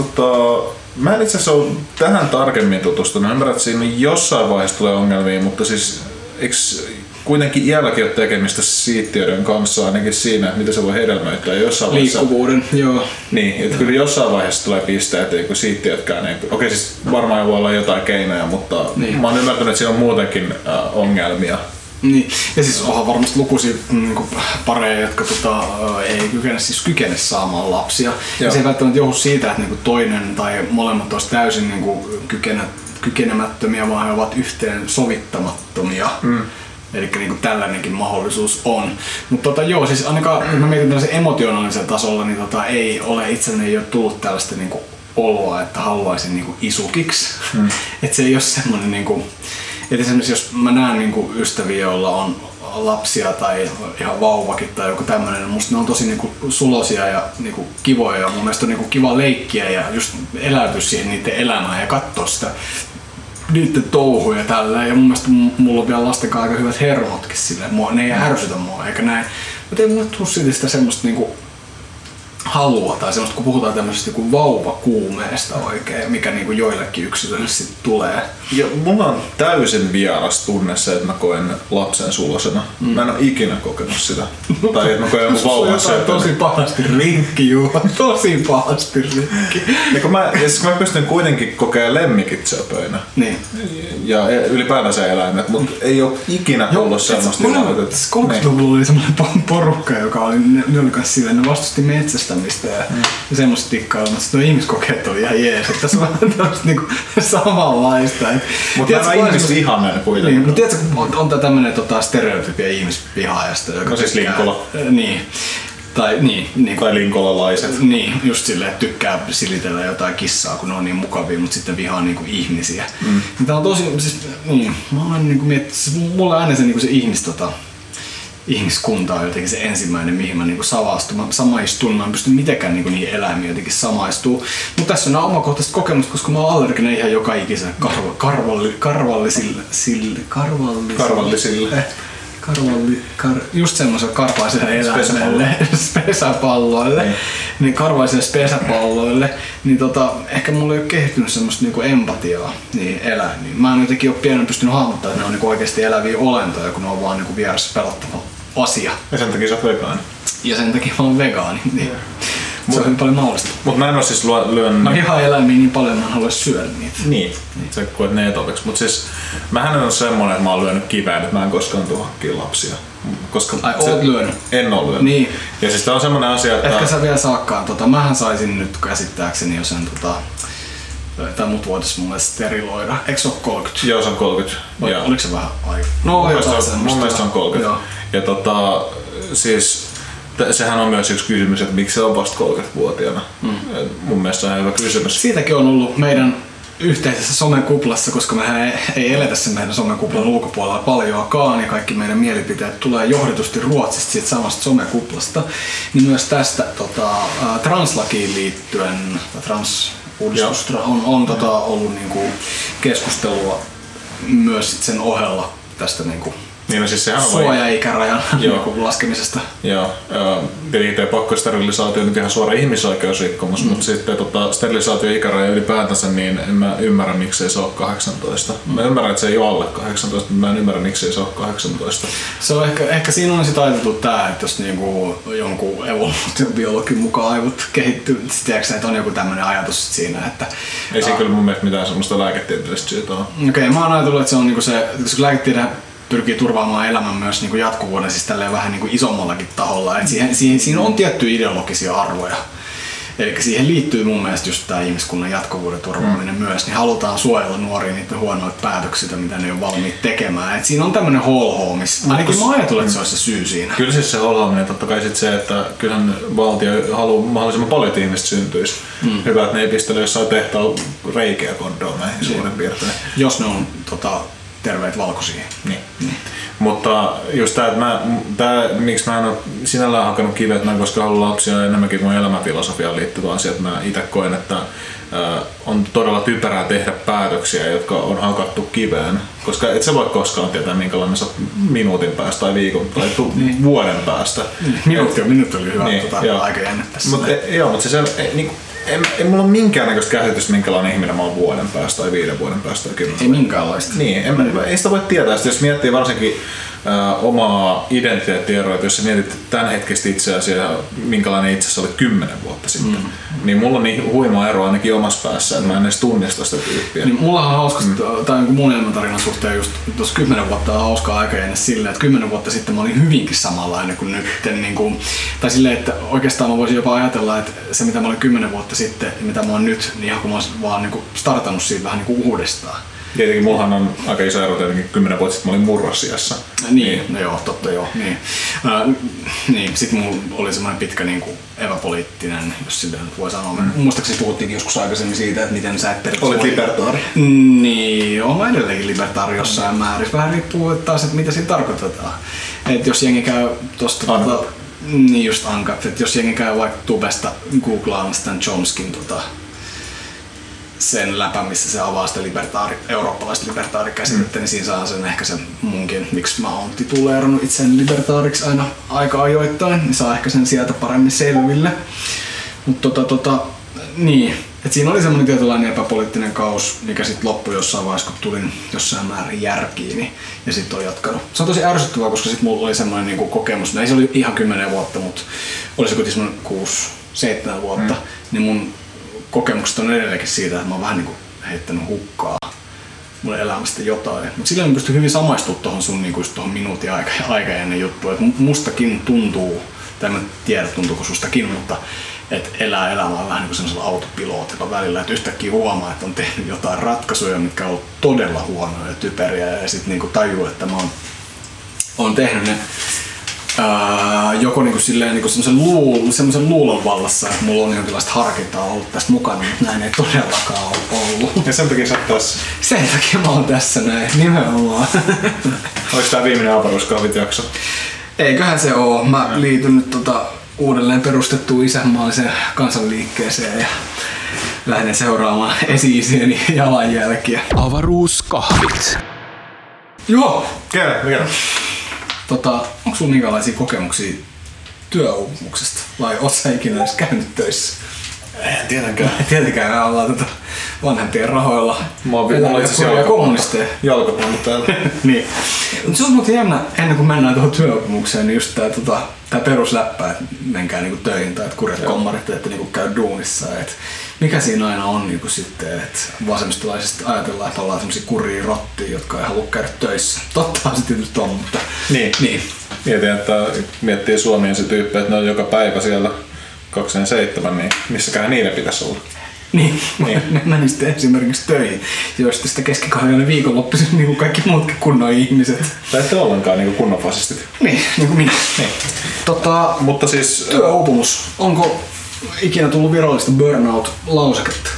mä en itse asiassa ole tähän tarkemmin tutustunut. Mä ymmärrän, että siinä jossain vaiheessa tulee ongelmia, mutta siis kuitenkin iälläkin ole tekemistä siittiöiden kanssa, ainakin siinä, että miten se voi hedelmöittää. Liikkuvuuden, joo. Niin, että kyllä jossain vaiheessa tulee pisteet, että siittiötkään ei... Okei, siis varmaan voi olla jotain keinoja, mutta mä oon ymmärtänyt, että siinä on muutenkin ongelmia. Niin, ja siis onhan varmasti lukuisia pareja, jotka ei kykene saamaan lapsia. Ja se ei välttämättä johdu siitä, että toinen tai molemmat olisi täysin kykenemättömiä, vaan he ovat yhteen sovittamattomia. Eli niin tällainenkin mahdollisuus on. Mutta joo, siis ainakaan mä mietin tällaisen emotionaalisella tasolla, niin ei ole itselleni ei ole tullut tällaista oloa, että haluaisin isukiksi. Että se ei ole semmoinen, että esimerkiksi jos mä näen ystäviä, joilla on lapsia tai ihan vauvakin tai joku tämmöinen, niin musta ne on tosi sulosia ja kivoja ja mun mielestä on kiva leikkiä ja just eläytyä siihen niiden elämään ja katsoa sitä niiden touhuja tällä ja mun mielestä mulla on vielä lasten kanssa aika hyvät hermotkin silleen, ne ei ärsytä mua eikä näin, mutta ei mulle tuu siitä sitä semmoista halua tai semmoista, kun puhutaan tämmöisestä vauvakuumeesta oikein, mikä joillekin yksilöille sitten tulee. Ja mulla on täysin vieras tunne se, että mä koen lapsen sulosena. Mä en ole ikinä kokenut sitä. Tai että mä koen joku vauvan söpönä. Tosi pahasti rinkki, Juha. Tosi pahasti rinkki. Ja kun mä pystyn kuitenkin kokemaan lemmikit söpöinä. Niin. Ja ylipäätänsä eläimet, mutta ei ole ikinä ollut semmoista tilannetta. 30-luvulla oli semmoinen porukka, joka oli, ne oli kanssa silleen, ne vastusti metsästämistä ja semmoista dikkailusta. Sitten ihmiskokeet oli ihan jees. Tässä on vähän tämmöistä samanlaista. Mutta nämä ihmisvihainen kuitenkin. Niin, mutta tiedätkö, on tää tämmönen stereotypia ihmisvihaajasta. No siis Linkola. Niin. Tai linkolalaiset. Niin, just silleen, että tykkää silitellä jotain kissaa, kun ne on niin mukavia, mutta sitten vihaa ihmisiä. Tää on tosi, siis mä olen miettinyt, mulla on aina se ihmiskunta on jotenkin se ensimmäinen, mihin mä samaistun. Mä en pysty mitenkään niihin eläimiin jotenkin samaistuu. Mutta tässä on nämä omakohtaiset kokemukset, koska mä oon allerginen ihan joka ikiselle just semmoiselle karvaiselle eläimelle, spesäpalloille, niin karvaisille spesäpalloille, niin ehkä mulla ei ole kehittynyt semmoista empatiaa niihin eläimiin. Mä en jotenkin ole pienen pystynyt hahmottaa, että ne on oikeasti eläviä olentoja, kun ne on vaan vieressä pelottava asia. Ja sen takia sä oot vegaani. Ja sen takia mä oon vegaani. Niin. Se on paljon mahdollista. Mut mä en oo siis lyönyt... Mä vihaan eläimiä niin paljon, että mä haluais syödä niitä. Niin. Se koet ne etoveksi. Mut siis mähän en oo semmonen, että mä oon lyönyt kivään, että mä en koskaan tuu hakkii lapsia. Koska oot lyönyt? En oo lyönyt. Niin. Ja siis tää on semmonen asia, että... Ehkä sä vielä saakkaan. Mähän saisin nyt käsittääkseni jo sen tai mut voitais mulle steriloida. Eikö se oo 30? Joo, se on 30. Vai oliko se vähän aika? No, mun mielestä se on 30. Joo. Ja siis sehän on myös yksi kysymys, että miksi se on vasta 30-vuotiaana. Mun mielestä se on hyvä kysymys. Siitäkin on ollut meidän yhteisessä somekuplassa, koska mehän ei eletä sen meidän somekuplan ulkopuolella paljoakaan ja kaikki meidän mielipiteet tulee johdetusti Ruotsista siitä samasta somekuplasta, niin myös tästä translakiin liittyen, transuudistusta on ollut niinku keskustelua myös sen ohella tästä niinku niin, no siis sehän on suoja-ikärajan laskemisesta. Joo, tietenkin pakkosterilisaatio on nyt ihan suora ihmisoikeusrikkomus, mutta sitten sterilisaatio-ikäraja ylipäätänsä, niin en mä ymmärrä miksei se ole 18. Mä ymmärrän, että se ei ole alle 18, mutta mä en ymmärrä miksei se ole 18. Se on ehkä siinä on sitten ajateltu tää, että jos niinku jonkun evoluutiobiologin mukaan aivot kehittyy, tiedätkö, että on joku tämmönen ajatus siinä, että... Ei siinä kyllä mun mielestä mitään semmoista lääketieteellistä syytä ole. Okei, mä oon ajatellut, että se on niinku se, koska lääketiede pyrkii turvaamaan elämän myös niin kuin jatkuvuuden, siis tälleen vähän niin kuin isommallakin taholla. Et siinä on tiettyjä ideologisia arvoja. Eli siihen liittyy mun mielestä just tämä ihmiskunnan jatkuvuuden turvaaminen myös. Niin halutaan suojella nuoria niiden huonoilta päätöksiltä, mitä ne on valmiit tekemään. Et siinä on tämmöinen holhoomis. Ainakin mä ajattelin, että se olisi se syy siinä. Kyllä siis se holhoaminen, totta kai sit se, että kyllähän valtio haluaa mahdollisimman paljon, että ihmiset syntyisi. Hyvä, että ne ei pistele jossain tehtaalla reikiä kondoomeihin suurin piirtein. Jos ne on terveet valkoisia. Niin. Mutta just tää, että miksi mä en ole sinällään hakenut kiveä, että mä en koskaan halua lapsia, on enemmänkin mun elämänfilosofiaan liittyvä asia, että mä itse koen, että on todella typerää tehdä päätöksiä, jotka on hakattu kiveen, koska et sä voi koskaan tietää, minkälainen sä minuutin päästä tai viikon tai vuoden päästä. Minuutti oli hyvä, aika jännä tässä. Mutta siis ei mulla ole minkäännäköistä käsitystä, minkälainen ihminen mä oon vuoden päästä tai 5 vuoden päästä tai 10 Ei minkäänlaista. Niin, ei sitä voi tietää. Sitten jos miettii varsinkin omaa identiteettieroa, että jos sä mietit tämänhetkistä itseäsi ja minkälainen itse asiassa oli 10 vuotta sitten, niin mulla on niin huima ero ainakin omassa päässä, että mä en edes tunnista sitä tyyppiä. Niin mulla on hauska, tai mun elämäntarinan suhteen just tuossa 10 vuotta on hauskaa aikajänne silleen, että 10 vuotta sitten mä olin hyvinkin samanlainen kuin nyt. Tai silleen, että oikeastaan mä voisin jopa ajatella, että se mitä mä olin 10 vuotta sitten ja mitä mä oon nyt, niin ihan kun mä oon vaan startannut siitä vähän uudestaan. Tietenkin mullahan on aika iso ero, tietenkin 10 vuotta sitten mä olin murrosiassa. Niin, no joo, totta joo. Niin. Sitten mulla oli semmoinen pitkä epäpoliittinen, jos silleen voi sanoa. Muistaakseni puhuttiinkin joskus aikaisemmin siitä, että miten sä et olit libertaari. Niin, oon mä edelleenkin libertaari jossain määrin. Vähän riippuu taas, että mitä siinä tarkoitetaan. Että jos jengi käy tosta... Niin just ANCAP, että jos jengi käy vaikka tubesta googlaamassa tämän Chomskin sen läpä, missä se avaa sitä eurooppalaista libertaarikäsitettä, niin siinä saa sen ehkä sen munkin, miksi mä oon tituleerannut itseäni libertaariksi aina aika ajoittain, niin saa ehkä sen sieltä paremmin selville. Mutta niin, että siinä oli semmoinen tietynlainen epäpoliittinen kaus, mikä sitten loppui jossain vaiheessa, kun tulin jossain määrin järkiin, ja sitten on jatkanut. Se on tosi ärsyttävää, koska sitten mulla oli semmoinen kokemus, ei se oli ihan 10 vuotta, mutta oli se kuitenkin semmoinen 6-7 vuotta, niin mun kokemukset on edelleenkin siitä, että mä oon vähän heittänyt hukkaa mun elämästä jotain. Mutta silleen pystyn hyvin samaistumaan tuohon sun tuohon minuutin aikajänne juttuun. Että mustakin tuntuu, tai mä tiedä tuntuuko sustakin, mutta että elää elämää vähän niin kuin sellaisella autopilootilla välillä, että yhtäkkiä huomaa, että on tehnyt jotain ratkaisuja, mitkä on ollut todella huonoja ja typeriä, ja sitten tajuu, että mä oon tehnyt ne joko semmoisen luulon vallassa, että mulla on jonkinlaista harkintaa ollut tästä mukana, mutta näin ei todellakaan ole ollut. Ja sen takia sä oot tässä? Sen takia mä oon tässä näin, nimenomaan. Olis tää viimeinen avaruuskahvit-jakso? Eiköhän se oo. Mä liityn nyt uudelleen perustettuun isänmaalliseen kansanliikkeeseen ja lähden seuraamaan esi-isieni jalanjälkiä. Avaruuskahvit. Joo! Kerro. Onko sulla minkälaisia kokemuksia työuupumuksesta vai oot sä ikinä edes käynyt töissä? En tietenkään. Tietenkään me ollaan vanhempien rahoilla. Mä oon itse asiassa jalkapallo täällä. Niin. Se on muuten jännä, ennen kuin mennään tuohon työopimukseen, niin just tää perusläppä, että menkää niinku töihin tai että kurjat kommarit, että niinku käy duunissa. Et mikä siinä aina on niinku sitten, että vasemmistolaisista ajatellaan, että ollaan semmosia kurjia rottia, jotka ei halua käydä töissä. Tottahan se tietysti on, mutta... Niin. Mietin, että miettii Suomeen se tyyppi, että ne on joka päivä siellä 27, niin missäkään niiden pitäisi olla. Niin. Ne meni sitten esimerkiksi töihin, joista sitten keskikahjainen viikonloppuisin niin kuin kaikki muutkin kunnon ihmiset. Tai ette ollenkaan niin kuin kunnon fasistit. Niin kuin minä. Niin. Mutta siis... Työuupumus. Onko ikinä tullut virallista burnout-lauseketta?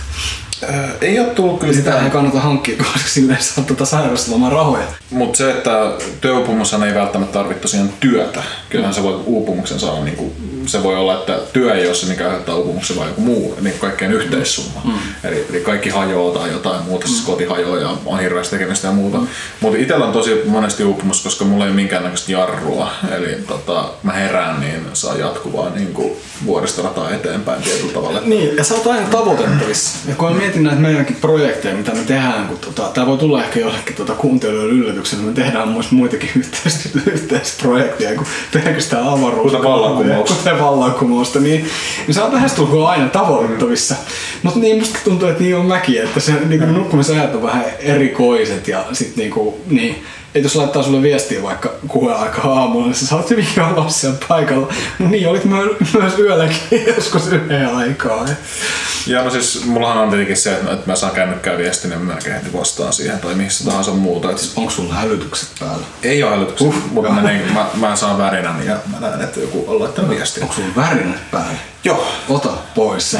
Ei ole tullut kyllä sitä. Ei kannata hankkia, koska silleen saa sairausloman rahoja. Mutta se, että työuupumushan ei välttämättä tarvitse tosiaan työtä. Kyllähän se voi uupumuksen saada, niin kuin, se voi olla, että työ ei ole se, mikä aiheuttaa uupumuksen, vaan joku muu, niin kaikkeen yhteissumma. Eli kaikki hajoaa tai jotain muuta, siis koti hajoaa ja on hirveästi tekemistä ja muuta. Mutta itsellä on tosi monesti uupumus, koska mulla ei ole minkäännäköistä jarrua. Eli mä herään, niin saa jatkuvaa niin kuin vuodesta rataa eteenpäin tietyllä tavalla. Niin, ja sä oot aina tavoitettavissa. Ja kun mä mietin näitä meidänkin projekteja, mitä me tehdään, kun tää voi tulla ehkä jollekin kuuntelijoille yllätyksenä, me tehdään myös muitakin yhteisprojekteja kuin pelkästään avaruus. Kuten vallankumousta. Niin sä oot lähestulkoon aina tavoitettavissa. Mutta niin musta tuntuu, että niin on mäkin, että se niin nukkumisajat on vähän erikoiset ja sit niin. Et jos laittaa sulle viestiä vaikka 6 aikaa aamulla, niin sä saat hyvin olla siellä paikalla. No niin, olit myös yölläkin joskus 1 aikaa. Ja no siis mullahan on tietenkin se, että mä saan kännykkää viestin, niin mä melkein heti vastaan siihen tai missä tahansa muuta. Siis onko sulla hälytykset päällä? Ei ole hälytykset, mutta mä saan värinän ja mä näen, että joku on laittanut viestiä. Onko sulla värinät päällä? Joo. Ota pois se.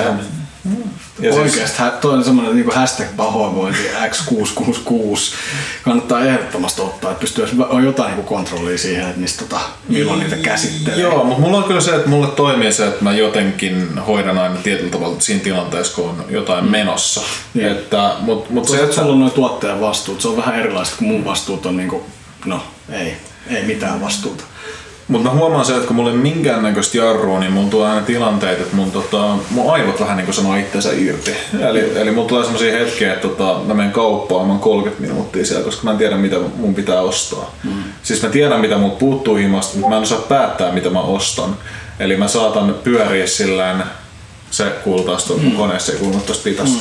Oikeesti, toi on semmonen niinku hashtag pahoinvointi X666. Kannattaa ehdottomasti ottaa, että pystyy on jotain niinku kontrollia siihen, että mistä milloin niitä käsittelee. Joo, mutta mulla on kyllä se, että mulle toimii se, että mä jotenkin hoidan aina tietyllä tavalla siinä tilanteessa, kun on jotain menossa. Niin. Mut se, että sulla on noin tuottajan vastuut, se on vähän erilaista, kun mun vastuut on niinku, ei mitään vastuuta. Mutta mä huomaan se, että kun mulla ei minkäännäköistä jarrua, niin mulla tulee aina tilanteita, että mun aivot vähän niin kuin sanoo itsensä irti. Eli mulla tulee semmosia hetkiä, että mä menen kauppaan, mä oon 30 minuuttia siellä, koska mä en tiedä mitä mun pitää ostaa. Siis mä tiedän mitä mut puuttuu himasta, mutta mä en osaa päättää mitä mä ostan. Eli mä saatan pyöriä sillään, se kuuluu taas tuon koneessa, ei kuulunut tosta pitassa.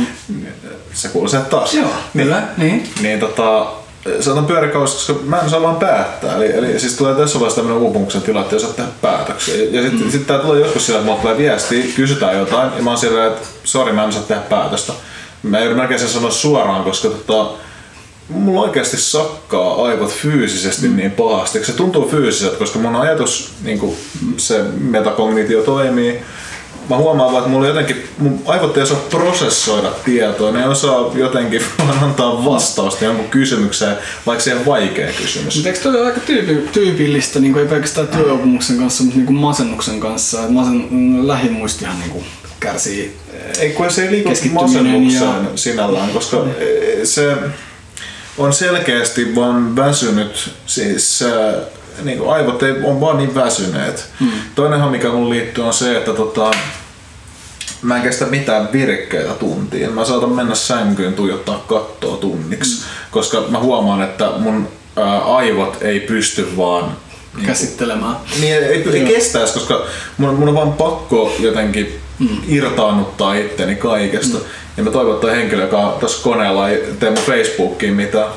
Se kuuluu sieltä taas. Joo, niin. Saatan pyöräkaus, koska mä en osaa vaan päättää. Eli siis tulee tässä vaiheessa tämmönen uupumuksen tila, että ei osaa tehdä päätöksiä. Ja sit tää tulee joskus sillä, että mulla tulee viestiä, kysytään jotain, ja mä oon sillä, että sori, mä en osaa tehdä päätöstä. Mä joudun melkein sen sanoa suoraan, koska mulla oikeasti sakkaa aivot fyysisesti niin pahasti. Se tuntuu fyysiseltä, koska mun ajatus, niin se metakognitio toimii. Mä huomaan vaan, että mun aivot ei osaa prosessoida tietoa, ne ei osaa jotenkin vaan antaa vastausta jonkun kysymykseen, vaikka se on vaikea kysymys. Mutta eikö toi ole aika tyypillistä, niin ei pelkästään työuupumuksen kanssa, mutta niin masennuksen kanssa, että lähimuistihan niin kärsii. Ei kun se ei liiku masennukseen sinällään, koska se on selkeästi vaan väsynyt, siis niin kuin aivot on vaan niin väsyneet. Toinenhan mikä mun liittyy on se, että mä en kestä mitään virkkeitä tuntiin. Mä saatan mennä sänkyyn tuijottaa kattoa tunniksi, koska mä huomaan, että mun aivot ei pysty vaan käsittelemään. Niin ei kestäisi, koska mun on vaan pakko jotenkin irtaannuttaa itteni kaikesta. Ja mä toivon, että toi henkilö, joka on tossa koneella, ei tee mun Facebookiin mitään.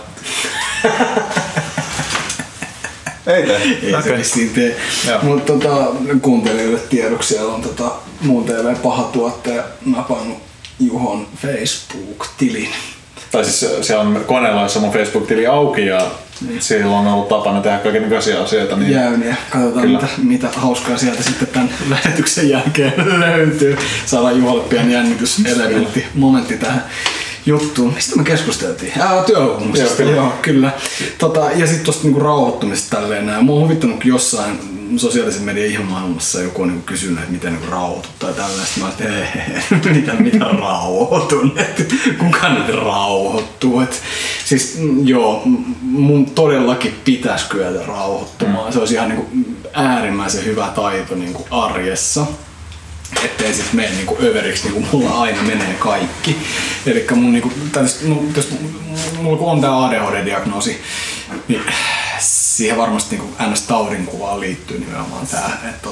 Ei se vissiin tee. Mutta kuuntelijoille tiedoksi, siellä on Muun TV paha tuottaja napannut Juhon Facebook-tilin. Tai siis siellä on koneella, jossa mun Facebook-tili auki ja silloin on ollut tapana tehdä kaikenlaisia asioita. Niin jäyniä. Katsotaan mitä hauskaa sieltä sitten tämän lähetyksen jälkeen löytyy. Saadaan Juholle pieni jännityselementti, momentti tähän juttuun. Mistä me keskusteltiin? Työuupumuksesta. Joo, kyllä. Ja sitten tosta niinku rauhoittumista tälleen näin. Mua on huvittanut jossain sosiaalisen median ihan maailmassa joku on niinku kysynyt, että miten niinku rauhoitut tai tällaista. Mä oon, mitä rauhoitun? Kuka nyt rauhoittuu? Siis joo, mun todellakin pitäisi kyetä rauhoittumaan. Se olisi ihan niinku äärimmäisen hyvä taito niinku arjessa. Ettei sit mene niinku överiksi, niinku mulla aina menee kaikki. Elikkä mun niinku, mulla kun on tää ADHD-diagnoosi, niin siihen varmasti niin NS-taudinkuvaan liittyy nimenomaan tää, että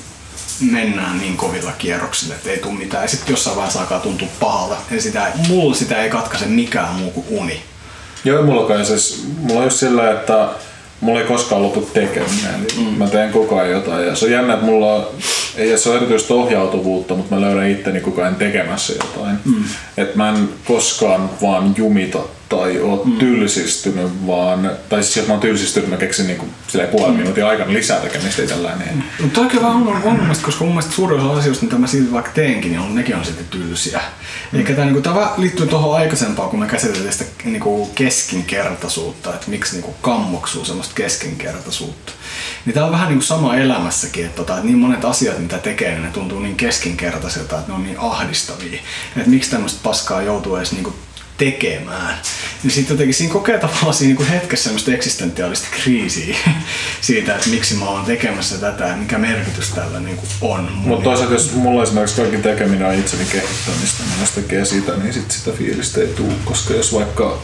mennään niin kovilla kierroksilla, että ei tule mitään. Ja sitten jossain vaiheessa alkaa tuntua pahalta. Ja mulla sitä ei katkaise mikään muu kuin uni. Joo, mulla on just sillä, että mulla ei koskaan lopu tekeminen. Mä teen koko ajan jotain. Ja se on jännä, että mulla ei se ole erityistä ohjautuvuutta, mutta mä löydän itteni koko ajan tekemässä jotain. Että mä en koskaan vaan jumita tai oo tylsistynyt, tai siis jos mä oon tylsistynyt, mä keksin niinku puolen minuutin aikana lisää tekemistä itsellään. Niin. Mutta oikein vähän ongelmasta, koska mun mielestä suurin osa asioista, mitä mä siitä vaikka teenkin, niin nekin on sitten tylsiä. Eikä tää liittyy tuohon aikaisempaan, kun me käsiteltiin sitä niinku keskinkertaisuutta, että miksi niinku kammoksuu semmoista keskinkertaisuutta. Niin tää on vähän niinku sama elämässäkin, että niin monet asiat, mitä tekee, niin ne tuntuu niin keskinkertaisilta, että ne on niin ahdistavia. Että miksi tämmöistä paskaa joutuu edes niinku tekemään. Niin sitten jotenkin siinä kokee tavallaan siinä niin hetkessä semmoista eksistentiaalista kriisiä siitä, että miksi mä oon tekemässä tätä ja mikä merkitys tällä niin on. Mutta toisaalta jos mulla esimerkiksi kaikki tekeminen on itseni kehittämistä, niin jos tekee sitä, niin sitä fiilistä ei tule, koska jos vaikka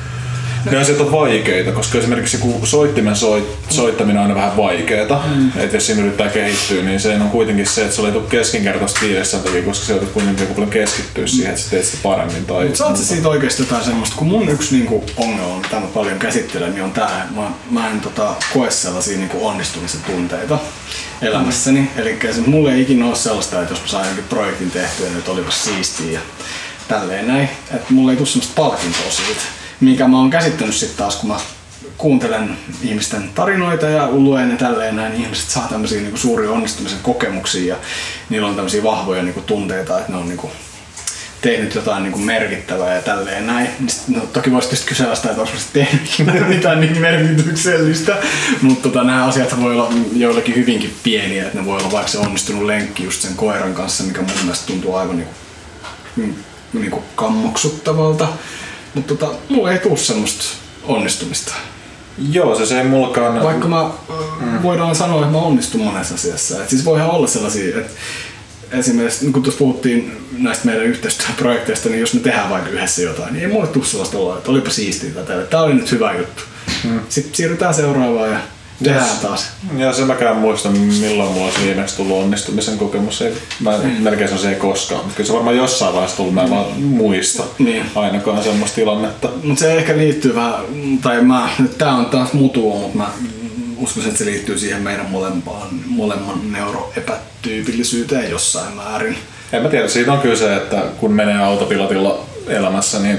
ne asiat on vaikeita, koska esimerkiksi joku soittimen soittaminen on aina vähän vaikeeta. Että jos siinä yrittää kehittyä, niin se on kuitenkin se, että se ei tule keskinkertaista fiilistä sen takia, koska se joutuu kuitenkin paljon keskittyä siihen, että sä teet sitä paremmin. Saat sä siitä oikeesti jotain semmoista, kun mun yksi niinku ongelma, mitä mä paljon käsittelen, niin on tää, mä en koe sellaisia niinku onnistumisen tunteita elämässäni. Eli mulla ei ikinä ole sellaista, että jos mä saan jonkin projektin tehtyä, niin olipas siistiä ja tälleen näin. Että mulla ei tule semmoista palkintoa siitä. Minkä mä oon käsittänyt sitten taas, kun mä kuuntelen ihmisten tarinoita ja luen ja tälleen näin, niin ihmiset saa tämmösiä niinku suuria onnistumisen kokemuksia ja niillä on tämmösiä vahvoja niinku tunteita, että ne on niinku tehnyt jotain niinku merkittävää ja tälleen näin. No, toki voisi tietysti kysellä sitä, että onko tehnyt mitään niin merkityksellistä, mutta nämä asiat voi olla joillekin hyvinkin pieniä, että ne voi olla vaikka se onnistunut lenkki just sen koiran kanssa, mikä mun mielestä tuntuu aivan niinku kammoksuttavalta. Mutta mulla ei tuu semmoista onnistumista. Joo, se ei mullakaan. Vaikka voidaan sanoa, että mä onnistun monessa asiassa. Et siis voihan olla sellaisia, että esimerkiksi kun tuossa puhuttiin näistä meidän yhteistyöprojekteista, niin jos me tehdään vaikka yhdessä jotain, niin ei mulle tuu sellaista olla, että olipa siistiä tätä. Tää oli nyt hyvä juttu. Sitten siirrytään seuraavaan ja tehdään taas. Ja se mäkään muista, milloin mulla olisi viimeksi tullut onnistumisen kokemus. Melkein se ei koskaan, mutta kyllä se varmaan jossain vaiheessa tullut, mä en vaan muista ainakaan semmoista tilannetta. Mutta se ehkä liittyy vähän, nyt tää on taas mutua, mutta mä uskoisin, että se liittyy siihen meidän molemman neuroepätyypillisyyteen jossain määrin. En mä tiedä, siitä on kyllä se, että kun menee autopilotilla elämässä, niin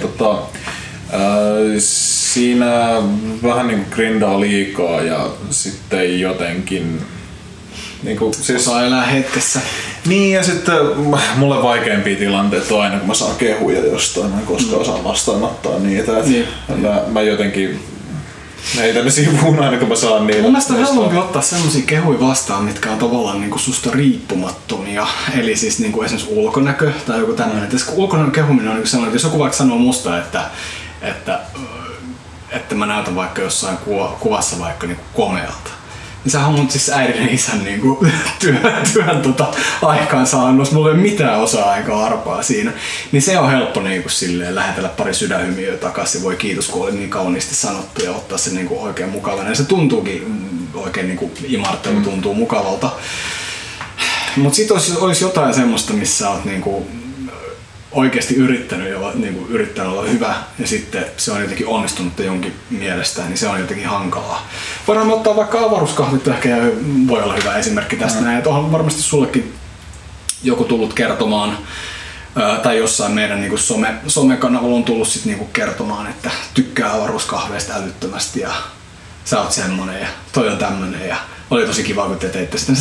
siinä vähän niin kuin grindaa liikaa ja sitten jotenkin osaa elää hetkessä. Niin ja sitten mulle vaikeimpia tilanteita on aina kun mä saan kehuja jostain, mä en koskaan osaa vastaanottaa niitä. Niin. Mä jotenkin heitän ne sivuun aina kun mä saan niitä. Mun mielestä on helpompi ottaa semmosia kehuja vastaan, mitkä on tavallaan niinku susta riippumattomia. Eli siis niinku esimerkiksi ulkonäkö tai joku tämmönen. Ulkonäön kehuminen on niinku sellainen, että jos joku vaikka sanoo musta, että mä näytän vaikka jossain kuvassa vaikka niinku komealta. Niin sehän on mun siis äidin isän niinku työn aikaansaannos. Mulla ei ole mitään osaa-aikaa arpaa siinä. Niin se on helppo niinku silleen lähetellä pari sydänhymiöä takaisin. Voi kiitos kun oli niin kauniisti sanottu ja ottaa se niinku oikein mukavana. Ja se tuntuukin oikein niinku imartelu tuntuu mukavalta. Mut sit olisi jotain semmoista, missä oot niinku oikeasti yrittänyt olla hyvä ja sitten se on jotenkin onnistunut jonkin mielestä, niin se on jotenkin hankalaa. Voidaan ottaa vaikka avaruuskahvit ehkä voi olla hyvä esimerkki tästä näin. Että on varmasti sullekin joku tullut kertomaan tai jossain meidän niinku somekanavalla on tullut sit niinku kertomaan, että tykkää avaruuskahveista älyttömästi ja sä oot semmonen ja toi on tämmönen ja oli tosi kiva, kun te teitte sitä.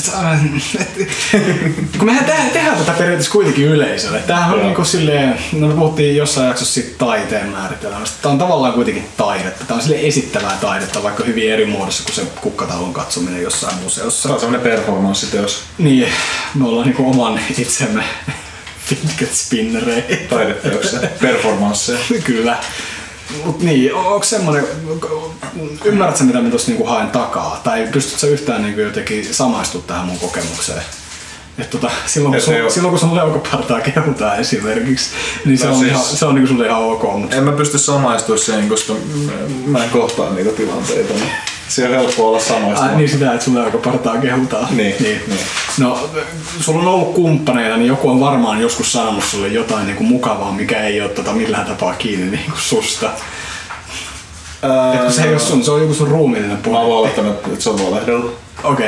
Kun mehän tehdään tätä periaatteessa kuitenkin yleisölle. Tämähän on niinku silleen, no me puhuttiin jossain jaksossa siitä taiteen määritelmästä. Tää on tavallaan kuitenkin taidetta. Tää on silleen esittävää taidetta, vaikka hyvin eri muodossa kuin se kukkataulun katsominen jossain museossa. Tää on semmonen performanssiteos. Niin, me ollaan niinku oman itsemme fidget spinnereitä. Taideteoksia, performansseja. Kyllä. Mut niin, onko semmonen, ymmärrätkö mitä mä tossa niinku haen takaa? Tai pystytkö sä yhtään niinku jotenkin samaistua tähän mun kokemukseen? Et silloin kun sun leukapartaa kehutaan esimerkiksi, niin se on niinku sulle ihan ok. En mä pysty samaistumaan siihen, koska mä en kohtaa niitä tilanteita. Se on helppo olla samoista. Niin sitä, että sulla joka partaa kehutaan. Niin. No, sulla on ollut kumppaneita, niin joku on varmaan joskus sanonut sulle jotain niin kuin mukavaa, mikä ei ole millään tapaa kiinni niin kuin susta. Se ei ole sun, se on joku sun ruumiillinen puoli. Mä oon olettanut, että se on valehdella. Okei,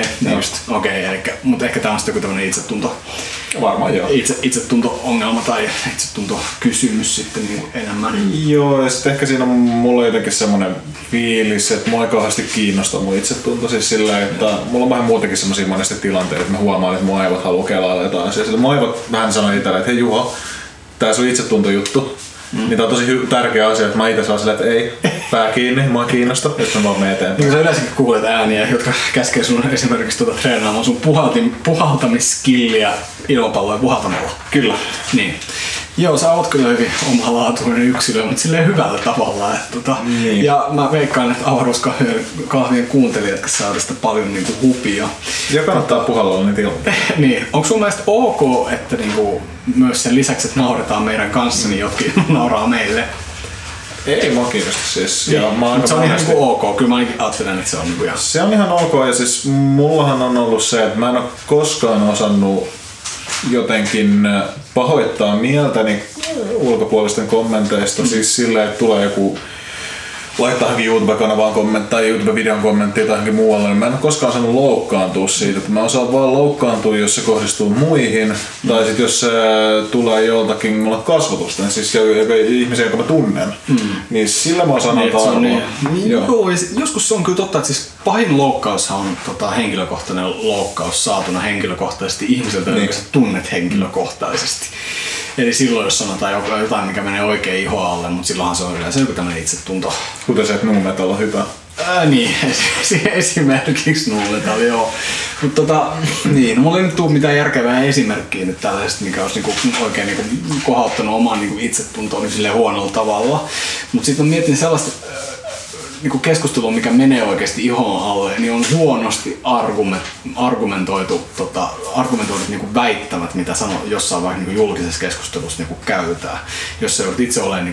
mutta ehkä tää on sitten joku tämmönen itsetunto. Varmaan joo. Itsetunto-ongelma tai itsetuntokysymys sitten niin enemmän. Joo, ja sitten ehkä siinä on mulla jotenkin semmonen fiilis, että mua ei kauheasti kiinnosta mun itsetunto. Siis sillä, että mulla on vähän muutenkin semmosia monesti tilanteita, että mä huomaan, että mun aivot haluaa kelailla jotain asiaa. Sitten mun aivot vähän sanoo itselle, että hei Juho, tää sun itsetuntojuttu. Niin tää on tosi tärkeä asia, että mä itse vaan silleen, että ei, pää kiinni, mua kiinnostaa, että mä vaan menen eteenpäin. Niin sä yleensäkin kuulet ääniä, jotka käskee sun esimerkiksi treenaamaan sun puhaltamiskilliä ilmapalloja puhaltamalla. Kyllä. Niin. Joo, sä oot kyllä hyvin omalaatuinen yksilö, mutta silleen hyvällä tavalla. Niin. Ja mä veikkaan, että avaruuskahvien kuuntelijat saa tästä paljon niinku hupia. Ja kannattaa puhalla niitä ilmoja. Niin. Onko sun mielestä ok, että niinku myös sen lisäksi, että nauretaan meidän kanssa, niin jotkin nauraa meille? Ei mua kiinnosta siis. Niin. Mutta se on ihan niinku ok. Kyllä mä ainakin ajattelen, että se on niinku ihan... Se on ihan ok ja siis mullahan on ollut se, että mä en ole koskaan osannut jotenkin pahoittaa mieltäni ulkopuolisten kommenteista, siis silleen, että tulee joku laittaa johonkin YouTube-kanavaan kommenttia tai YouTube-videon kommenttia tai johonkin muualle, niin mä en ole koskaan saanut loukkaantua siitä. Että mä osaan vaan loukkaantua, jos se kohdistuu muihin, tai sitten jos se tulee joltakin mulle kasvatusta, niin siis ihmisiä, jonka mä tunnen, niin sillä mä osaan antaa arvoa. Niin, joo, joskus se on kyllä totta, että siis pahin loukkaushan on henkilökohtainen loukkaus saatuna henkilökohtaisesti ihmiseltä, jonka sä tunnet henkilökohtaisesti. Eli silloin, jos sanotaan jotain, mikä menee oikein ihoa alle, mutta silloinhan se on yleensä joku tämmöinen itsetunto. Kuten se, että nuumetal on hyvä. Niin, esimerkiksi nuumetal, joo. Mutta niin, mulla ei nyt tule mitään järkevää esimerkkiä nyt tällaisesta, mikä olisi oikein kohauttanut oman itsetuntoon silleen huonolla tavalla. Mutta sitten mä mietin sellaista keskustelua, mikä menee oikeasti ihon alle, niin on huonosti argumentoidut väittämät, mitä jossain vaikka julkisessa keskustelussa käytetään, jos sä joudut itse olemaan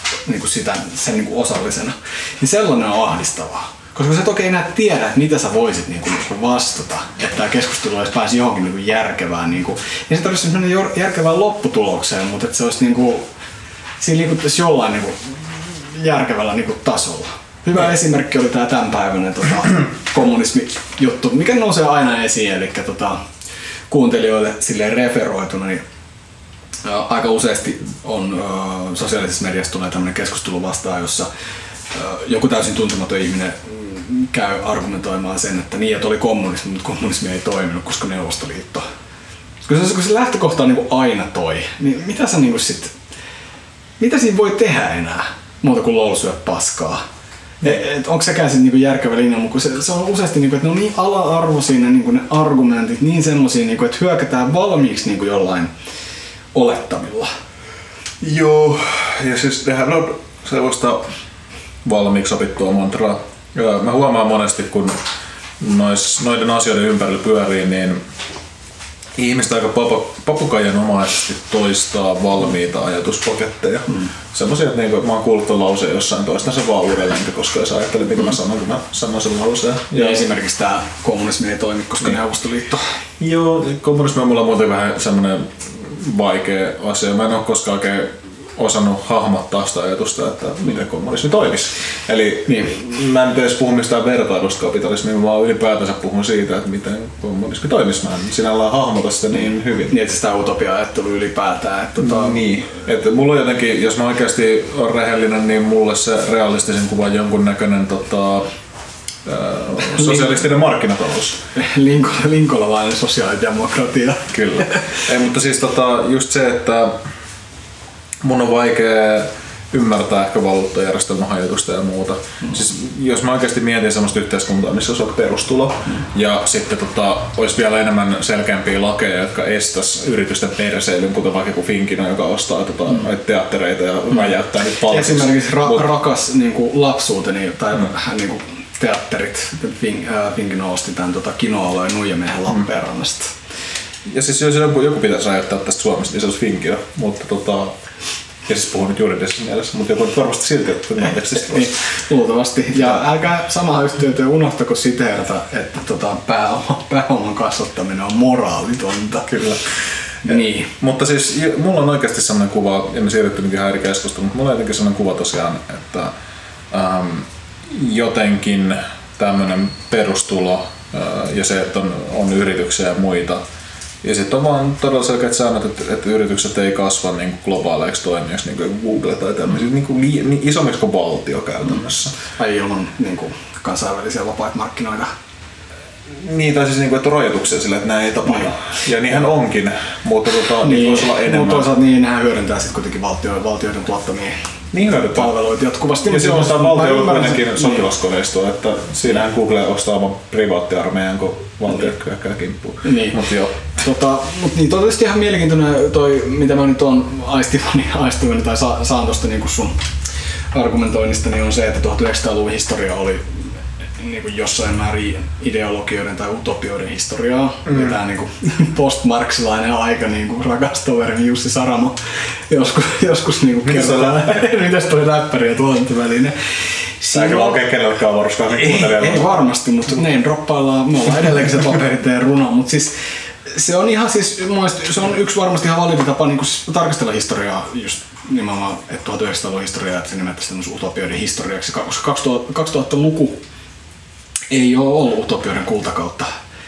sen osallisena. Niin sellainen on ahdistavaa. Koska sä et oikein enää tiedä, että mitä sä voisit vastata, että tämä keskustelu olisi pääsi johonkin järkevään. Ja se tarvitsisi mennä järkevään lopputulokseen, mutta että se olisi siinä liikuttaisi jollain järkevällä tasolla. Hyvä esimerkki oli tämä tämänpäiväinen kommunismi-juttu, mikä nousee aina esiin, eli kuuntelijoille silleen referoituna, niin aika useasti on sosiaalisessa mediassa tulee tämmöinen keskustelu vastaan, jossa joku täysin tuntematon ihminen käy argumentoimaan sen, että niin, että oli kommunismi, mutta kommunismi ei toiminut, koska Neuvostoliitto. Kun se lähtökohta on aina toi, niin mitä sä mitä siinä voi tehdä enää muuta kuin lolsyä paskaa? Onko sekään sitten järkevä linja, mutta se on useasti, että ne on niin ala-arvoisia ne argumentit, niin semmosia, että hyökätään valmiiksi jollain olettamilla. Joo, ja siis nehän on sellaista valmiiksi opittua mantraa. Mä huomaan monesti, kun noiden asioiden ympärillä pyörii, niin ihmiset aika papukaianomaisesti toistaa valmiita ajatuspaketteja. Semmoisia, että mä oon kuullut ton lauseen jossain, toistan sen vaan uudelleen, enkä koskaan edes ajattele, mitä mä sanon, kun mä sanon sen lauseen. Ja esimerkiksi tää kommunismi ei toimi, koska Neuvostoliitto. Joo, kommunismi on mulla muuten vähän semmonen vaikea asia. Mä en oo koskaan oikein osannut hahmottaa sitä ajatusta, että miten kommunismi toimisi. Eli mä en nyt edes puhu mistään vertailusta kapitalismiin, vaan ylipäätänsä puhun siitä, että miten kommunismi toimisi. Mä en sinällään hahmota sitä niin hyvin. Niin, että sitä utopia-ajattelu ylipäätään. Niin, että mulla on jotenkin, jos mä oikeasti on rehellinen, niin mulle se realistisen kuva on jonkunnäköinen sosialistinen markkinatalous. Linkolalainen sosiaalidemokratia. Kyllä. Ei, mutta siis just se, että mun on vaikea ymmärtää ehkä valuuttajärjestelmän hajotusta ja muuta. Siis jos mä oikeasti mietin semmoista yhteiskuntaa, missä olisi perustulo ja sitten olisi vielä enemmän selkeämpiä lakeja, jotka estäisi yritysten perseilyn, kuten vaikka joku Finkino, joka ostaa teattereita ja räjäyttää niitä palveluita. Esimerkiksi rakas lapsuuteni tai teatterit, Finkino osti tämän Kinoalo ja Nuijamiehen Lappeenrannasta. Ja siis jos joku pitäisi räjäyttää tästä Suomesta, niin se olisi Finkino, mutta Ja siis puhun nyt juridisessa mielessä, mutta joku varmasti silti ottaa kontekstista. Niin, luultavasti. Ja älkää samaa yhteyteen unohtako siteerata, että pääoman kasvattaminen on moraalitonta. Kyllä. Niin. Mutta siis mulla on oikeasti sellainen kuva, ja me siirryttiin ihan eri keskusteluun, mutta mulla on jotenkin sellainen kuva tosiaan, että jotenkin tämmöinen perustulo ja se, että on yrityksiä ja muita. Ja sitten on vaan todella selkeät säännöt, että yritykset ei kasva niin globaaleiksi toimijaksi, niin kuin Google tai tämmöisiä, niin isommiksi kuin valtio käytännössä. Tai ilman niin kansainvälisiä vapaita markkinoita. Niin, tai siis että on rajoituksia sille, että nämä ei tapahdu. Ja niinhän onkin, mutta niin voisi olla enemmän. Mutta toisaalta niin, nehän hyödyntää sitten kuitenkin valtioiden tuottamia palveluita jatkuvasti. Ja sitten on valtio on kuitenkin sotilaskoneistoa, että siinähän Google ostaa oman privaattiarmeijan, kun valtio hyökkää kimppuun. Niin. Mutta joo. Mutta niin, toi ihan mielenkiintoinen toi, mitä mä nyt oon aistivani tai saan tosta niinku sun argumentoinnista, niin on se, että 1900-luvun historia oli niin kuin jossain määrin ideologioiden tai utopioiden historiaa. Ja tää niin post-marksilainen aika, niin kuin rakas toverini Jussi Saramo joskus niin kertoo. Mitäs toi läppäri ja tuotantoväline? Tää kyllä oikein kenellekään varuskaan ei varmasti, mutta nein droppaillaan. Me ollaan edelleenkin se paperiteen runo, mutta siis se on ihan siis, se on yksi varmasti ihan validi tapa niin siis tarkastella historiaa, just nimenomaan 1900-luvun historiaa, että se nimettäisiin tämmöisen utopioiden historiaksi, koska 2000-luku ei ole ollut utopioiden kultakautta.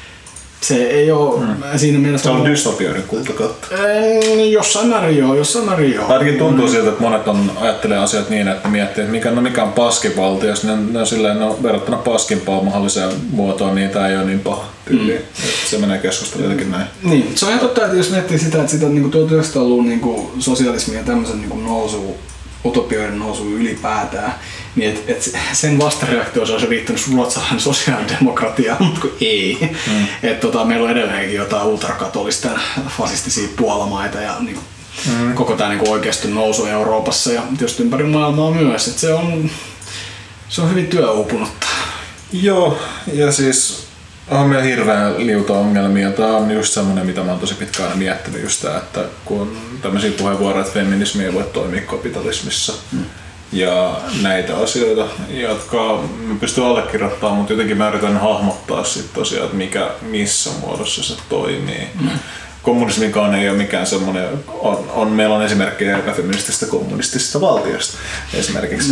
Se ei ole siinä mielessä... Se on dystopioiden kultakautta. Jossain määrin joo. Ainakin tuntuu siltä, että monet ajattelee asiat niin, että miettii, että mikä on paskinvaltio, jos ne on silleen, verrattuna paskimpaan mahdolliseen muotoon, niin tämä ei ole niin paha tyyli. Se menee keskusteluun jotenkin näin. Niin, se on ihan totta, että jos miettii sitä niin 1900-luvun niin sosialismin ja tämmöisen niin nousu, utopioiden nousu ylipäätään, niin et sen vastareaktio olisi riittänyt ruotsalainen sosiaalidemokratia, mutta kun ei. Meillä on edelleenkin jotain ultrakatolista fasistisia puolamaita ja niin koko tämä niin oikeiston nousu Euroopassa ja tietysti ympäri maailmaa myös. Et se on hyvin työuupunutta. Joo, ja siis on meillä hirveän liuta ongelmia. Tämä on just semmoinen, mitä mä oon tosi pitkään aina miettinyt just tämä, että kun on tämmöisiä puheenvuoroja, että feminismi ei voi toimia kapitalismissa. Ja näitä asioita, jotka mä pystyn allekirjoittamaan, mutta jotenkin mä yritän hahmottaa sit tosiaan, että missä muodossa se toimii. Kommunismikaan ei ole mikään semmoinen, meillä on esimerkkejä epäfeminististä kommunistisesta valtiosta esimerkiksi.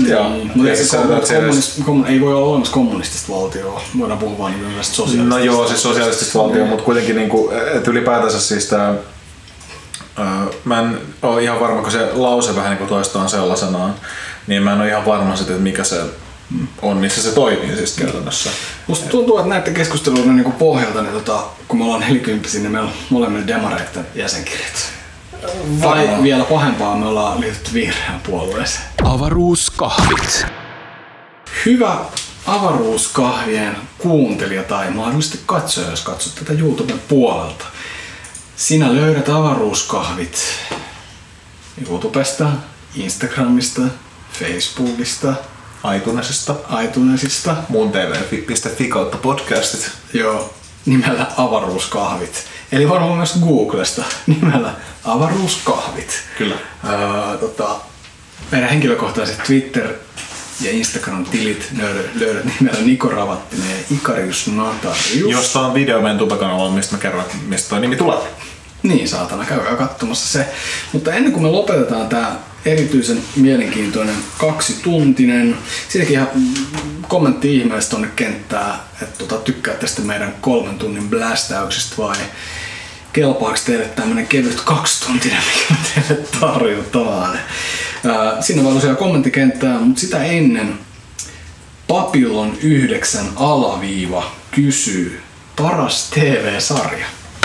Ei voi olla olemassa kommunistista valtioa, voidaan puhua vain sosialistisesta valtiosta. No joo, siis sosialistisesta valtioa, mutta kuitenkin että ylipäätänsä siis tämä, mä en ole ihan varma, kun se lause vähän niin toistaan sellaisenaan, niin mä en ole ihan varma että mikä se on, missä se toimii siis käytännössä. Musta tuntuu, että näiden keskusteluiden niin pohjalta, niin kun me ollaan 40, niin meillä on molemmilla demareiden jäsenkirjat. Tai vielä pahempaa, me ollaan liitytty vihreään puolueeseen. Avaruuskahvit. Hyvä avaruuskahvien kuuntelija tai mahdollisesti katsoja, jos katsot tätä YouTuben puolelta. Sinä löydät avaruuskahvit YouTubesta, Instagramista, Facebookista, iTunesista, muun tv.fi kautta podcastit. Joo, nimellä avaruuskahvit. Eli varmaan myös Googlesta nimellä avaruuskahvit. Kyllä. Meidän henkilökohtaiset Twitter- ja Instagram-tilit löydät nimellä Niko Ravattinen ja Ikarius Natarius. Josta on video meidän tubekanavalla, mistä mä kerron, mistä toi nimi tulee. Niin, saatana, käykää katsomassa se. Mutta ennen kuin me lopetetaan tää erityisen mielenkiintoinen 2-tuntinen, siitäkin ihan kommentti ihmeessä tonne kenttää, että tykkää tästä meidän 3 tunnin blästäyksestä vai kelpaako teille tämmönen kevyt 2-tuntinen, mikä me teille tarjotaan. Siinä vaan tosiaan kommenttikenttää, mutta sitä ennen Papillon 9 alaviiva kysyy paras TV-sarja.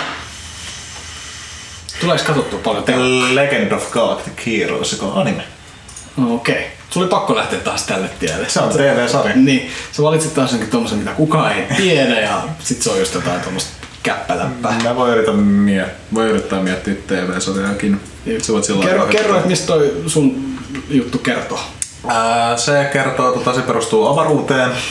Tuleeko katsottua paljon telkkaa? Legend of Galactic Heroes, joka on anime. Okei. Sulla oli pakko lähteä taas tälle tielle. Se on TV-sarja. Niin. Sä valitsit taas jonkin tommosen, mitä kukaan ei tiedä ja sit se on just jotain tommoista käppäläppää. Mä voin yrittää miettiä TV-sarjaakin. Kerro, että mistä toi sun juttu kertoo. Se kertoo, se perustuu avaruuteen.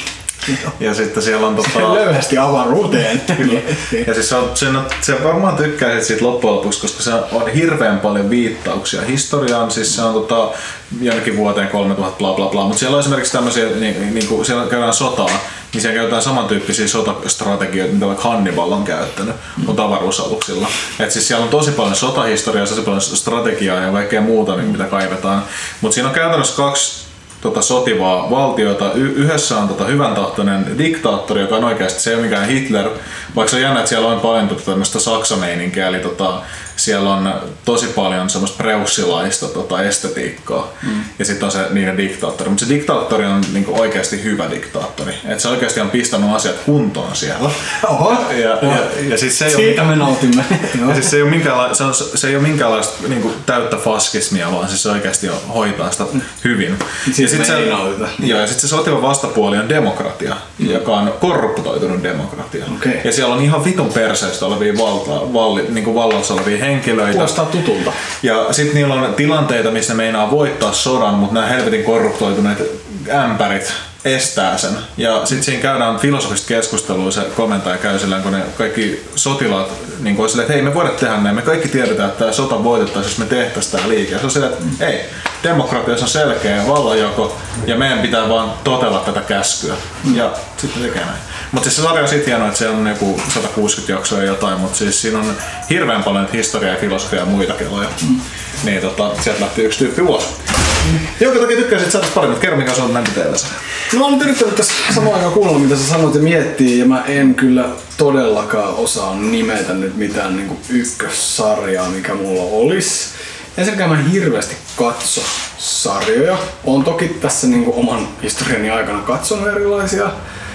Ja sitten siellä on löyhästi avaruuteen. Ja siis se varmaan tykkäisit siitä loppujen lopuksi, koska se on hirveän paljon viittauksia historiaan. Siis se on jonnekin vuoteen 3000 bla bla bla. Mutta siellä on esimerkiksi tämmöisiä, niinku siellä käydään sotaa, niin siellä käytetään samantyyppisiä sotastrategioita, mitä vaikka Hannibal on käyttänyt, mutta avaruusaluksilla. Et siis siellä on tosi paljon sotahistoriaa, tosi paljon strategiaa ja kaikkea muuta, mitä kaivetaan. Mutta siinä on käytännössä kaksi sotivaa valtiota. Yhdessä on hyvän tahtoinen diktaattori, joka on oikeasti se ei ole mikään Hitler, vaikka se on jännä, että siellä on paljon tämmöistä saksameininkiä, eli siellä on tosi paljon semmoista preussilaista estetiikkaa ja sitten on se niiden diktaattori. Mutta se diktaattori on niinku oikeasti hyvä diktaattori. Et se oikeasti on pistänyt asiat kuntoon siellä. Oho! Ja siis se ei siitä me nautimme. Ja siis se ei ole minkäänlaista niinku täyttä faskismia, vaan siis se oikeasti hoitaa sitä hyvin. Ja sitten se sotiva vastapuoli on demokratia, joka on korruptoitunut demokratia. Okay. Ja siellä on ihan vitun perseistä olevia niinku vallassa olevia henkilöitä. Kuulostaa tutulta. Ja sitten niillä on tilanteita, missä ne meinaa voittaa sodan, mutta nämä helvetin korruptoituneet ämpärit estää sen. Ja sitten siinä käydään filosofista keskustelua, se komentaja käy silleen, kun ne kaikki sotilaat niin on silleen, että hei, me voidaan tehdä näin, me kaikki tiedetään, että tämä sota voitettaisiin, jos me tehtäisiin tämä liike. Ja se on silleen, että ei, demokratiassa on selkeä vallanjako ja meidän pitää vaan totella tätä käskyä. Ja sitten tekee näin. Mutta siis se sarja on sit hienoa, että siellä on joku 160 jaksoa ja jotain, mutta siis siinä on hirveän paljon historiaa ja filosofiaa ja muita keloja. Niin sieltä lähti yksi tyyppi ulos. Jonka takia tykkäisit saada paremmin. Kerro mikä se on näin teillä. No mä oon nyt yrittänyt tässä samaan aikaan kuunnella mitä sä sanoit ja miettiä ja mä en kyllä todellakaan osaa nimetä nyt mitään niinku ykkössarjaa mikä mulla olisi. Ensinnäkään mä en hirveästi katso sarjoja. Oon toki tässä niinku oman historiani aikana katsonut erilaisia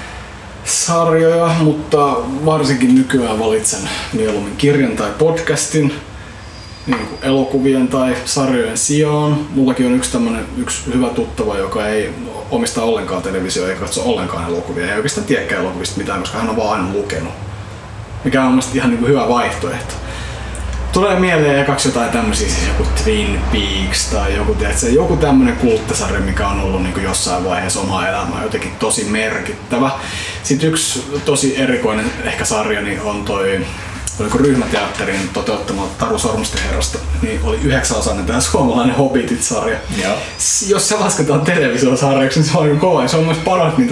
sarjoja, mutta varsinkin nykyään valitsen mieluummin kirjan tai podcastin niin kuin elokuvien tai sarjojen sijaan. Mullakin on yksi hyvä tuttava, joka ei omista ollenkaan televisioa eikä katso ollenkaan elokuvia. Ei oikeastaan tiedäkään elokuvista mitään, koska hän on vaan aina lukenut. Mikä on mielestäni ihan niin kuin hyvä vaihtoehto. Tulee mieleen ekaksi jotain tämmösiä, siis joku Twin Peaks tai joku tämmönen kulttisarja, mikä on ollut niin kuin jossain vaiheessa omaa elämää jotenkin tosi merkittävä. Sitten yksi tosi erikoinen ehkä sarja niin on oliko Ryhmäteatterin toteuttama Taru Sormusten herrasta, niin oli 9-osainen tämä suomalainen Hobbitit-sarja. Ja. Jos se lasketaan televisiosarjaksi, niin se on aika kova. Se on myös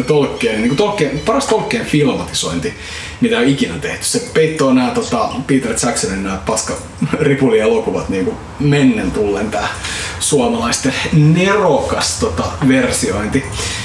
paras Tolkien filmatisointi, mitä on ikinä tehty. Se peittoo nämä Peter Jacksonin nämä ripuli-elokuvat niin mennen tullen tää suomalaisten nerokas versiointi.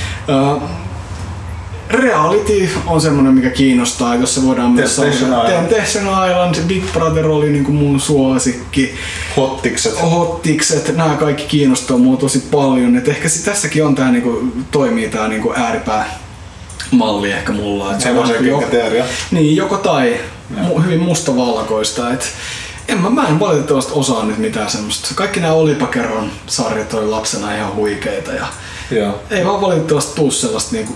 Reality on semmoinen, mikä kiinnostaa, jos se voidaan myös sanoa. Temptation Island, Big Brother oli niinku mun suosikki. Hottikset, nämä kaikki kiinnostaa mua tosi paljon. Et ehkä tässäkin on tää niinku, toimii tää niinku ääripäämalli ehkä mulla. Et se on joko tai hyvin mustavalkoista. Mä en valitettavasti osaa nyt mitään semmoista. Kaikki nämä Olipa Kerron sarjat oli lapsena ihan huikeita. Ja ei vaan valitettavasti tuu sellaista niinku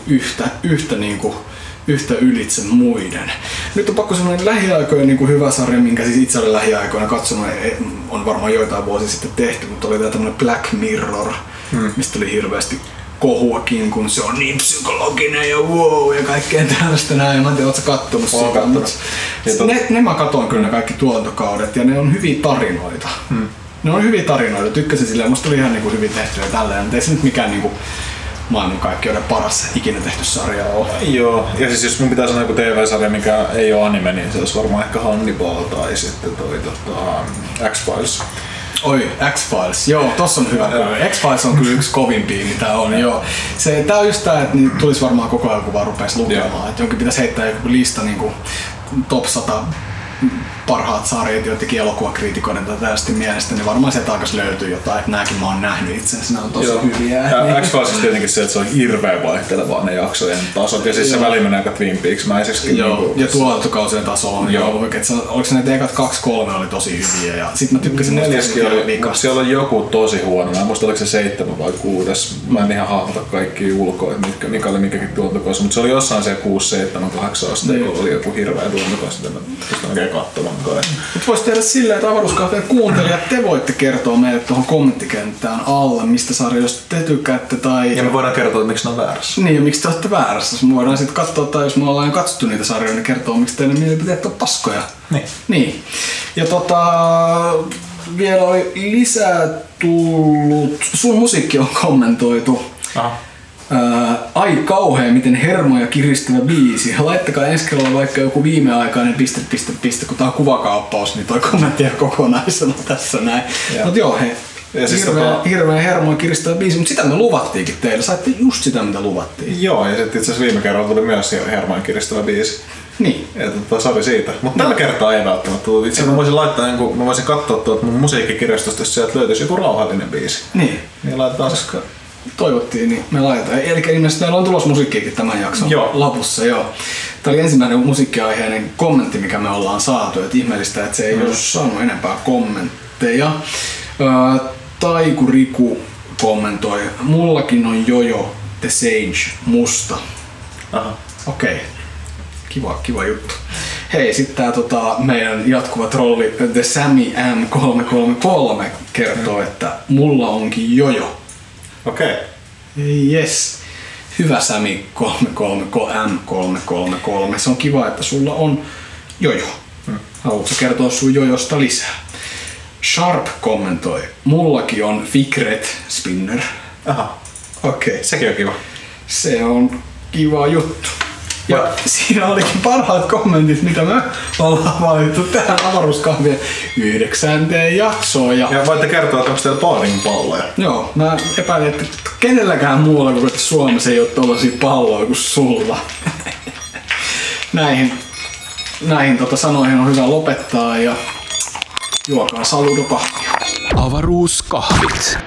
yhtä ylitse muiden. Nyt on pakko semmoinen lähiaikojen niinku hyvä sarja, minkä siis itse olen lähiaikoina katsonut, on varmaan joitain vuosia sitten tehty, mutta oli tää tämmönen Black Mirror, mistä oli hirveästi kohuakin, kun se on niin psykologinen ja wow ja kaikkea tällaista näin. Mä en tiedä, ootko sä kattonut sitä. Ne mä katoin kyllä ne kaikki tuotantokaudet ja ne on hyviä tarinoita. Ne on hyviä tarinoita, tykkäsin silleen, musta oli ihan niinku hyvin tehty ja tälleen, mutta ei se nyt mikään niinku maailmankaikkeuden paras ikinä tehty sarja ole. Joo, ja siis jos mun pitää sanoa joku TV-sarja, mikä ei ole anime, niin se olisi varmaan ehkä Hannibal tai sitten X-Files. Oi, X-Files. Joo, tossa on hyvä. X-Files on kyllä yksi kovimpia, mitä on. Joo. Tää on just tää, että niin tulisi varmaan koko ajan, kun vaan rupes lukemaan. Että jonkin pitäisi heittää joku lista niinku top 100 parhaat sarjat joitakin elokuvakriitikoiden tai tällaisten mielestä, niin varmaan sieltä alkaisi löytyy jotain, että nääkin mä oon nähnyt itse asiassa, ne on tosi hyviä. X-Files tietenkin se, että se on hirveän vaihtelevaa ne jaksojen tasot, ja siis se väli menee aika Twin Peaks-mäisessäkin. Joo, ja tuotantokausien taso on jo oikein, oliko se ne ekat 2-3 oli tosi hyviä, ja sit mä tykkäsin neljäskin oli, siellä on joku tosi huono, mä en muista oliko se 7 vai 6, mä en ihan hahmota kaikkia ulkoa, että mikä oli mikäkin tuotantokausi, mutta se oli jossain se 6, 7, 8 asteikolla oli joku hirveä tuotantokausi, mitä mä katsomaan kai. Mut vois tehdä silleen, että avaruuskahveen kuuntelijat, te voitte kertoa meille tuohon kommenttikenttään alle, mistä sarjoista te tykkäätte tai... Ja me voidaan kertoa, että miksi ne on väärässä. Niin, ja miksi te olette väärässä. Me voidaan sitten katsoa, tai jos me ollaan katsottu niitä sarjoja, niin kertoo, miksi teidän mielipiteet on paskoja. Niin. Ja vielä oli lisää tullut. Sun musiikki on kommentoitu. Aha. Ai kauhea, miten hermoja kiristävä biisi. Laittakaa ensi kerralla vaikka joku viimeaikainen ... kun tää on kuvakaappaus, niin toi kommentti on kokonaisena tässä näin. Mut joo, hirveä hermoja kiristävä biisi, mutta sitä me luvattiinkin teille. Saitte just sitä, mitä luvattiin. Joo, ja sitten itse asiassa viime kerralla tuli myös hermoja kiristävä biisi. Niin. Ja sori siitä. Mutta tällä kertaa ei välttämättä tullut. Itse asiassa mä voisin katsoa tuolta mun musiikkikirjastosta, jos sieltä löytyisi joku rauhallinen biisi. Niin. Niin laitetaan se. Toivottiin, niin me laitetaan. Eli ilmeisesti meillä on tulossa musiikkiakin tämän jakson lopussa. Joo. Tämä oli ensimmäinen musiikkiaiheinen kommentti, mikä me ollaan saatu. Et ihmeellistä, että se ei ole saanut enempää kommentteja. Taiku Riku kommentoi, mullakin on Jojo The Sage musta. Aha. Okei. Kiva juttu. Hei, sit tää meidän jatkuva trolli The Sammy M333 kertoo, että mulla onkin Jojo. Okei. Yes. Hyvä Sami M333. Se on kiva, että sulla on Jojo. Haluatko kertoa sun Jojosta lisää? Sharp kommentoi. Mullakin on Ficret Spinner. Aha. Okei. Sekin on kiva. Se on kiva juttu. Ja siinä olikin parhaat kommentit, mitä me ollaan valittu tähän avaruuskahvien 9. jaksoon. Ja voitte kertoa, että onko teillä bowling-palloja? Joo, mä epäilen, että kenelläkään muulla kuin Suomessa ei ole tollasia palloja kuin sulla. Näihin sanoihin on hyvä lopettaa ja juokaa saludokahvia. Avaruuskahvit.